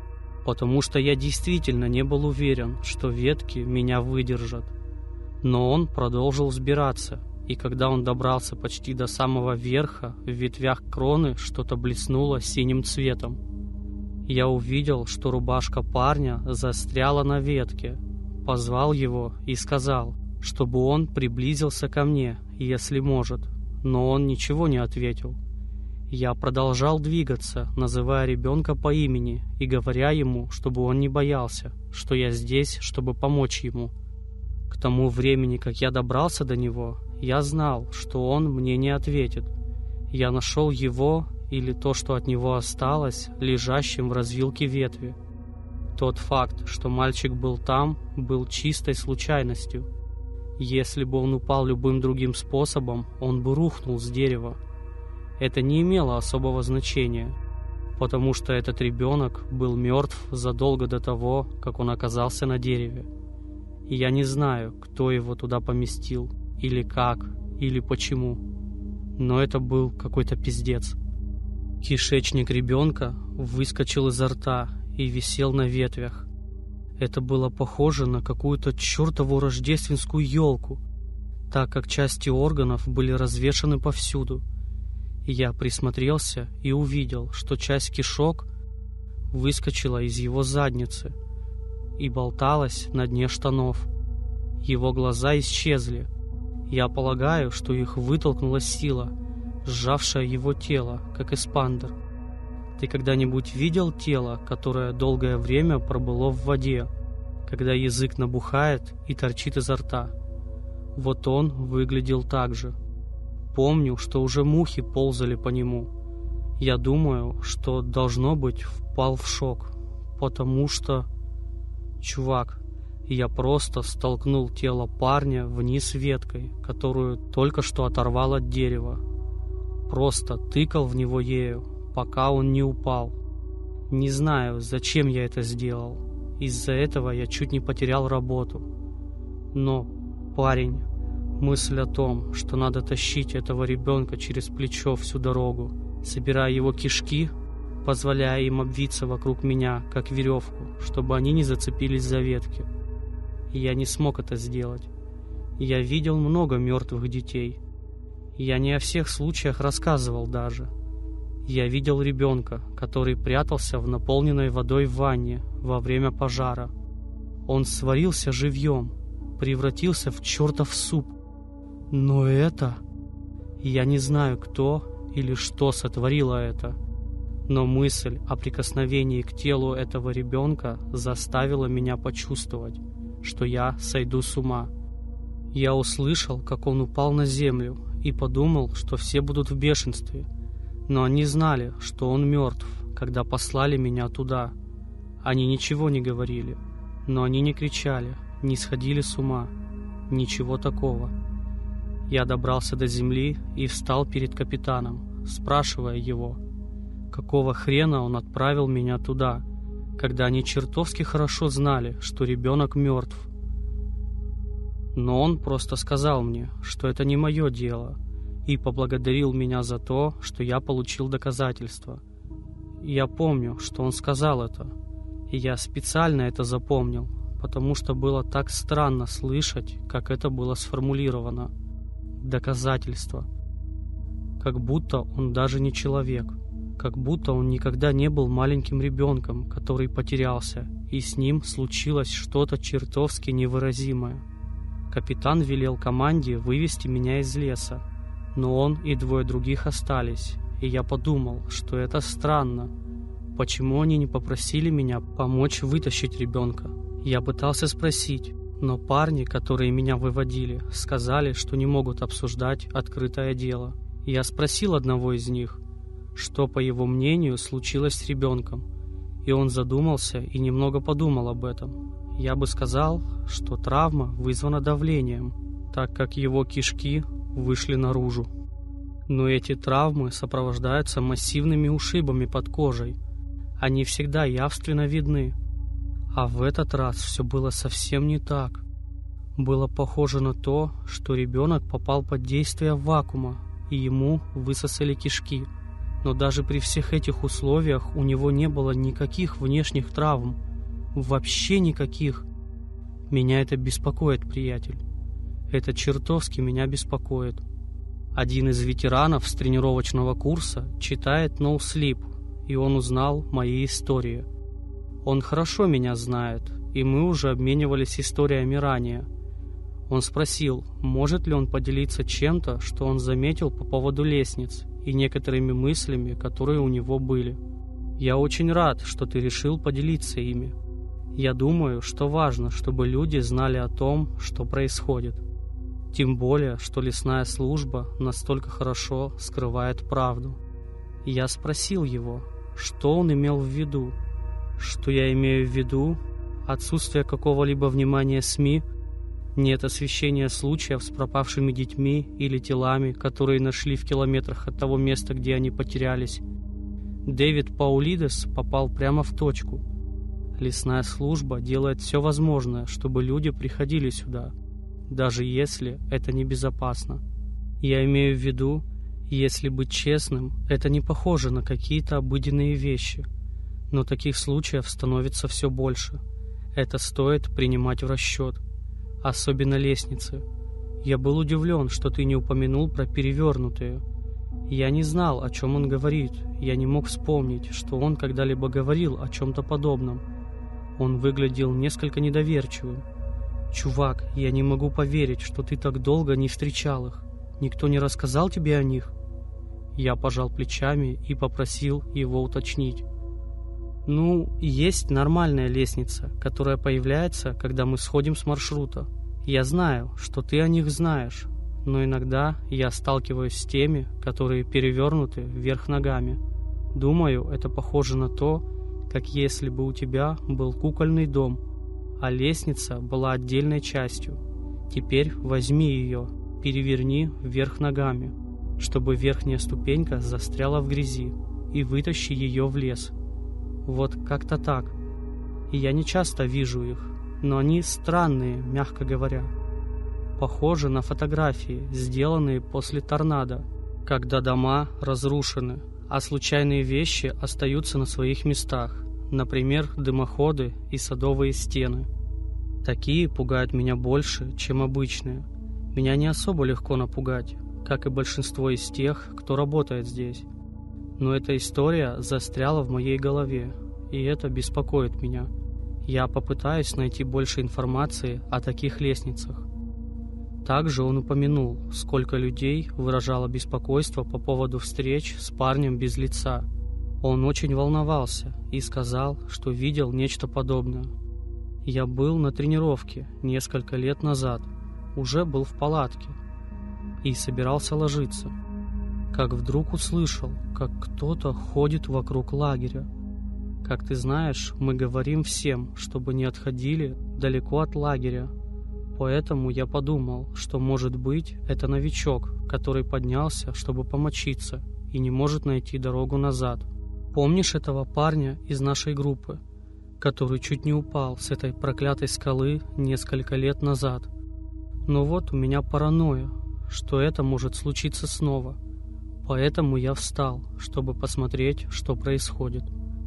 потому что я действительно не был уверен, что ветки меня выдержат. Но он продолжил взбираться, и когда он добрался почти до самого верха, в ветвях кроны что-то блеснуло синим цветом. Я увидел, что рубашка парня застряла на ветке, позвал его и сказал, чтобы он приблизился ко мне, если может, но он ничего не ответил. Я продолжал двигаться, называя ребенка по имени и говоря ему, чтобы он не боялся, что я здесь, чтобы помочь ему. К тому времени, как я добрался до него, я знал, что он мне не ответит. Я нашел его, или то, что от него осталось, лежащим в развилке ветви. Тот факт, что мальчик был там, был чистой случайностью. Если бы он упал любым другим способом, он бы рухнул с дерева. Это не имело особого значения, потому что этот ребенок был мертв задолго до того, как он оказался на дереве. И я не знаю, кто его туда поместил, или как, или почему. Но это был какой-то пиздец. Кишечник ребенка выскочил изо рта и висел на ветвях. Это было похоже на какую-то чертову рождественскую елку, так как части органов были развешаны повсюду. И я присмотрелся и увидел, что часть кишок выскочила из его задницы и болталась на дне штанов. Его глаза исчезли. Я полагаю, что их вытолкнула сила, сжавшая его тело, как эспандер. Ты когда-нибудь видел тело, которое долгое время пробыло в воде, когда язык набухает и торчит изо рта? Вот он выглядел так же. Помню, что уже мухи ползали по нему. Я думаю, что, должно быть, впал в шок, потому что... Чувак, я просто столкнул тело парня вниз веткой, которую только что оторвал от дерева. Просто тыкал в него ею, пока он не упал. Не знаю, зачем я это сделал. Из-за этого я чуть не потерял работу. Но, парень, мысль о том, что надо тащить этого ребенка через плечо всю дорогу, собирая его кишки, позволяя им обвиться вокруг меня, как веревку, чтобы они не зацепились за ветки. И я не смог это сделать. Я видел много мертвых детей. Я не о всех случаях рассказывал даже. Я видел ребенка, который прятался в наполненной водой ванне во время пожара. Он сварился живьем, превратился в чертов суп. Но это... Я не знаю, кто или что сотворило это. Но мысль о прикосновении к телу этого ребенка заставила меня почувствовать, что я сойду с ума. Я услышал, как он упал на землю, и подумал, что все будут в бешенстве. Но они знали, что он мертв, когда послали меня туда. Они ничего не говорили, но они не кричали, не сходили с ума. Ничего такого. Я добрался до земли и встал перед капитаном, спрашивая его, какого хрена он отправил меня туда, когда они чертовски хорошо знали, что ребенок мертв. Но он просто сказал мне, что это не мое дело, и поблагодарил меня за то, что я получил доказательства. Я помню, что он сказал это, и я специально это запомнил, потому что было так странно слышать, как это было сформулировано. Доказательства. Как будто он даже не человек. Как будто он никогда не был маленьким ребенком, который потерялся, и с ним случилось что-то чертовски невыразимое. Капитан велел команде вывести меня из леса, но он и двое других остались, и я подумал, что это странно. Почему они не попросили меня помочь вытащить ребенка? Я пытался спросить, но парни, которые меня выводили, сказали, что не могут обсуждать открытое дело. Я спросил одного из них, что, по его мнению, случилось с ребенком, и он задумался и немного подумал об этом. Я бы сказал, что травма вызвана давлением, так как его кишки вышли наружу. Но эти травмы сопровождаются массивными ушибами под кожей. Они всегда явственно видны. А в этот раз все было совсем не так. Было похоже на то, что ребенок попал под действие вакуума, и ему высосали кишки. Но даже при всех этих условиях у него не было никаких внешних травм. Вообще никаких. Меня это беспокоит, приятель. Это чертовски меня беспокоит. Один из ветеранов с тренировочного курса читает No Sleep, и он узнал мои истории. Он хорошо меня знает, и мы уже обменивались историями ранее. Он спросил, может ли он поделиться чем-то, что он заметил по поводу лестниц, и некоторыми мыслями, которые у него были. Я очень рад, что ты решил поделиться ими. Я думаю, что важно, чтобы люди знали о том, что происходит. Тем более, что лесная служба настолько хорошо скрывает правду. Я спросил его, что он имел в виду. Что я имею в виду? Отсутствие какого-либо внимания СМИ, нет освещения случаев с пропавшими детьми или телами, которые нашли в километрах от того места, где они потерялись. Дэвид Паулидес попал прямо в точку. Лесная служба делает все возможное, чтобы люди приходили сюда, даже если это небезопасно. Я имею в виду, если быть честным, это не похоже на какие-то обыденные вещи. Но таких случаев становится все больше. Это стоит принимать в расчет. Особенно лестницы. Я был удивлен, что ты не упомянул про перевернутые. Я не знал, о чем он говорит. Я не мог вспомнить, что он когда-либо говорил о чем-то подобном. Он выглядел несколько недоверчивым. «Чувак, я не могу поверить, что ты так долго не встречал их. Никто не рассказал тебе о них?» Я пожал плечами и попросил его уточнить. «Ну, есть нормальная лестница, которая появляется, когда мы сходим с маршрута. Я знаю, что ты о них знаешь, но иногда я сталкиваюсь с теми, которые перевернуты вверх ногами. Думаю, это похоже на то, как если бы у тебя был кукольный дом, а лестница была отдельной частью. Теперь возьми ее, переверни вверх ногами, чтобы верхняя ступенька застряла в грязи, и вытащи ее в лес. Вот как-то так. И я не часто вижу их, но они странные, мягко говоря. Похожи на фотографии, сделанные после торнадо, когда дома разрушены, а случайные вещи остаются на своих местах, например, дымоходы и садовые стены. Такие пугают меня больше, чем обычные. Меня не особо легко напугать, как и большинство из тех, кто работает здесь. Но эта история застряла в моей голове, и это беспокоит меня. Я попытаюсь найти больше информации о таких лестницах. Также он упомянул, сколько людей выражало беспокойство по поводу встреч с парнем без лица. Он очень волновался и сказал, что видел нечто подобное. Я был на тренировке несколько лет назад, уже был в палатке и собирался ложиться, как вдруг услышал, как кто-то ходит вокруг лагеря. Как ты знаешь, мы говорим всем, чтобы не отходили далеко от лагеря. Поэтому я подумал, что, может быть, это новичок, который поднялся, чтобы помочиться, и не может найти дорогу назад. Помнишь этого парня из нашей группы, который чуть не упал с этой проклятой скалы несколько лет назад? Но вот у меня паранойя, что это может случиться снова. Поэтому я встал, чтобы посмотреть, что происходит.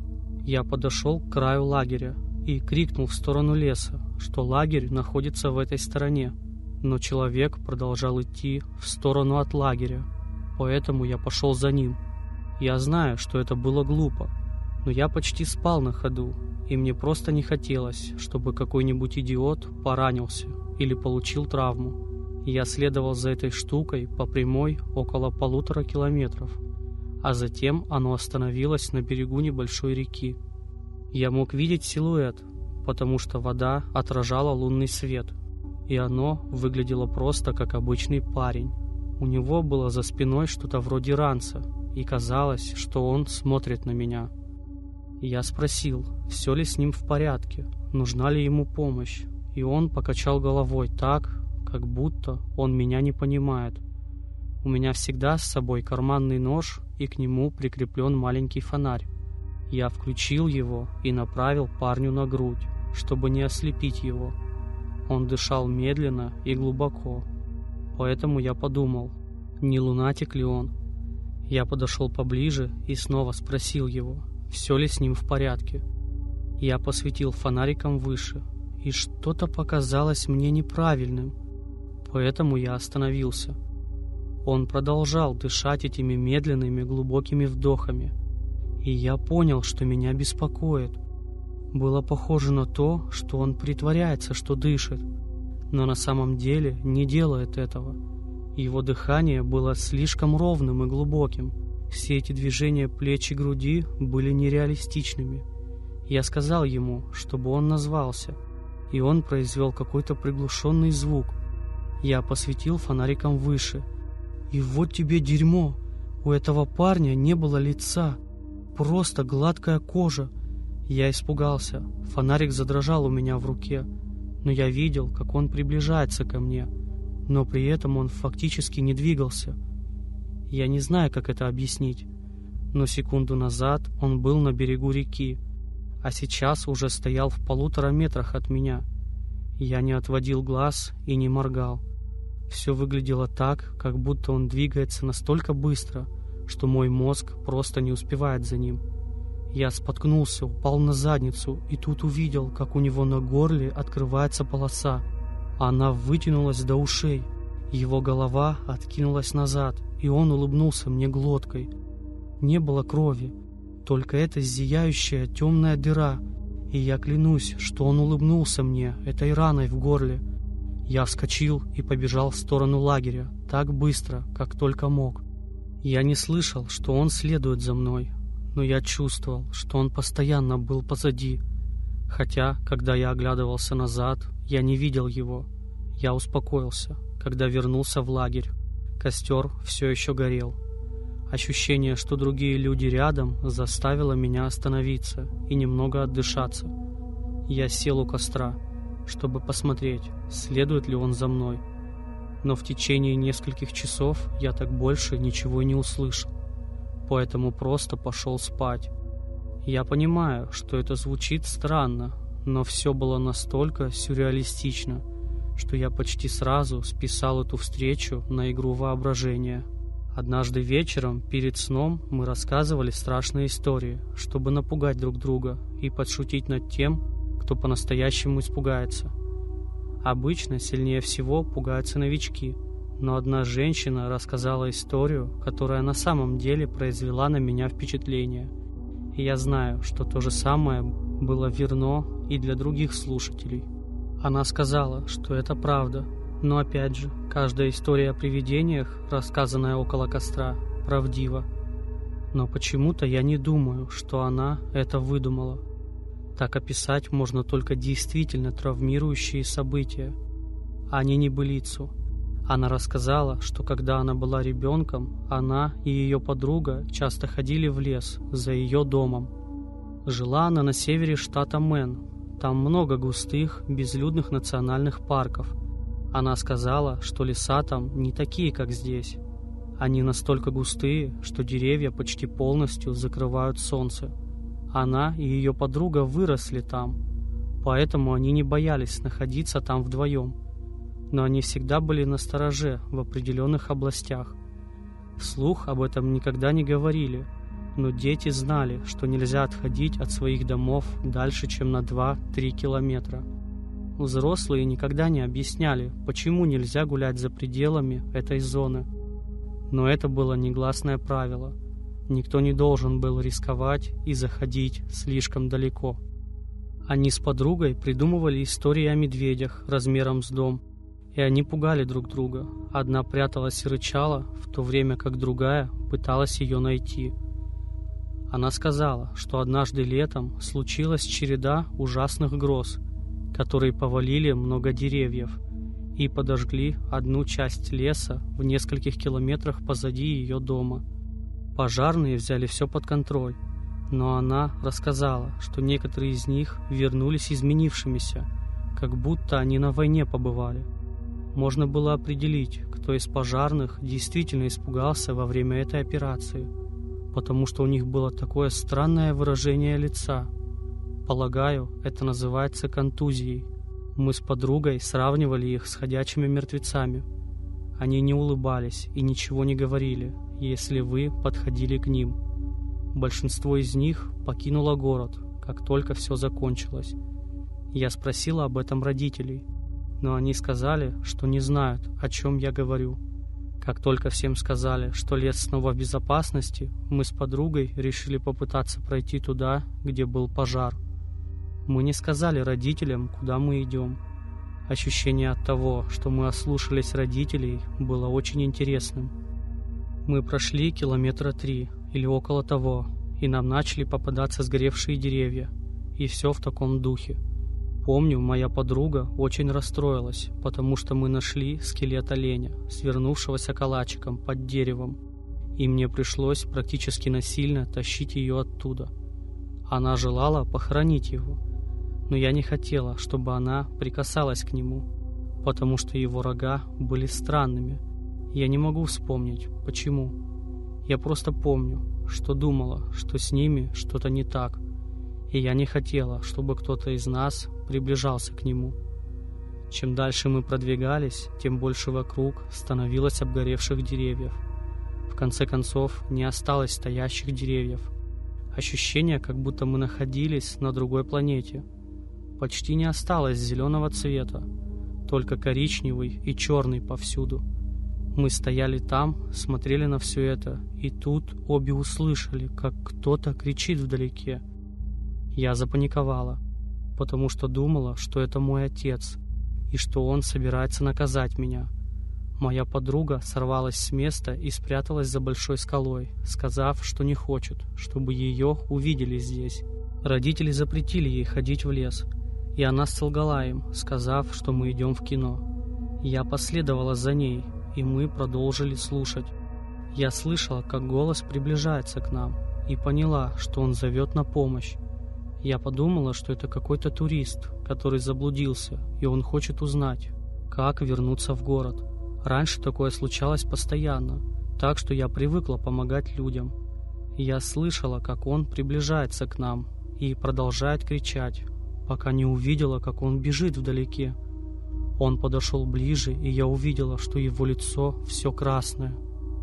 Я подошел к краю лагеря и крикнул в сторону леса, что лагерь находится в этой стороне, но человек продолжал идти в сторону от лагеря, поэтому я пошел за ним. Я знаю, что это было глупо, но я почти спал на ходу, и мне просто не хотелось, чтобы какой-нибудь идиот поранился или получил травму. Я следовал за этой штукой по прямой около 1,5 километров, а затем оно остановилось на берегу небольшой реки. Я мог видеть силуэт, потому что вода отражала лунный свет, и оно выглядело просто как обычный парень. У него было за спиной что-то вроде ранца, и казалось, что он смотрит на меня. Я спросил, все ли с ним в порядке, нужна ли ему помощь, и он покачал головой так, как будто он меня не понимает. У меня всегда с собой карманный нож, и к нему прикреплен маленький фонарь. Я включил его и направил парню на грудь, чтобы не ослепить его. Он дышал медленно и глубоко, поэтому я подумал, не лунатик ли он. Я подошел поближе и снова спросил его, все ли с ним в порядке. Я посветил фонариком выше, и что-то показалось мне неправильным, поэтому я остановился. Он продолжал дышать этими медленными глубокими вдохами, и я понял, что меня беспокоит. Было похоже на то, что он притворяется, что дышит, но на самом деле не делает этого. Его дыхание было слишком ровным и глубоким. Все эти движения плеч и груди были нереалистичными. Я сказал ему, чтобы он назвался, и он произвел какой-то приглушенный звук. Я посветил фонариком выше. И вот тебе дерьмо. У этого парня не было лица. Просто гладкая кожа. Я испугался. Фонарик задрожал у меня в руке. Но я видел, как он приближается ко мне. Но при этом он фактически не двигался. Я не знаю, как это объяснить. Но секунду назад он был на берегу реки, а сейчас уже стоял в 1,5 метрах от меня. Я не отводил глаз и не моргал. Все выглядело так, как будто он двигается настолько быстро, что мой мозг просто не успевает за ним. Я споткнулся, упал на задницу и тут увидел, как у него на горле открывается полоса. Она вытянулась до ушей. Его голова откинулась назад, и он улыбнулся мне глоткой. Не было крови, только эта зияющая темная дыра, и я клянусь, что он улыбнулся мне этой раной в горле. Я вскочил и побежал в сторону лагеря, так быстро, как только мог. Я не слышал, что он следует за мной, но я чувствовал, что он постоянно был позади. Хотя, когда я оглядывался назад, я не видел его. Я успокоился, когда вернулся в лагерь. Костер все еще горел. Ощущение, что другие люди рядом, заставило меня остановиться и немного отдышаться. Я сел у костра, чтобы посмотреть, следует ли он за мной. Но в течение нескольких часов я так больше ничего и не услышал, поэтому просто пошел спать. Я понимаю, что это звучит странно, но все было настолько сюрреалистично, что я почти сразу списал эту встречу на игру воображения. Однажды вечером, перед сном, мы рассказывали страшные истории, чтобы напугать друг друга и подшутить над тем, кто по-настоящему испугается. Обычно сильнее всего пугаются новички, но одна женщина рассказала историю, которая на самом деле произвела на меня впечатление. И я знаю, что то же самое было верно и для других слушателей. Она сказала, что это правда, но опять же, каждая история о привидениях, рассказанная около костра, правдива. Но почему-то я не думаю, что она это выдумала. Так описать можно только действительно травмирующие события, а не небылицу. Она рассказала, что когда она была ребенком, она и ее подруга часто ходили в лес за ее домом. Жила она на севере штата Мэн. Там много густых, безлюдных национальных парков. Она сказала, что леса там не такие, как здесь. Они настолько густые, что деревья почти полностью закрывают солнце. Она и ее подруга выросли там, поэтому они не боялись находиться там вдвоем. Но они всегда были настороже в определенных областях. Вслух об этом никогда не говорили, но дети знали, что нельзя отходить от своих домов дальше, чем на 2-3 километра. Взрослые никогда не объясняли, почему нельзя гулять за пределами этой зоны. Но это было негласное правило. Никто не должен был рисковать и заходить слишком далеко. Они с подругой придумывали истории о медведях размером с дом, и они пугали друг друга. Одна пряталась и рычала, в то время как другая пыталась ее найти. Она сказала, что однажды летом случилась череда ужасных гроз, которые повалили много деревьев и подожгли одну часть леса в нескольких километрах позади ее дома. Пожарные взяли все под контроль, но она рассказала, что некоторые из них вернулись изменившимися, как будто они на войне побывали. Можно было определить, кто из пожарных действительно испугался во время этой операции, потому что у них было такое странное выражение лица. Полагаю, это называется контузией. Мы с подругой сравнивали их с ходячими мертвецами. Они не улыбались и ничего не говорили, если вы подходили к ним. Большинство из них покинуло город, как только все закончилось. Я спросила об этом родителей, но они сказали, что не знают, о чем я говорю. Как только всем сказали, что лес снова в безопасности, мы с подругой решили попытаться пройти туда, где был пожар. Мы не сказали родителям, куда мы идем. Ощущение от того, что мы ослушались родителей, было очень интересным. Мы прошли 3 километра или около того, и нам начали попадаться сгоревшие деревья, и все в таком духе. Помню, моя подруга очень расстроилась, потому что мы нашли скелет оленя, свернувшегося калачиком под деревом, и мне пришлось практически насильно тащить ее оттуда. Она желала похоронить его, но я не хотела, чтобы она прикасалась к нему, потому что его рога были странными. Я не могу вспомнить, почему. Я просто помню, что думала, что с ними что-то не так, и я не хотела, чтобы кто-то из нас приближался к нему. Чем дальше мы продвигались, тем больше вокруг становилось обгоревших деревьев. В конце концов, не осталось стоящих деревьев. Ощущение, как будто мы находились на другой планете. Почти не осталось зеленого цвета, только коричневый и черный повсюду. Мы стояли там, смотрели на все это, и тут обе услышали, как кто-то кричит вдалеке. Я запаниковала, потому что думала, что это мой отец, и что он собирается наказать меня. Моя подруга сорвалась с места и спряталась за большой скалой, сказав, что не хочет, чтобы ее увидели здесь. Родители запретили ей ходить в лес, и она солгала им, сказав, что мы идем в кино. Я последовала за ней, и мы продолжили слушать. Я слышала, как голос приближается к нам, и поняла, что он зовет на помощь. Я подумала, что это какой-то турист, который заблудился, и он хочет узнать, как вернуться в город. Раньше такое случалось постоянно, так что я привыкла помогать людям. Я слышала, как он приближается к нам и продолжает кричать, пока не увидела, как он бежит вдалеке. Он подошел ближе, и я увидела, что его лицо все красное.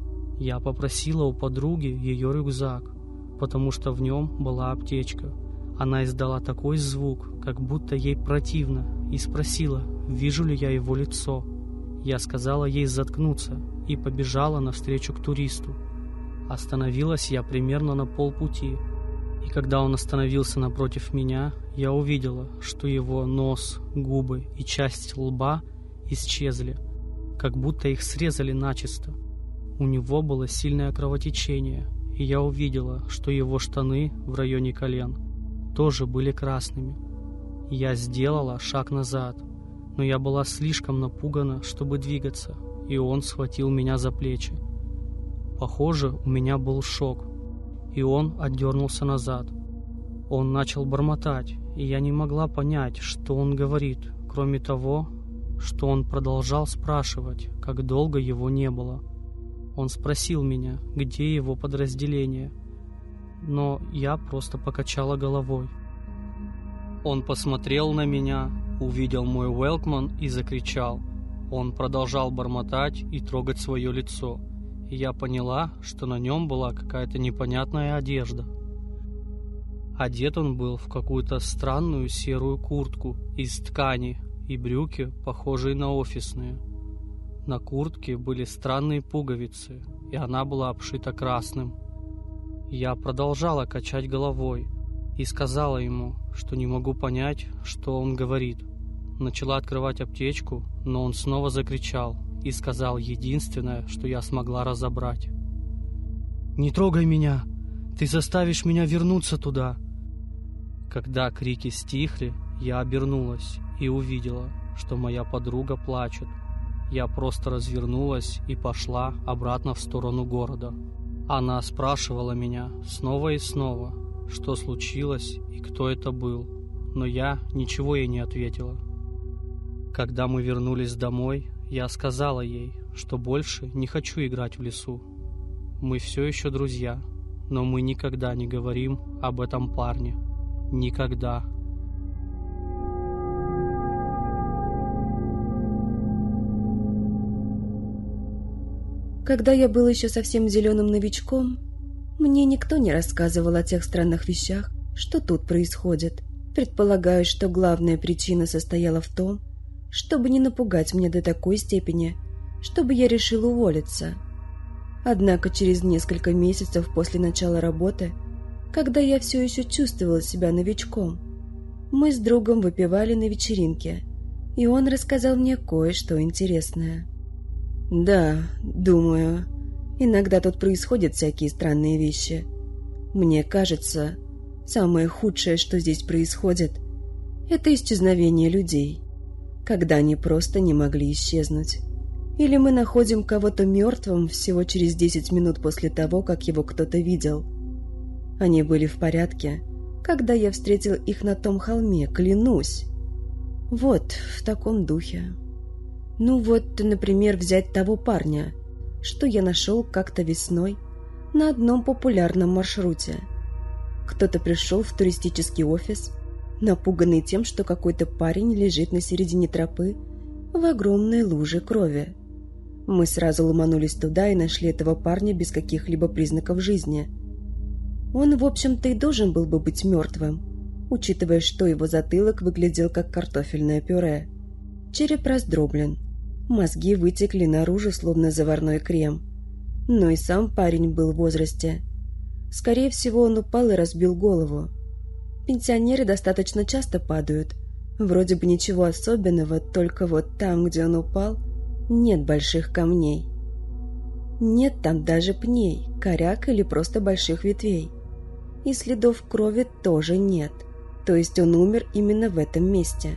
Я попросила у подруги ее рюкзак, потому что в нем была аптечка. Она издала такой звук, как будто ей противно, и спросила, вижу ли я его лицо. Я сказала ей заткнуться и побежала навстречу к туристу. Остановилась я примерно на полпути, и когда он остановился напротив меня, я увидела, что его нос, губы и часть лба исчезли, как будто их срезали начисто. У него было сильное кровотечение, и я увидела, что его штаны в районе колен тоже были красными. Я сделала шаг назад, но я была слишком напугана, чтобы двигаться, и он схватил меня за плечи. Похоже, у меня был шок, и он отдернулся назад. Он начал бормотать, и я не могла понять, что он говорит, кроме того, что он продолжал спрашивать, как долго его не было. Он спросил меня, где его подразделение, но я просто покачала головой. Он посмотрел на меня, увидел мой Велкман и закричал. Он продолжал бормотать и трогать свое лицо, и я поняла, что на нем была какая-то непонятная одежда. Одет он был в какую-то странную серую куртку из ткани и брюки, похожие на офисные. На куртке были странные пуговицы, и она была обшита красным. Я продолжала качать головой и сказала ему, что не могу понять, что он говорит. Начала открывать аптечку, но он снова закричал и сказал единственное, что я смогла разобрать. «Не трогай меня! Ты заставишь меня вернуться туда!» Когда крики стихли, я обернулась и увидела, что моя подруга плачет. Я просто развернулась и пошла обратно в сторону города. Она спрашивала меня снова и снова, что случилось и кто это был, но я ничего ей не ответила. Когда мы вернулись домой, я сказала ей, что больше не хочу играть в лесу. Мы все еще друзья, но мы никогда не говорим об этом парне. Никогда. Когда я был еще совсем зеленым новичком, мне никто не рассказывал о тех странных вещах, что тут происходит. Предполагаю, что главная причина состояла в том, чтобы не напугать меня до такой степени, чтобы я решил уволиться. Однако через несколько месяцев после начала работы, когда я все еще чувствовала себя новичком, мы с другом выпивали на вечеринке, и он рассказал мне кое-что интересное. Да, думаю, иногда тут происходят всякие странные вещи. Мне кажется, самое худшее, что здесь происходит, это исчезновение людей, когда они просто не могли исчезнуть. Или мы находим кого-то мертвым всего через 10 минут после того, как его кто-то видел. Они были в порядке, когда я встретил их на том холме, клянусь. Вот, в таком духе. Ну вот, например, взять того парня, что я нашел как-то весной на одном популярном маршруте. Кто-то пришел в туристический офис, напуганный тем, что какой-то парень лежит на середине тропы в огромной луже крови. Мы сразу ломанулись туда и нашли этого парня без каких-либо признаков жизни. Он, в общем-то, и должен был бы быть мертвым, учитывая, что его затылок выглядел как картофельное пюре. Череп раздроблен, мозги вытекли наружу, словно заварной крем. Но и сам парень был в возрасте. Скорее всего, он упал и разбил голову. Пенсионеры достаточно часто падают. Вроде бы ничего особенного, только вот там, где он упал, нет больших камней. Нет там даже пней, коряк или просто больших ветвей. И следов крови тоже нет. То есть он умер именно в этом месте.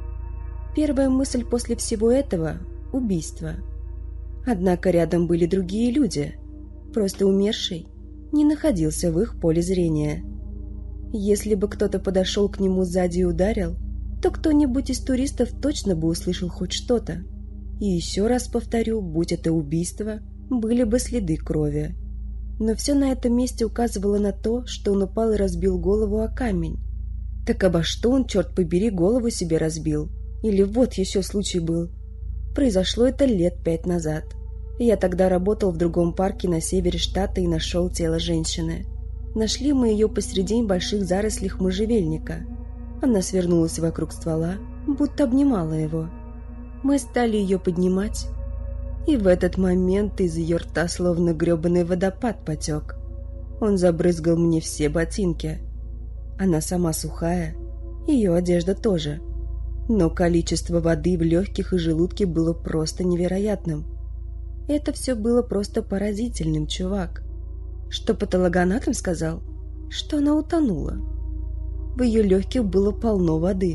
Первая мысль после всего этого – убийство. Однако рядом были другие люди. Просто умерший не находился в их поле зрения. Если бы кто-то подошел к нему сзади и ударил, то кто-нибудь из туристов точно бы услышал хоть что-то. И еще раз повторю, будь это убийство, были бы следы крови. Но все на этом месте указывало на то, что он упал и разбил голову о камень. Так обо что он, черт побери, голову себе разбил? Или вот еще случай был. Произошло это лет 5 назад. Я тогда работал в другом парке на севере штата и нашел тело женщины. Нашли мы ее посреди больших зарослей можжевельника. Она свернулась вокруг ствола, будто обнимала его. Мы стали ее поднимать, и в этот момент из ее рта словно гребаный водопад потек. Он забрызгал мне все ботинки. Она сама сухая, ее одежда тоже. Но количество воды в легких и желудке было просто невероятным. Это все было просто поразительным, чувак. Что патологоанатом сказал? Что она утонула. В ее легких было полно воды.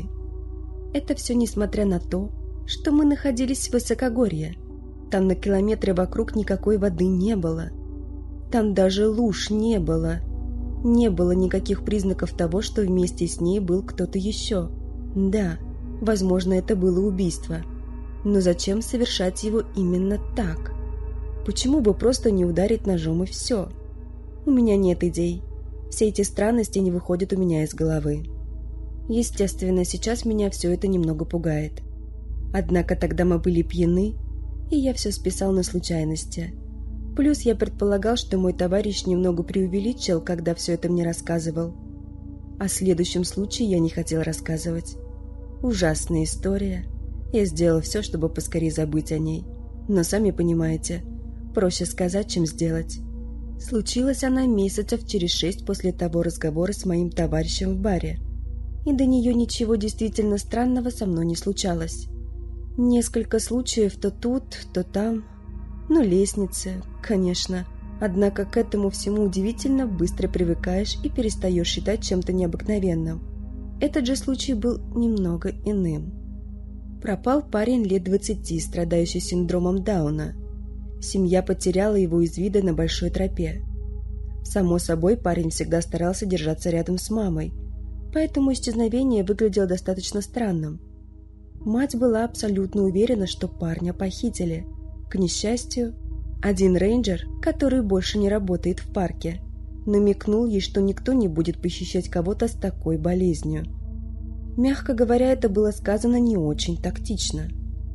Это все несмотря на то, что мы находились в высокогорье. Там на километры вокруг никакой воды не было. Там даже луж не было. Не было никаких признаков того, что вместе с ней был кто-то еще. Да, возможно, это было убийство. Но зачем совершать его именно так? Почему бы просто не ударить ножом и все? У меня нет идей. Все эти странности не выходят у меня из головы. Естественно, сейчас меня все это немного пугает. Однако тогда мы были пьяны, и я все списал на случайности. Плюс я предполагал, что мой товарищ немного преувеличил, когда все это мне рассказывал. О следующем случае я не хотел рассказывать. Ужасная история. Я сделал все, чтобы поскорее забыть о ней. Но сами понимаете, проще сказать, чем сделать. Случилась она месяцев через 6 после того разговора с моим товарищем в баре. И до нее ничего действительно странного со мной не случалось. Несколько случаев то тут, то там. Ну, лестницы, конечно. Однако к этому всему удивительно быстро привыкаешь и перестаешь считать чем-то необыкновенным. Этот же случай был немного иным. Пропал парень лет 20, страдающий синдромом Дауна. Семья потеряла его из вида на большой тропе. Само собой, парень всегда старался держаться рядом с мамой, поэтому исчезновение выглядело достаточно странным. Мать была абсолютно уверена, что парня похитили. К несчастью, один рейнджер, который больше не работает в парке, намекнул ей, что никто не будет похищать кого-то с такой болезнью. Мягко говоря, это было сказано не очень тактично.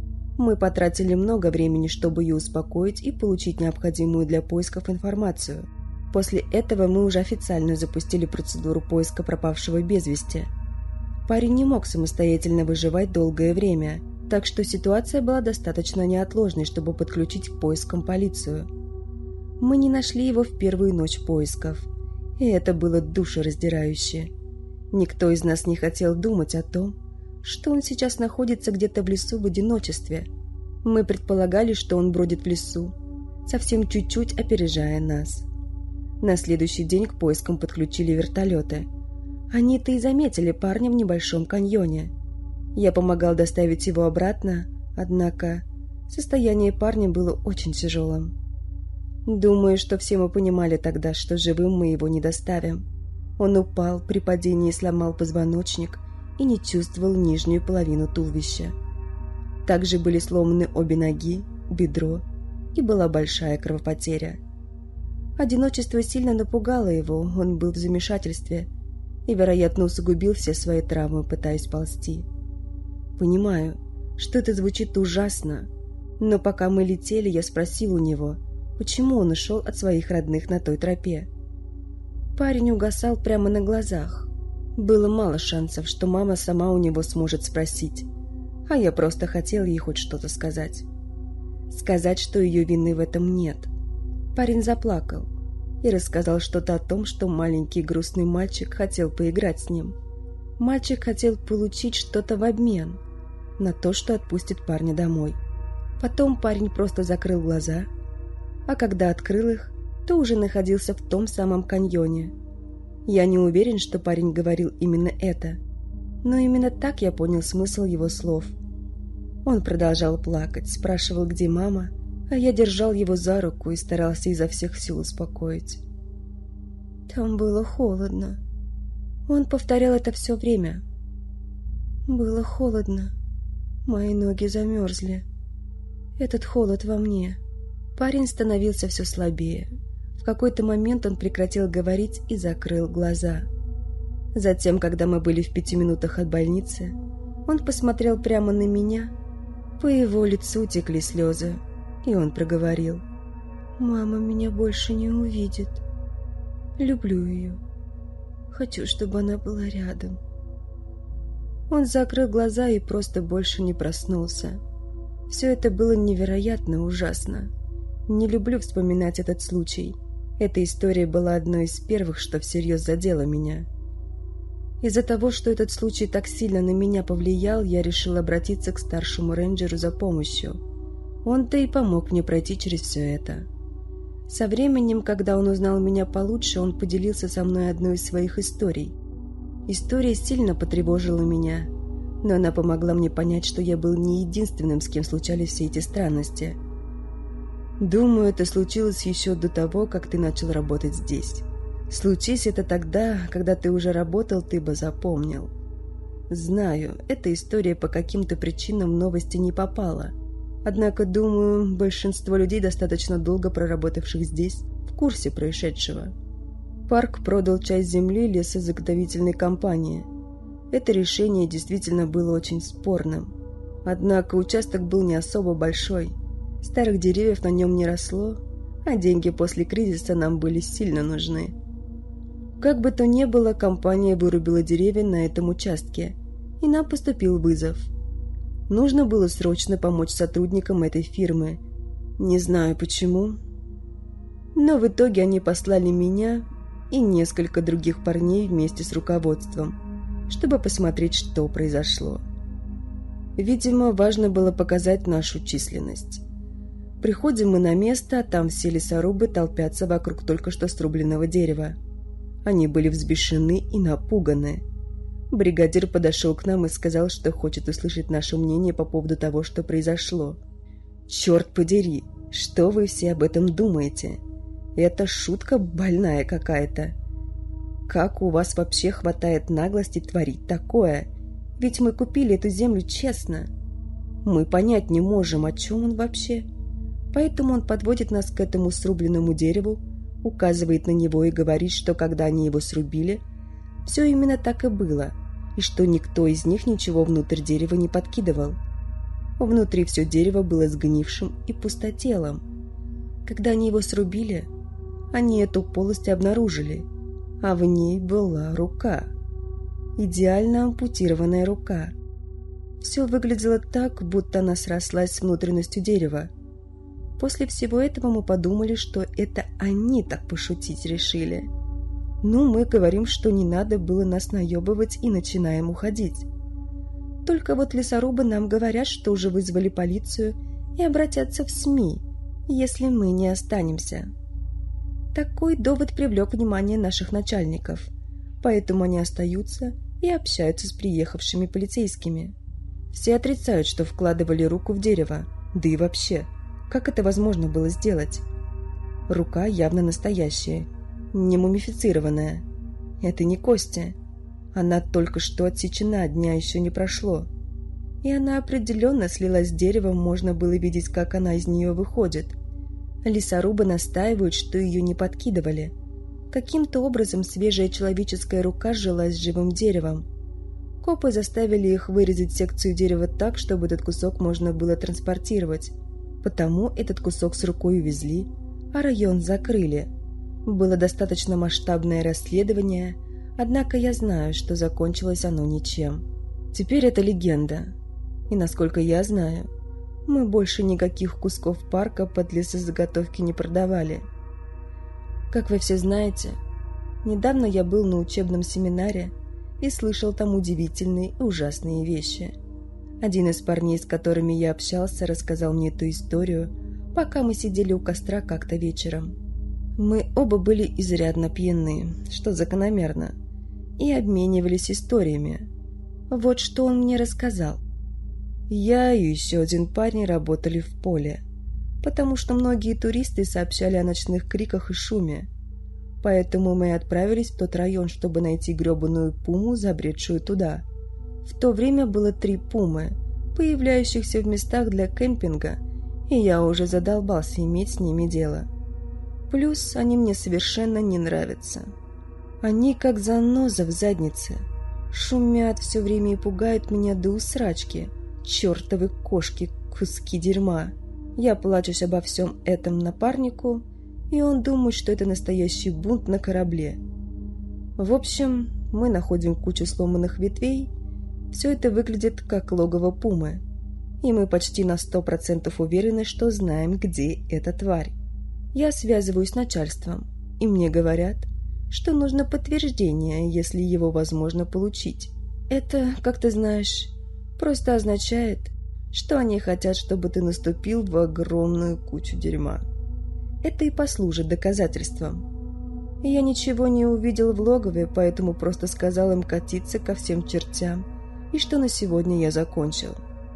Мы потратили много времени, чтобы ее успокоить и получить необходимую для поисков информацию. После этого мы уже официально запустили процедуру поиска пропавшего без вести. Парень не мог самостоятельно выживать долгое время, так что ситуация была достаточно неотложной, чтобы подключить к поискам полицию. Мы не нашли его в первую ночь поисков, и это было душераздирающе. Никто из нас не хотел думать о том, что он сейчас находится где-то в лесу в одиночестве. Мы предполагали, что он бродит в лесу, совсем чуть-чуть опережая нас. На следующий день к поискам подключили вертолеты. Они-то и заметили парня в небольшом каньоне. Я помогал доставить его обратно, однако состояние парня было очень тяжелым. Думаю, что все мы понимали тогда, что живым мы его не доставим. Он упал, при падении сломал позвоночник и не чувствовал нижнюю половину туловища. Также были сломаны обе ноги, бедро, и была большая кровопотеря. Одиночество сильно напугало его, он был в замешательстве и, вероятно, усугубил все свои травмы, пытаясь ползти. Понимаю, что это звучит ужасно, но пока мы летели, я спросил у него, почему он ушел от своих родных на той тропе. Парень угасал прямо на глазах. Было мало шансов, что мама сама у него сможет спросить, а я просто хотела ей хоть что-то сказать. Сказать, что ее вины в этом нет. Парень заплакал и рассказал что-то о том, что маленький грустный мальчик хотел поиграть с ним. Мальчик хотел получить что-то в обмен на то, что отпустит парня домой. Потом парень просто закрыл глаза, а когда открыл их, то уже находился в том самом каньоне. Я не уверен, что парень говорил именно это, но именно так я понял смысл его слов. Он продолжал плакать, спрашивал, где мама, а я держал его за руку и старался изо всех сил успокоить. Там было холодно. Он повторял это все время. Было холодно. Мои ноги замерзли. Этот холод во мне. Парень становился все слабее. В какой-то момент он прекратил говорить и закрыл глаза. Затем, когда мы были в 5 минутах от больницы, он посмотрел прямо на меня. По его лицу текли слезы, и он проговорил: «Мама меня больше не увидит. Люблю ее. Хочу, чтобы она была рядом». Он закрыл глаза и просто больше не проснулся. Все это было невероятно ужасно. Не люблю вспоминать этот случай. Эта история была одной из первых, что всерьез задело меня. Из-за того, что этот случай так сильно на меня повлиял, я решил обратиться к старшему рейнджеру за помощью. Он-то и помог мне пройти через все это. Со временем, когда он узнал меня получше, он поделился со мной одной из своих историй. История сильно потревожила меня, но она помогла мне понять, что я был не единственным, с кем случались все эти странности. Думаю, это случилось еще до того, как ты начал работать здесь. Случись это тогда, когда ты уже работал, ты бы запомнил. Знаю, эта история по каким-то причинам в новости не попала. Однако, думаю, большинство людей, достаточно долго проработавших здесь, в курсе происшедшего. Парк продал часть земли лесозаготовительной компании. Это решение действительно было очень спорным. Однако участок был не особо большой. Старых деревьев на нем не росло, а деньги после кризиса нам были сильно нужны. Как бы то ни было, компания вырубила деревья на этом участке, и нам поступил вызов. Нужно было срочно помочь сотрудникам этой фирмы. Не знаю почему, но в итоге они послали меня и несколько других парней вместе с руководством, чтобы посмотреть, что произошло. Видимо, важно было показать нашу численность. Приходим мы на место, а там все лесорубы толпятся вокруг только что срубленного дерева. Они были взбешены и напуганы. Бригадир подошел к нам и сказал, что хочет услышать наше мнение по поводу того, что произошло. «Черт подери, что вы все об этом думаете? Это шутка больная какая-то. Как у вас вообще хватает наглости творить такое? Ведь мы купили эту землю честно. Мы понять не можем, о чем он вообще». Поэтому он подводит нас к этому срубленному дереву, указывает на него и говорит, что когда они его срубили, все именно так и было, и что никто из них ничего внутрь дерева не подкидывал. Внутри все дерево было сгнившим и пустотелым. Когда они его срубили, они эту полость обнаружили, а в ней была рука. Идеально ампутированная рука. Все выглядело так, будто она срослась с внутренностью дерева. После всего этого мы подумали, что это они так пошутить решили. Ну, мы говорим, что не надо было нас наебывать, и начинаем уходить. Только вот лесорубы нам говорят, что уже вызвали полицию и обратятся в СМИ, если мы не останемся. Такой довод привлек внимание наших начальников, поэтому они остаются и общаются с приехавшими полицейскими. Все отрицают, что вкладывали руку в дерево, да и вообще, как это возможно было сделать? Рука явно настоящая, не мумифицированная. Это не кости. Она только что отсечена, дня еще не прошло. И она определенно слилась с деревом, можно было видеть, как она из нее выходит. Лесорубы настаивают, что ее не подкидывали. Каким-то образом свежая человеческая рука сжилась с живым деревом. Копы заставили их вырезать секцию дерева так, чтобы этот кусок можно было транспортировать. Потому этот кусок с рукой увезли, а район закрыли. Было достаточно масштабное расследование, однако я знаю, что закончилось оно ничем. Теперь это легенда. И насколько я знаю, мы больше никаких кусков парка под лесозаготовки не продавали. Как вы все знаете, недавно я был на учебном семинаре и слышал там удивительные и ужасные вещи. Один из парней, с которыми я общался, рассказал мне эту историю, пока мы сидели у костра как-то вечером. Мы оба были изрядно пьяны, что закономерно, и обменивались историями. Вот что он мне рассказал. Я и еще один парень работали в поле, потому что многие туристы сообщали о ночных криках и шуме. Поэтому мы отправились в тот район, чтобы найти гребаную пуму, забредшую туда. В то время было 3 пумы, появляющихся в местах для кемпинга, и я уже задолбался иметь с ними дело. Плюс они мне совершенно не нравятся. Они как заноза в заднице. Шумят все время и пугают меня до усрачки. Чертовы кошки, куски дерьма. Я плачусь обо всем этом напарнику, и он думает, что это настоящий бунт на корабле. В общем, мы находим кучу сломанных ветвей. Все это выглядит как логово пумы. И мы почти на 100% уверены, что знаем, где эта тварь. Я связываюсь с начальством, и мне говорят, что нужно подтверждение, если его возможно получить. Это, как ты знаешь, просто означает, что они хотят, чтобы ты наступил в огромную кучу дерьма. Это и послужит доказательством. Я ничего не увидел в логове, поэтому просто сказал им катиться ко всем чертям, и что на сегодня я закончил.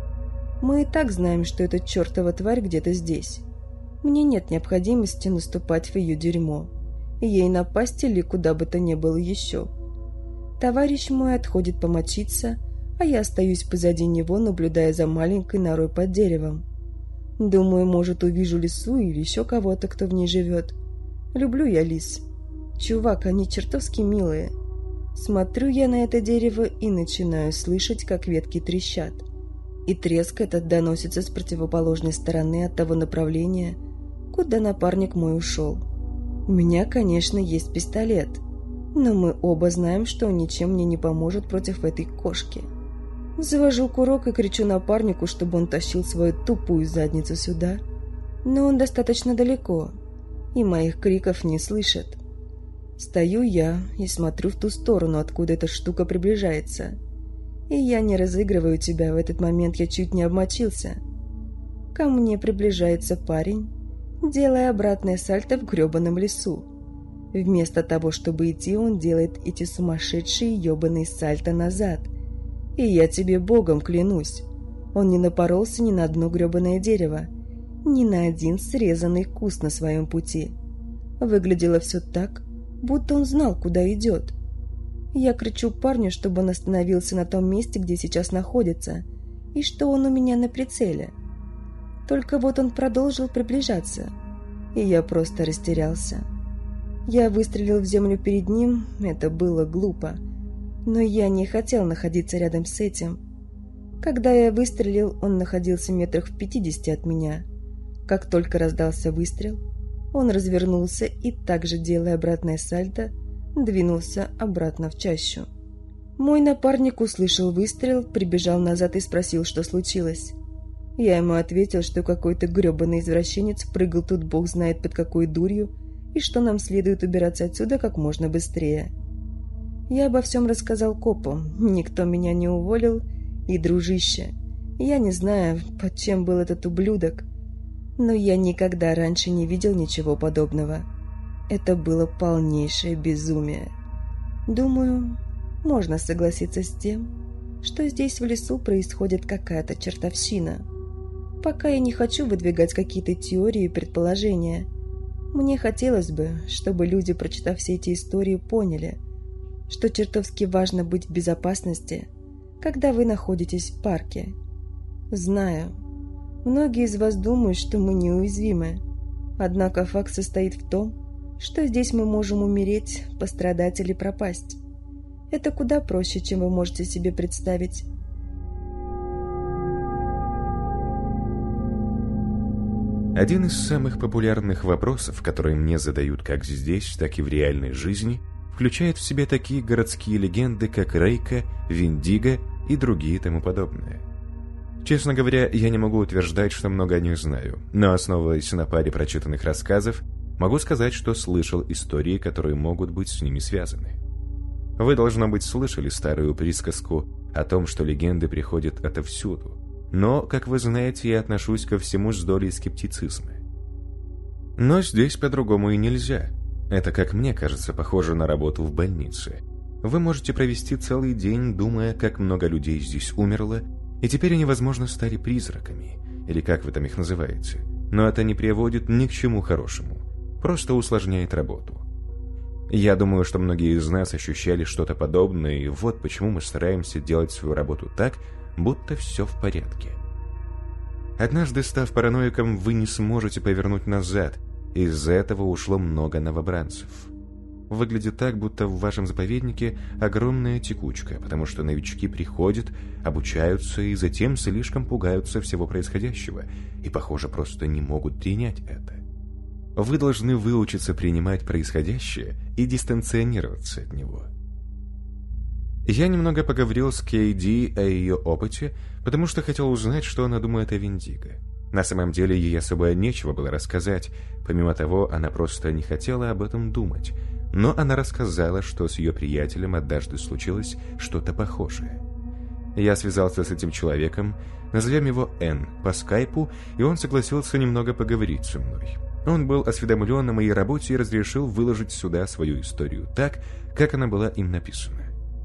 Мы и так знаем, что эта чертова тварь где-то здесь. Мне нет необходимости наступать в ее дерьмо, и ей напасть или куда бы то ни было еще. Товарищ мой отходит помочиться, а я остаюсь позади него, наблюдая за маленькой норой под деревом. Думаю, может, увижу лису или еще кого-то, кто в ней живет. Люблю я лис. Чувак, они чертовски милые. Смотрю я на это дерево и начинаю слышать, как ветки трещат. И треск этот доносится с противоположной стороны от того направления, куда напарник мой ушел. У меня, конечно, есть пистолет, но мы оба знаем, что он ничем мне не поможет против этой кошки. Завожу курок и кричу напарнику, чтобы он тащил свою тупую задницу сюда, но он достаточно далеко, и моих криков не слышит. Стою я и смотрю в ту сторону, откуда эта штука приближается. И я не разыгрываю тебя, в этот момент я чуть не обмочился. Ко мне приближается парень, делая обратное сальто в гребаном лесу. Вместо того, чтобы идти, он делает эти сумасшедшие ебаные сальто назад. И я тебе богом клянусь, он не напоролся ни на одно гребаное дерево, ни на один срезанный куст на своем пути. Выглядело все так, будто он знал, куда идет. Я кричу парню, чтобы он остановился на том месте, где сейчас находится, и что он у меня на прицеле. Только вот он продолжил приближаться, и я просто растерялся. Я выстрелил в землю перед ним, это было глупо, но я не хотел находиться рядом с этим. Когда я выстрелил, он находился метрах в 50 от меня. Как только раздался выстрел, он развернулся и, также делая обратное сальто, двинулся обратно в чащу. Мой напарник услышал выстрел, прибежал назад и спросил, что случилось. Я ему ответил, что какой-то гребаный извращенец прыгал тут бог знает под какой дурью, и что нам следует убираться отсюда как можно быстрее. Я обо всем рассказал копам, никто меня не уволил, и, дружище, я не знаю, под чем был этот ублюдок, но я никогда раньше не видел ничего подобного. Это было полнейшее безумие. Думаю, можно согласиться с тем, что здесь в лесу происходит какая-то чертовщина. Пока я не хочу выдвигать какие-то теории и предположения. Мне хотелось бы, чтобы люди, прочитав все эти истории, поняли, что чертовски важно быть в безопасности, когда вы находитесь в парке. Знаю, многие из вас думают, что мы неуязвимы, однако факт состоит в том, что здесь мы можем умереть, пострадать или пропасть. Это куда проще, чем вы можете себе представить. Один из самых популярных вопросов, которые мне задают как здесь, так и в реальной жизни, включает в себя такие городские легенды, как Рейка, Виндиго и другие тому подобное. Честно говоря, я не могу утверждать, что много о них знаю, но основываясь на паре прочитанных рассказов, могу сказать, что слышал истории, которые могут быть с ними связаны. Вы, должно быть, слышали старую присказку о том, что легенды приходят отовсюду. Но, как вы знаете, я отношусь ко всему с долей скептицизма. Но здесь по-другому и нельзя. Это, как мне кажется, похоже на работу в больнице. Вы можете провести целый день, думая, как много людей здесь умерло, и теперь они, возможно, стали призраками, или как вы там их называете. Но это не приводит ни к чему хорошему, просто усложняет работу. Я думаю, что многие из нас ощущали что-то подобное, и вот почему мы стараемся делать свою работу так, будто все в порядке. Однажды, став параноиком, вы не сможете повернуть назад. Из-за этого ушло много новобранцев. Выглядит так, будто в вашем заповеднике огромная текучка, потому что новички приходят, обучаются и затем слишком пугаются всего происходящего и, похоже, просто не могут принять это. Вы должны выучиться принимать происходящее и дистанционироваться от него. Я немного поговорил с Кейди о ее опыте, потому что хотел узнать, что она думает о Виндиго. На самом деле ей особо нечего было рассказать, помимо того, она просто не хотела об этом думать. Но она рассказала, что с ее приятелем однажды случилось что-то похожее. Я связался с этим человеком, назовем его Н, по скайпу, и он согласился немного поговорить со мной. Он был осведомлен о моей работе и разрешил выложить сюда свою историю так, как она была им написана.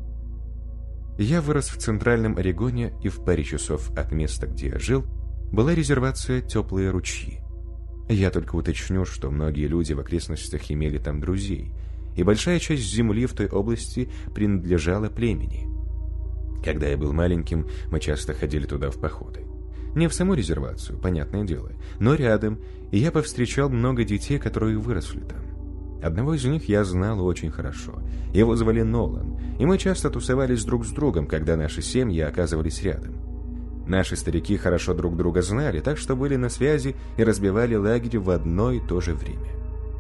Я вырос в Центральном Орегоне, и в паре часов от места, где я жил, была резервация «Теплые ручьи». Я только уточню, что многие люди в окрестностях имели там друзей, и большая часть земли в той области принадлежала племени. Когда я был маленьким, мы часто ходили туда в походы. Не в саму резервацию, понятное дело, но рядом, и я повстречал много детей, которые выросли там. Одного из них я знал очень хорошо. Его звали Нолан, и мы часто тусовались друг с другом, когда наши семьи оказывались рядом. Наши старики хорошо друг друга знали, так что были на связи и разбивали лагерь в одно и то же время.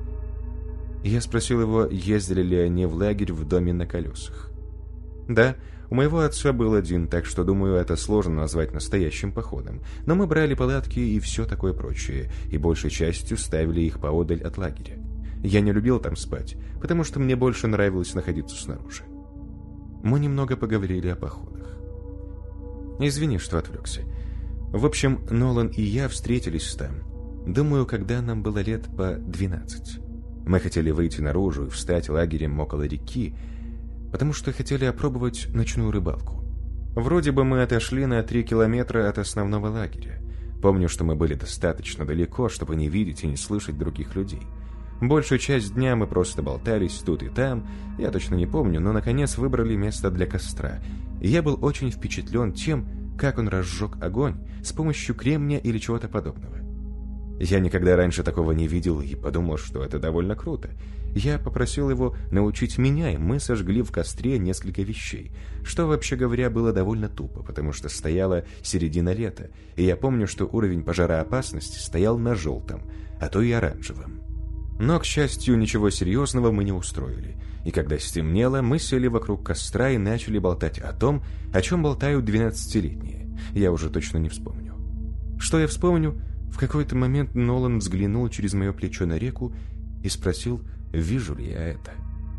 Я спросил его, ездили ли они в лагерь в доме на колесах. Да, у моего отца был один, так что, думаю, это сложно назвать настоящим походом, но мы брали палатки и все такое прочее, и большей частью ставили их поодаль от лагеря. Я не любил там спать, потому что мне больше нравилось находиться снаружи. Мы немного поговорили о походах. Извини, что отвлекся. В общем, Нолан и я встретились там. Думаю, когда нам было лет по 12. Мы хотели выйти наружу и встать лагерем около реки, потому что хотели опробовать ночную рыбалку. Вроде бы мы отошли на 3 километра от основного лагеря. Помню, что мы были достаточно далеко, чтобы не видеть и не слышать других людей. Большую часть дня мы просто болтались тут и там, я точно не помню, но наконец выбрали место для костра. И я был очень впечатлен тем, как он разжег огонь с помощью кремния или чего-то подобного. Я никогда раньше такого не видел и подумал, что это довольно круто. Я попросил его научить меня, и мы сожгли в костре несколько вещей, что, вообще говоря, было довольно тупо, потому что стояла середина лета, и я помню, что уровень пожароопасности стоял на желтом, а то и оранжевом. Но, к счастью, ничего серьезного мы не устроили, и когда стемнело, мы сели вокруг костра и начали болтать о том, о чем болтают 12-летние. Я уже точно не вспомню. Что я вспомню? В какой-то момент Нолан взглянул через мое плечо на реку и спросил, вижу ли я это.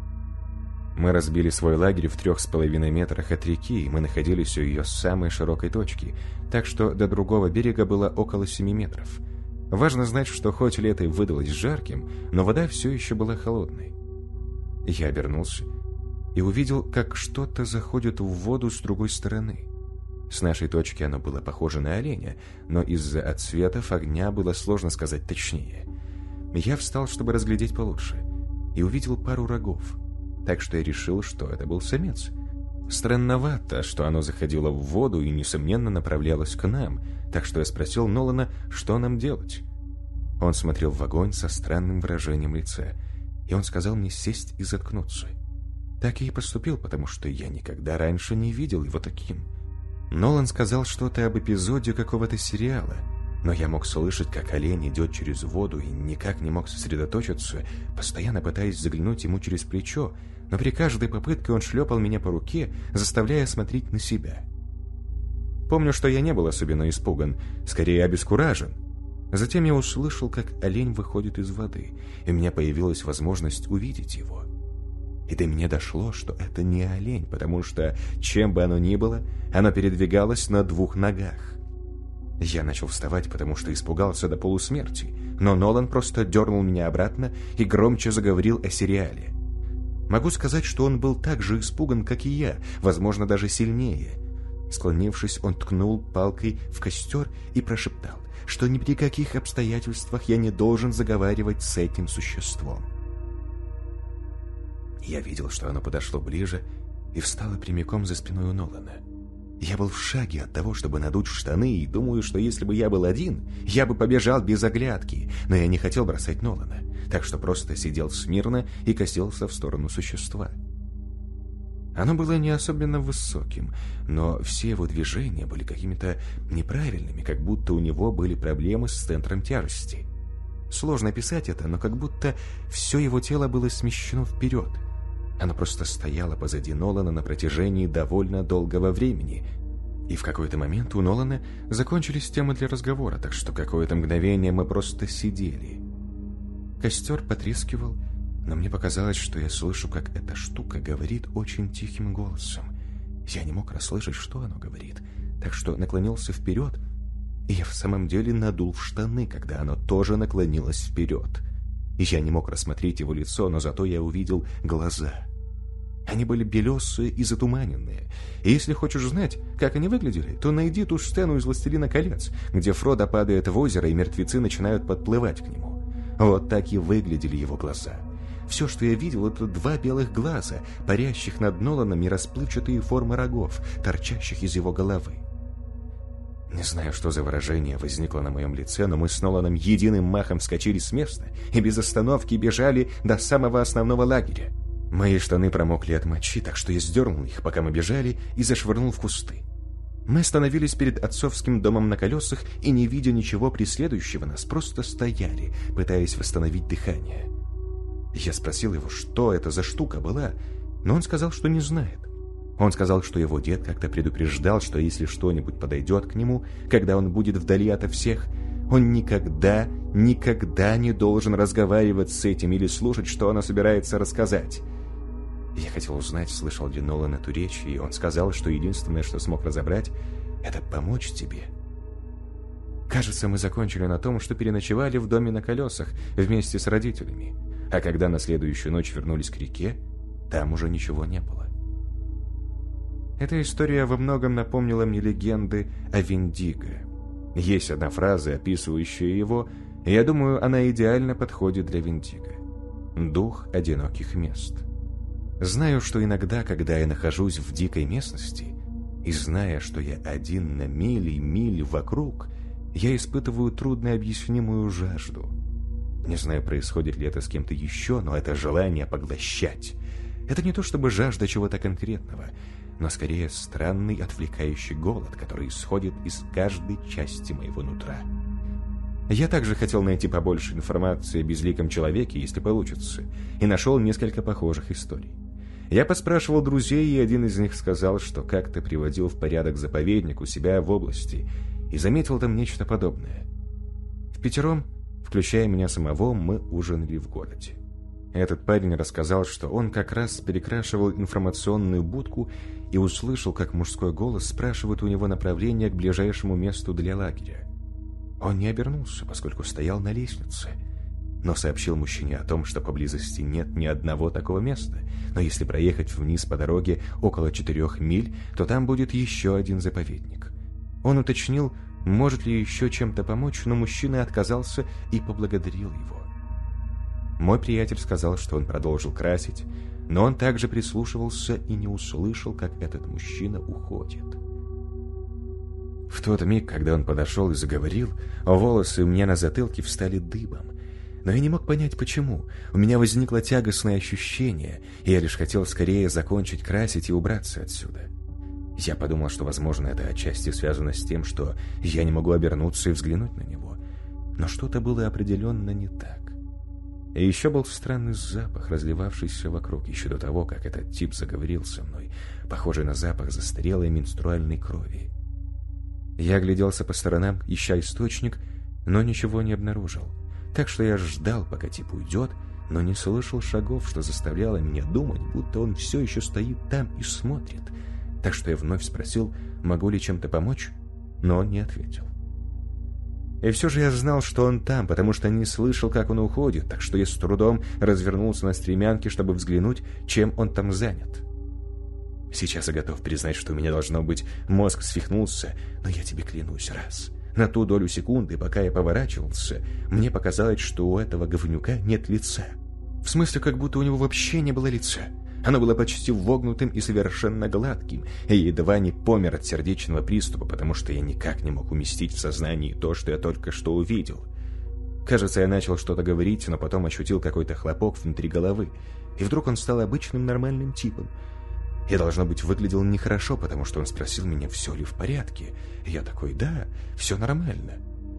Мы разбили свой лагерь в 3,5 метрах от реки, и мы находились у ее самой широкой точки, так что до другого берега было около 7 метров. Важно знать, что хоть лето и выдалось жарким, но вода все еще была холодной. Я обернулся и увидел, как что-то заходит в воду с другой стороны. С нашей точки оно было похоже на оленя, но из-за отсветов огня было сложно сказать точнее. Я встал, чтобы разглядеть получше, и увидел пару рогов, так что я решил, что это был самец. Странновато, что оно заходило в воду и, несомненно, направлялось к нам, так что я спросил Нолана, что нам делать. Он смотрел в огонь со странным выражением лица, и он сказал мне сесть и заткнуться. Так я и поступил, потому что я никогда раньше не видел его таким. Нолан сказал что-то об эпизоде какого-то сериала, Но я мог слышать, как олень идет через воду и никак не мог сосредоточиться, постоянно пытаясь заглянуть ему через плечо, но при каждой попытке он шлепал меня по руке, заставляя смотреть на себя. Помню, что я не был особенно испуган, скорее обескуражен. Затем я услышал, как олень выходит из воды, и у меня появилась возможность увидеть его. И до меня дошло, что это не олень, потому что, чем бы оно ни было, оно передвигалось на 2 ногах. Я начал вставать, потому что испугался до полусмерти, но Нолан просто дернул меня обратно и громче заговорил о сериале. Могу сказать, что он был так же испуган, как и я, возможно, даже сильнее. Склонившись, он ткнул палкой в костер и прошептал, что ни при каких обстоятельствах я не должен заговаривать с этим существом. Я видел, что оно подошло ближе и встало прямиком за спиной у Нолана. Я был в шаге от того, чтобы надуть штаны, и думаю, что если бы я был один, я бы побежал без оглядки, но я не хотел бросать Нолана, так что просто сидел смирно и косился в сторону существа. Оно было не особенно высоким, но все его движения были какими-то неправильными, как будто у него были проблемы с центром тяжести. Сложно описать это, но как будто все его тело было смещено вперед. Оно просто стояло позади Нолана на протяжении довольно долгого времени. И в какой-то момент у Нолана закончились темы для разговора, так что какое-то мгновение мы просто сидели. Костер потрескивал, но мне показалось, что я слышу, как эта штука говорит очень тихим голосом. Я не мог расслышать, что оно говорит, так что наклонился вперед, и я в самом деле надул штаны, когда оно тоже наклонилось вперед. И я не мог рассмотреть его лицо, но зато я увидел глаза. Они были белесые и затуманенные. И если хочешь знать, как они выглядели, то найди ту сцену из «Властелина колец», где Фродо падает в озеро, и мертвецы начинают подплывать к нему. Вот так и выглядели его глаза. Все, что я видел, это 2 белых глаза, парящих над Ноланом, и расплывчатые формы рогов, торчащих из его головы. Не знаю, что за выражение возникло на моем лице, но мы с Ноланом единым махом вскочили с места и без остановки бежали до самого основного лагеря. Мои штаны промокли от мочи, так что я сдернул их, пока мы бежали, и зашвырнул в кусты. Мы остановились перед отцовским домом на колесах и, не видя ничего преследующего нас, просто стояли, пытаясь восстановить дыхание. Я спросил его, что это за штука была, но он сказал, что не знает. Он сказал, что его дед как-то предупреждал, что если что-нибудь подойдет к нему, когда он будет вдали ото всех, он никогда не должен разговаривать с этим или слушать, что она собирается рассказать. Я хотел узнать, слышал ли Нолан эту речь, и он сказал, что единственное, что смог разобрать, это помочь тебе. Кажется, мы закончили на том, что переночевали в доме на колесах вместе с родителями, а когда на следующую ночь вернулись к реке, там уже ничего не было. Эта история во многом напомнила мне легенды о Виндиго. Есть одна фраза, описывающая его, и я думаю, она идеально подходит для Виндиго. «Дух одиноких мест». Знаю, что иногда, когда я нахожусь в дикой местности, и зная, что я один на мили и мили вокруг, я испытываю труднообъяснимую жажду. Не знаю, происходит ли это с кем-то еще, но это желание поглощать. Это не то чтобы жажда чего-то конкретного, но скорее странный отвлекающий голод, который исходит из каждой части моего нутра. Я также хотел найти побольше информации о безликом человеке, если получится, и нашел несколько похожих историй. Я поспрашивал друзей, и один из них сказал, что как-то приводил в порядок заповедник у себя в области и заметил там нечто подобное. Впятером, включая меня самого, мы ужинали в городе. Этот парень рассказал, что он как раз перекрашивал информационную будку и услышал, как мужской голос спрашивает у него направление к ближайшему месту для лагеря. Он не обернулся, поскольку стоял на лестнице, но сообщил мужчине о том, что поблизости нет ни одного такого места, но если проехать вниз по дороге около 4 миль, то там будет еще один заповедник. Он уточнил, может ли еще чем-то помочь, но мужчина отказался и поблагодарил его. Мой приятель сказал, что он продолжил красить, но он также прислушивался и не услышал, как этот мужчина уходит. В тот миг, когда он подошел и заговорил, волосы у меня на затылке встали дыбом. Но я не мог понять, почему. У меня возникло тягостное ощущение, и я лишь хотел скорее закончить красить и убраться отсюда. Я подумал, что, возможно, это отчасти связано с тем, что я не могу обернуться и взглянуть на него. Но что-то было определенно не так. И еще был странный запах, разливавшийся вокруг, еще до того, как этот тип заговорил со мной, похожий на запах застарелой менструальной крови. Я огляделся по сторонам, ища источник, но ничего не обнаружил. Так что я ждал, пока тип уйдет, но не слышал шагов, что заставляло меня думать, будто он все еще стоит там и смотрит. Так что я вновь спросил, могу ли чем-то помочь, но он не ответил. И все же я знал, что он там, потому что не слышал, как он уходит, так что я с трудом развернулся на стремянке, чтобы взглянуть, чем он там занят. Сейчас я готов признать, что у меня, должно быть, мозг свихнулся, но я тебе клянусь, раз. На ту долю секунды, пока я поворачивался, мне показалось, что у этого говнюка нет лица. В смысле, как будто у него вообще не было лица. Оно было почти вогнутым и совершенно гладким, и я едва не помер от сердечного приступа, потому что я никак не мог уместить в сознании то, что я только что увидел. Кажется, я начал что-то говорить, но потом ощутил какой-то хлопок внутри головы, и вдруг он стал обычным нормальным типом. Я, должно быть, выглядел нехорошо, потому что он спросил меня, все ли в порядке. И я такой, да, все нормально.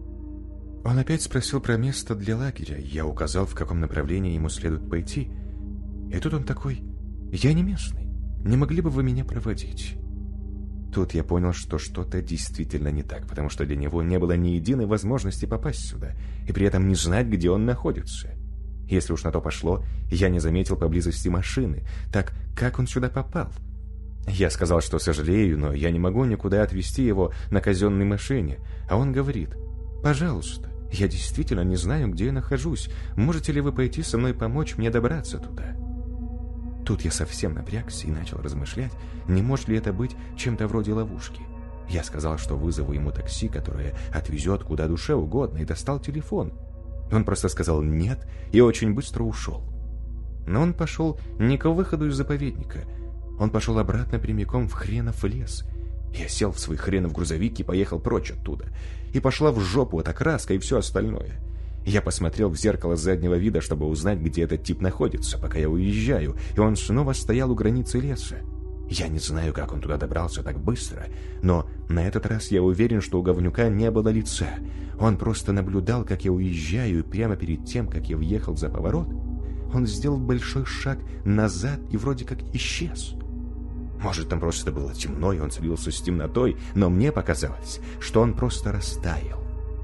Он опять спросил про место для лагеря, я указал, в каком направлении ему следует пойти. И тут он такой, я не местный, не могли бы вы меня проводить? Тут я понял, что что-то действительно не так, потому что для него не было ни единой возможности попасть сюда, и при этом не знать, где он находится. Если уж на то пошло, я не заметил поблизости машины. Так как он сюда попал? Я сказал, что сожалею, но я не могу никуда отвезти его на казенной машине. А он говорит, пожалуйста, я действительно не знаю, где я нахожусь. Можете ли вы пойти со мной помочь мне добраться туда? Тут я совсем напрягся и начал размышлять, не может ли это быть чем-то вроде ловушки. Я сказал, что вызову ему такси, которое отвезет куда душе угодно, и достал телефон. Он просто сказал «нет» и очень быстро ушел. Но он пошел не к выходу из заповедника. Он пошел обратно прямиком в хренов лес. Я сел в свой хренов грузовик и поехал прочь оттуда. И пошла в жопу эта краска и все остальное. Я посмотрел в зеркало заднего вида, чтобы узнать, где этот тип находится, пока я уезжаю, и он снова стоял у границы леса. Я не знаю, как он туда добрался так быстро, но на этот раз я уверен, что у говнюка не было лица. Он просто наблюдал, как я уезжаю, и прямо перед тем, как я въехал за поворот, он сделал большой шаг назад и вроде как исчез. Может, там просто было темно, и он слился с темнотой, но мне показалось, что он просто растаял.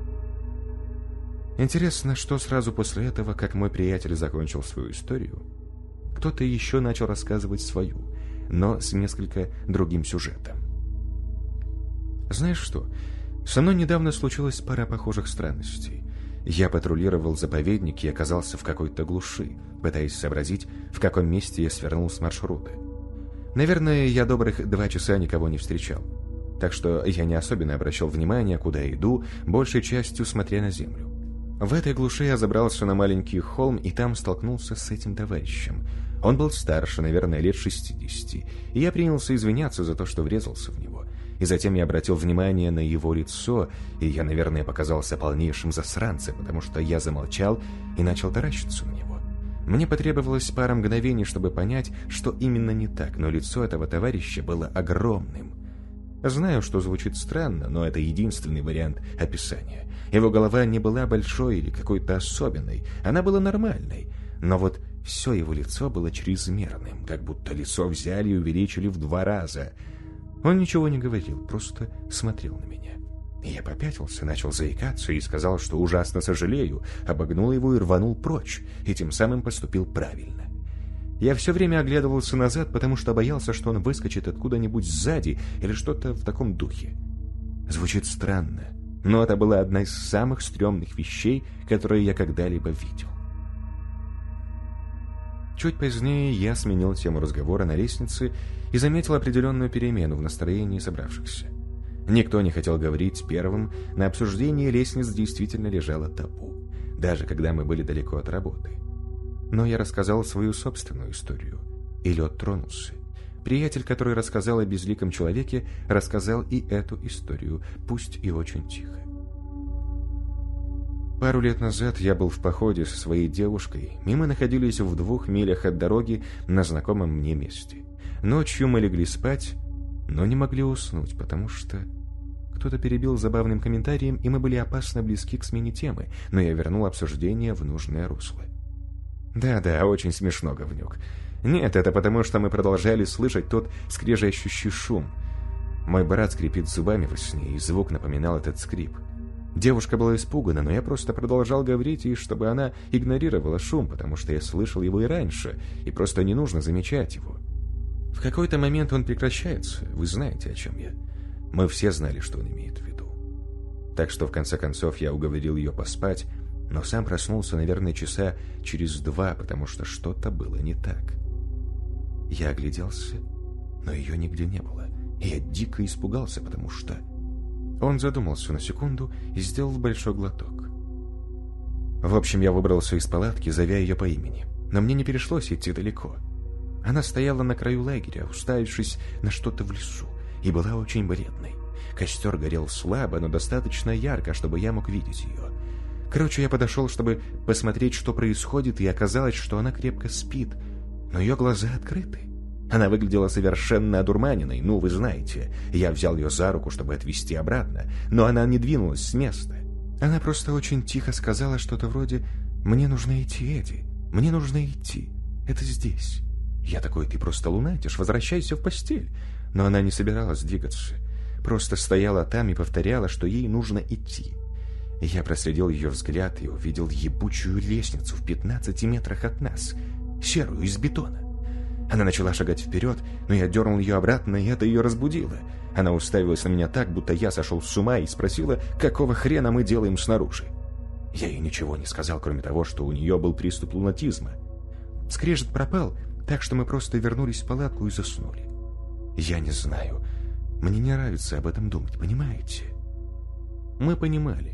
Интересно, что сразу после этого, как мой приятель закончил свою историю, кто-то еще начал рассказывать свою, но с несколько другим сюжетом. Знаешь что? Со мной недавно случилась пара похожих странностей. Я патрулировал заповедник и оказался в какой-то глуши, пытаясь сообразить, в каком месте я свернул с маршрута. Наверное, я добрых 2 часа никого не встречал, так что я не особенно обращал внимания, куда иду, большей частью смотря на землю. В этой глуши я забрался на маленький холм и там столкнулся с этим товарищем. Он был старше, наверное, лет 60, и я принялся извиняться за то, что врезался в него. И затем я обратил внимание на его лицо, и я, наверное, показался полнейшим засранцем, потому что я замолчал и начал таращиться на него. Мне потребовалось пара мгновений, чтобы понять, что именно не так, но лицо этого товарища было огромным. Знаю, что звучит странно, но это единственный вариант описания. Его голова не была большой или какой-то особенной, она была нормальной, но вот все его лицо было чрезмерным, как будто лицо взяли и увеличили в 2 раза. Он ничего не говорил, просто смотрел на меня. И я попятился, начал заикаться и сказал, что ужасно сожалею, обогнул его и рванул прочь, и тем самым поступил правильно. Я все время оглядывался назад, потому что боялся, что он выскочит откуда-нибудь сзади или что-то в таком духе. Звучит странно, но это была одна из самых стрёмных вещей, которые я когда-либо видел. Чуть позднее я сменил тему разговора на лестнице и заметил определенную перемену в настроении собравшихся. Никто не хотел говорить первым, на обсуждении лестниц действительно лежало табу, даже когда мы были далеко от работы. Но я рассказал свою собственную историю, и лед тронулся. Приятель, который рассказал о безликом человеке, рассказал и эту историю, пусть и очень тихо. Пару лет назад я был в походе со своей девушкой, и мы находились в 2 милях от дороги на знакомом мне месте. Ночью мы легли спать, но не могли уснуть, потому что... Кто-то перебил забавным комментарием, и мы были опасно близки к смене темы, но я вернул обсуждение в нужное русло. Да-да, очень смешно, говнюк. Нет, это потому, что мы продолжали слышать тот скрежещущий шум. Мой брат скрипит зубами во сне, и звук напоминал этот скрип. Девушка была испугана, но я просто продолжал говорить ей, чтобы она игнорировала шум, потому что я слышал его и раньше, и просто не нужно замечать его. В какой-то момент он прекращается, вы знаете, о чем я. Мы все знали, что он имеет в виду. Так что в конце концов я уговорил ее поспать, но сам проснулся, наверное, часа через 2, потому что что-то было не так. Я огляделся, но ее нигде не было, и я дико испугался, потому что... Он задумался на секунду и сделал большой глоток. В общем, я выбрался из палатки, зовя ее по имени, но мне не пришлось идти далеко. Она стояла на краю лагеря, уставившись на что-то в лесу, и была очень бледной. Костер горел слабо, но достаточно ярко, чтобы я мог видеть ее. Короче, я подошел, чтобы посмотреть, что происходит, и оказалось, что она крепко спит, но ее глаза открыты. Она выглядела совершенно одурманенной, ну, вы знаете. Я взял ее за руку, чтобы отвезти обратно, но она не двинулась с места. Она просто очень тихо сказала что-то вроде «Мне нужно идти, Эдди, мне нужно идти, это здесь». Я такой: «Ты просто лунатишь, возвращайся в постель». Но она не собиралась двигаться, просто стояла там и повторяла, что ей нужно идти. Я проследил ее взгляд и увидел ебучую лестницу в 15 метрах от нас, серую, из бетона. Она начала шагать вперед, но я дернул ее обратно, и это ее разбудило. Она уставилась на меня так, будто я сошел с ума, и спросила, какого хрена мы делаем снаружи. Я ей ничего не сказал, кроме того, что у нее был приступ лунатизма. Скрежет пропал, так что мы просто вернулись в палатку и заснули. Я не знаю. Мне не нравится об этом думать, понимаете? Мы понимали.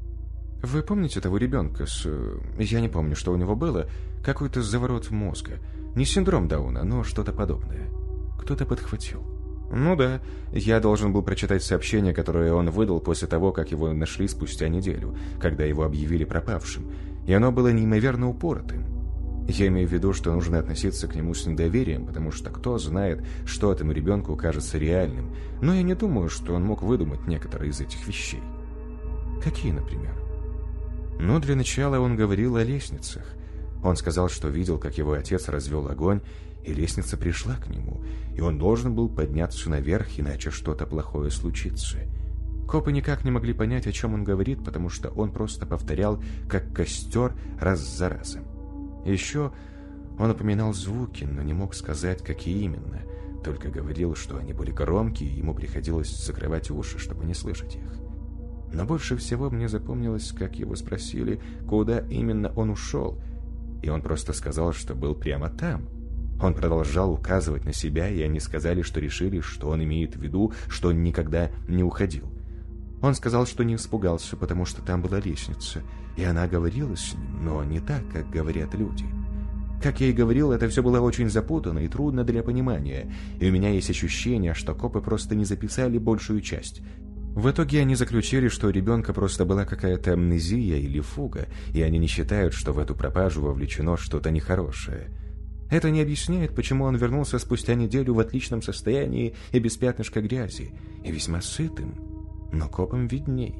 Вы помните того ребенка с... Я не помню, что у него было. Какой-то заворот мозга. Не синдром Дауна, но что-то подобное. Кто-то подхватил. Ну да, я должен был прочитать сообщение, которое он выдал после того, как его нашли спустя неделю, когда его объявили пропавшим. И оно было неимоверно упоротым. Я имею в виду, что нужно относиться к нему с недоверием, потому что кто знает, что этому ребенку кажется реальным. Но я не думаю, что он мог выдумать некоторые из этих вещей. Какие, например? Ну, для начала он говорил о лестницах. Он сказал, что видел, как его отец развел огонь, и лестница пришла к нему, и он должен был подняться наверх, иначе что-то плохое случится. Копы никак не могли понять, о чем он говорит, потому что он просто повторял, как костер, раз за разом. Еще он упоминал звуки, но не мог сказать, какие именно, только говорил, что они были громкие, и ему приходилось закрывать уши, чтобы не слышать их. Но больше всего мне запомнилось, как его спросили, куда именно он ушел, и он просто сказал, что был прямо там. Он продолжал указывать на себя, и они сказали, что решили, что он имеет в виду, что он никогда не уходил. Он сказал, что не испугался, потому что там была лестница, и она говорила с ним, но не так, как говорят люди. Как я и говорил, это все было очень запутанно и трудно для понимания, и у меня есть ощущение, что копы просто не записали большую часть. В итоге они заключили, что у ребенка просто была какая-то амнезия или фуга, и они не считают, что в эту пропажу вовлечено что-то нехорошее. Это не объясняет, почему он вернулся спустя неделю в отличном состоянии и без пятнышка грязи, и весьма сытым, но копам видней.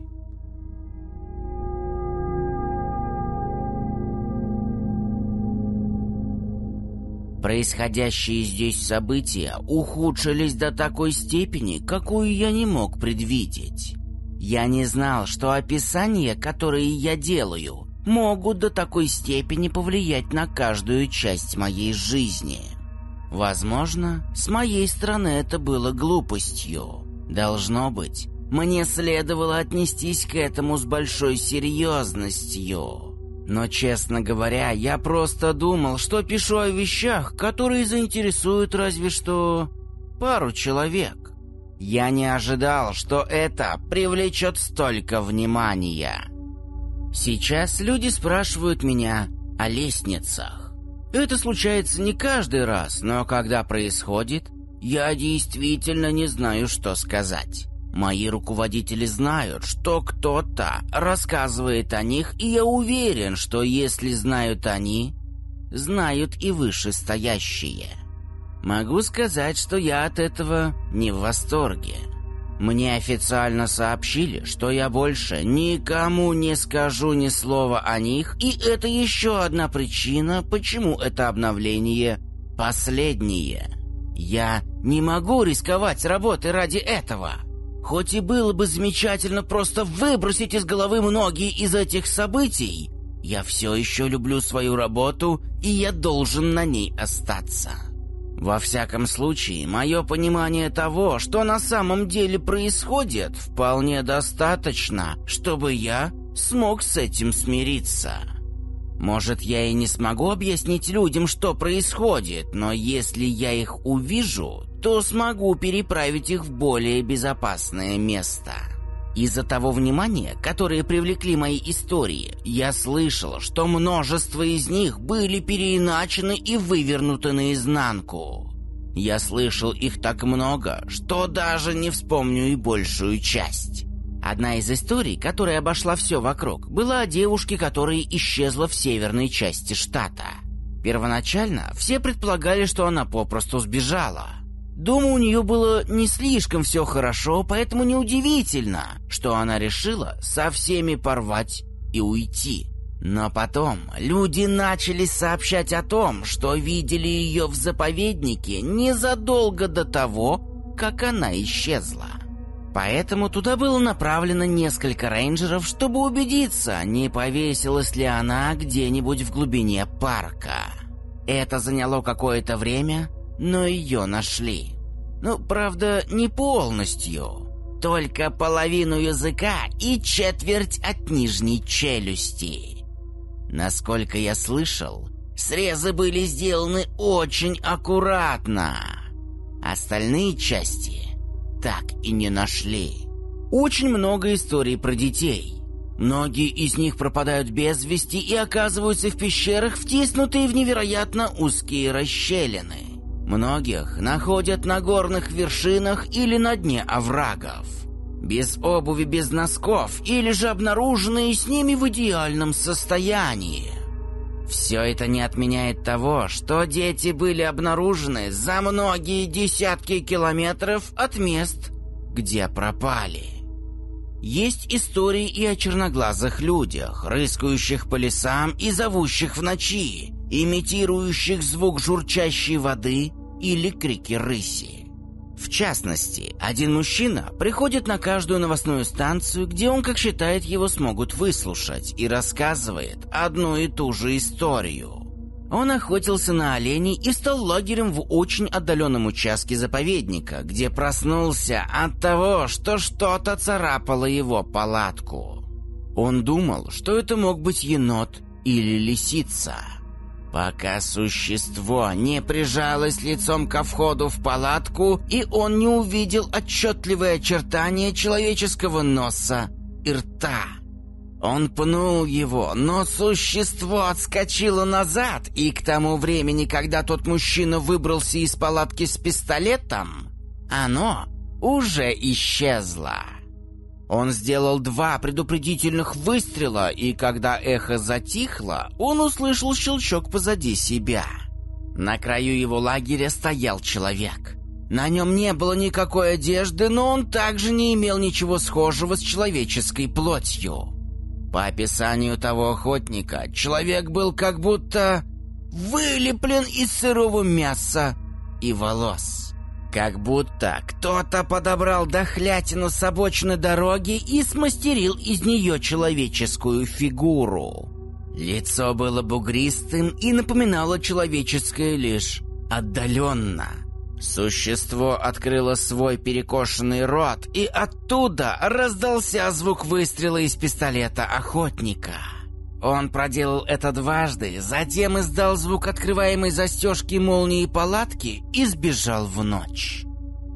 Происходящие здесь события ухудшились до такой степени, какую я не мог предвидеть. Я не знал, что описания, которые я делаю, могут до такой степени повлиять на каждую часть моей жизни. Возможно, с моей стороны это было глупостью. Должно быть, мне следовало отнестись к этому с большой серьезностью. Но, честно говоря, я просто думал, что пишу о вещах, которые заинтересуют разве что пару человек. Я не ожидал, что это привлечет столько внимания. Сейчас люди спрашивают меня о лестницах. Это случается не каждый раз, но когда происходит, я действительно не знаю, что сказать. Мои руководители знают, что кто-то рассказывает о них, и я уверен, что если знают они, знают и вышестоящие. Могу сказать, что я от этого не в восторге. Мне официально сообщили, что я больше никому не скажу ни слова о них, и это еще одна причина, почему это обновление последнее. Я не могу рисковать работой ради этого. Хоть и было бы замечательно просто выбросить из головы многие из этих событий, я все еще люблю свою работу, и я должен на ней остаться. Во всяком случае, мое понимание того, что на самом деле происходит, вполне достаточно, чтобы я смог с этим смириться. Может, я и не смогу объяснить людям, что происходит, но если я их увижу, то смогу переправить их в более безопасное место. Из-за того внимания, которое привлекли мои истории, я слышал, что множество из них были переиначены и вывернуты наизнанку. Я слышал их так много, что даже не вспомню и большую часть. Одна из историй, которая обошла все вокруг, была о девушке, которая исчезла в северной части штата. Первоначально все предполагали, что она попросту сбежала. Дома у нее было не слишком все хорошо, поэтому неудивительно, что она решила со всеми порвать и уйти. Но потом люди начали сообщать о том, что видели ее в заповеднике незадолго до того, как она исчезла. Поэтому туда было направлено несколько рейнджеров, чтобы убедиться, не повесилась ли она где-нибудь в глубине парка. Это заняло какое-то время, но ее нашли. Ну, правда, не полностью. Только половину языка и четверть от нижней челюсти. Насколько я слышал, срезы были сделаны очень аккуратно. Остальные части так и не нашли. Очень много историй про детей. Многие из них пропадают без вести и оказываются в пещерах, втиснутые в невероятно узкие расщелины. Многих находят на горных вершинах или на дне оврагов. Без обуви, без носков, или же обнаруженные с ними в идеальном состоянии. Все это не отменяет того, что дети были обнаружены за многие десятки километров от мест, где пропали. Есть истории и о черноглазых людях, рыскающих по лесам и зовущих в ночи, имитирующих звук журчащей воды или крики рыси. В частности, один мужчина приходит на каждую новостную станцию, где он, как считает, его смогут выслушать, и рассказывает одну и ту же историю. Он охотился на оленей и стал лагерем в очень отдаленном участке заповедника, где проснулся от того, что что-то царапало его палатку. Он думал, что это мог быть енот или лисица. Пока существо не прижалось лицом ко входу в палатку, и он не увидел отчетливые очертания человеческого носа и рта. Он пнул его, но существо отскочило назад, и к тому времени, когда тот мужчина выбрался из палатки с пистолетом, оно уже исчезло. Он сделал 2 предупредительных выстрела, и когда эхо затихло, он услышал щелчок позади себя. На краю его лагеря стоял человек. На нем не было никакой одежды, но он также не имел ничего схожего с человеческой плотью. По описанию того охотника, человек был как будто вылеплен из сырого мяса и волос. Как будто кто-то подобрал дохлятину с обочины дороги и смастерил из нее человеческую фигуру. Лицо было бугристым и напоминало человеческое лишь отдаленно. Существо открыло свой перекошенный рот, и оттуда раздался звук выстрела из пистолета охотника. Он проделал это 2 раза, затем издал звук открываемой застежки молнии палатки и сбежал в ночь.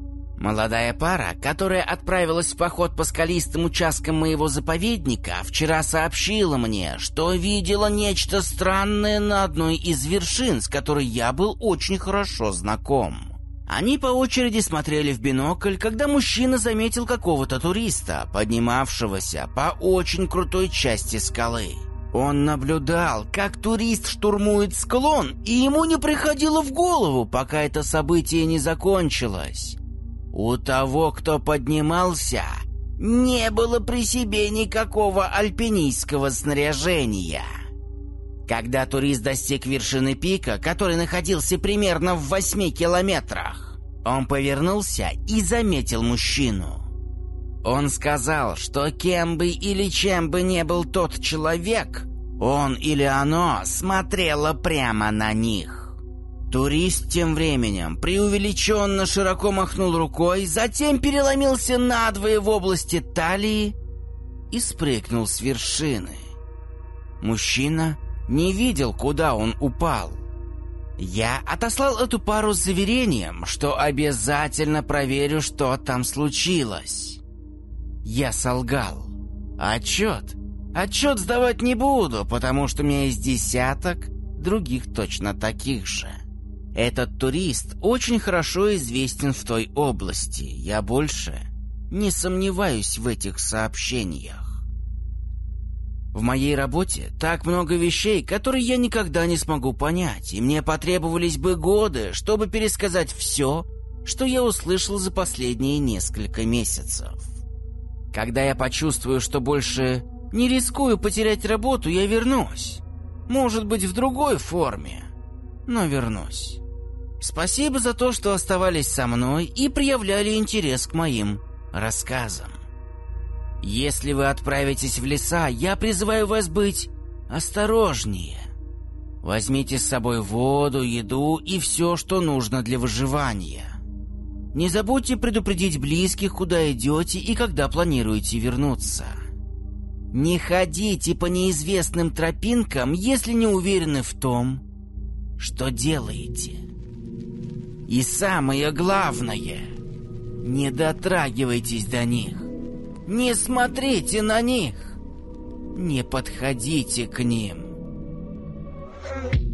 Молодая пара, которая отправилась в поход по скалистым участкам моего заповедника, вчера сообщила мне, что видела нечто странное на одной из вершин, с которой я был очень хорошо знаком. Они по очереди смотрели в бинокль, когда мужчина заметил какого-то туриста, поднимавшегося по очень крутой части скалы. Он наблюдал, как турист штурмует склон, и ему не приходило в голову, пока это событие не закончилось. У того, кто поднимался, не было при себе никакого альпинистского снаряжения. Когда турист достиг вершины пика, который находился примерно в 8 километрах, он повернулся и заметил мужчину. Он сказал, что кем бы или чем бы не был тот человек, он или оно смотрело прямо на них. Турист тем временем преувеличенно широко махнул рукой, затем переломился надвое в области талии и спрыгнул с вершины. Мужчина не видел, куда он упал. Я отослал эту пару с заверением, что обязательно проверю, что там случилось. Я солгал. Отчет сдавать не буду, потому что у меня есть десяток других точно таких же. Этот турист очень хорошо известен в той области. Я больше не сомневаюсь в этих сообщениях. В моей работе так много вещей, которые я никогда не смогу понять, и мне потребовались бы годы, чтобы пересказать все, что я услышал за последние несколько месяцев. Когда я почувствую, что больше не рискую потерять работу, я вернусь. Может быть, в другой форме, но вернусь. Спасибо за то, что оставались со мной и проявляли интерес к моим рассказам. Если вы отправитесь в леса, я призываю вас быть осторожнее. Возьмите с собой воду, еду и все, что нужно для выживания. Не забудьте предупредить близких, куда идете и когда планируете вернуться. Не ходите по неизвестным тропинкам, если не уверены в том, что делаете. И самое главное, не дотрагивайтесь до них, не смотрите на них, не подходите к ним.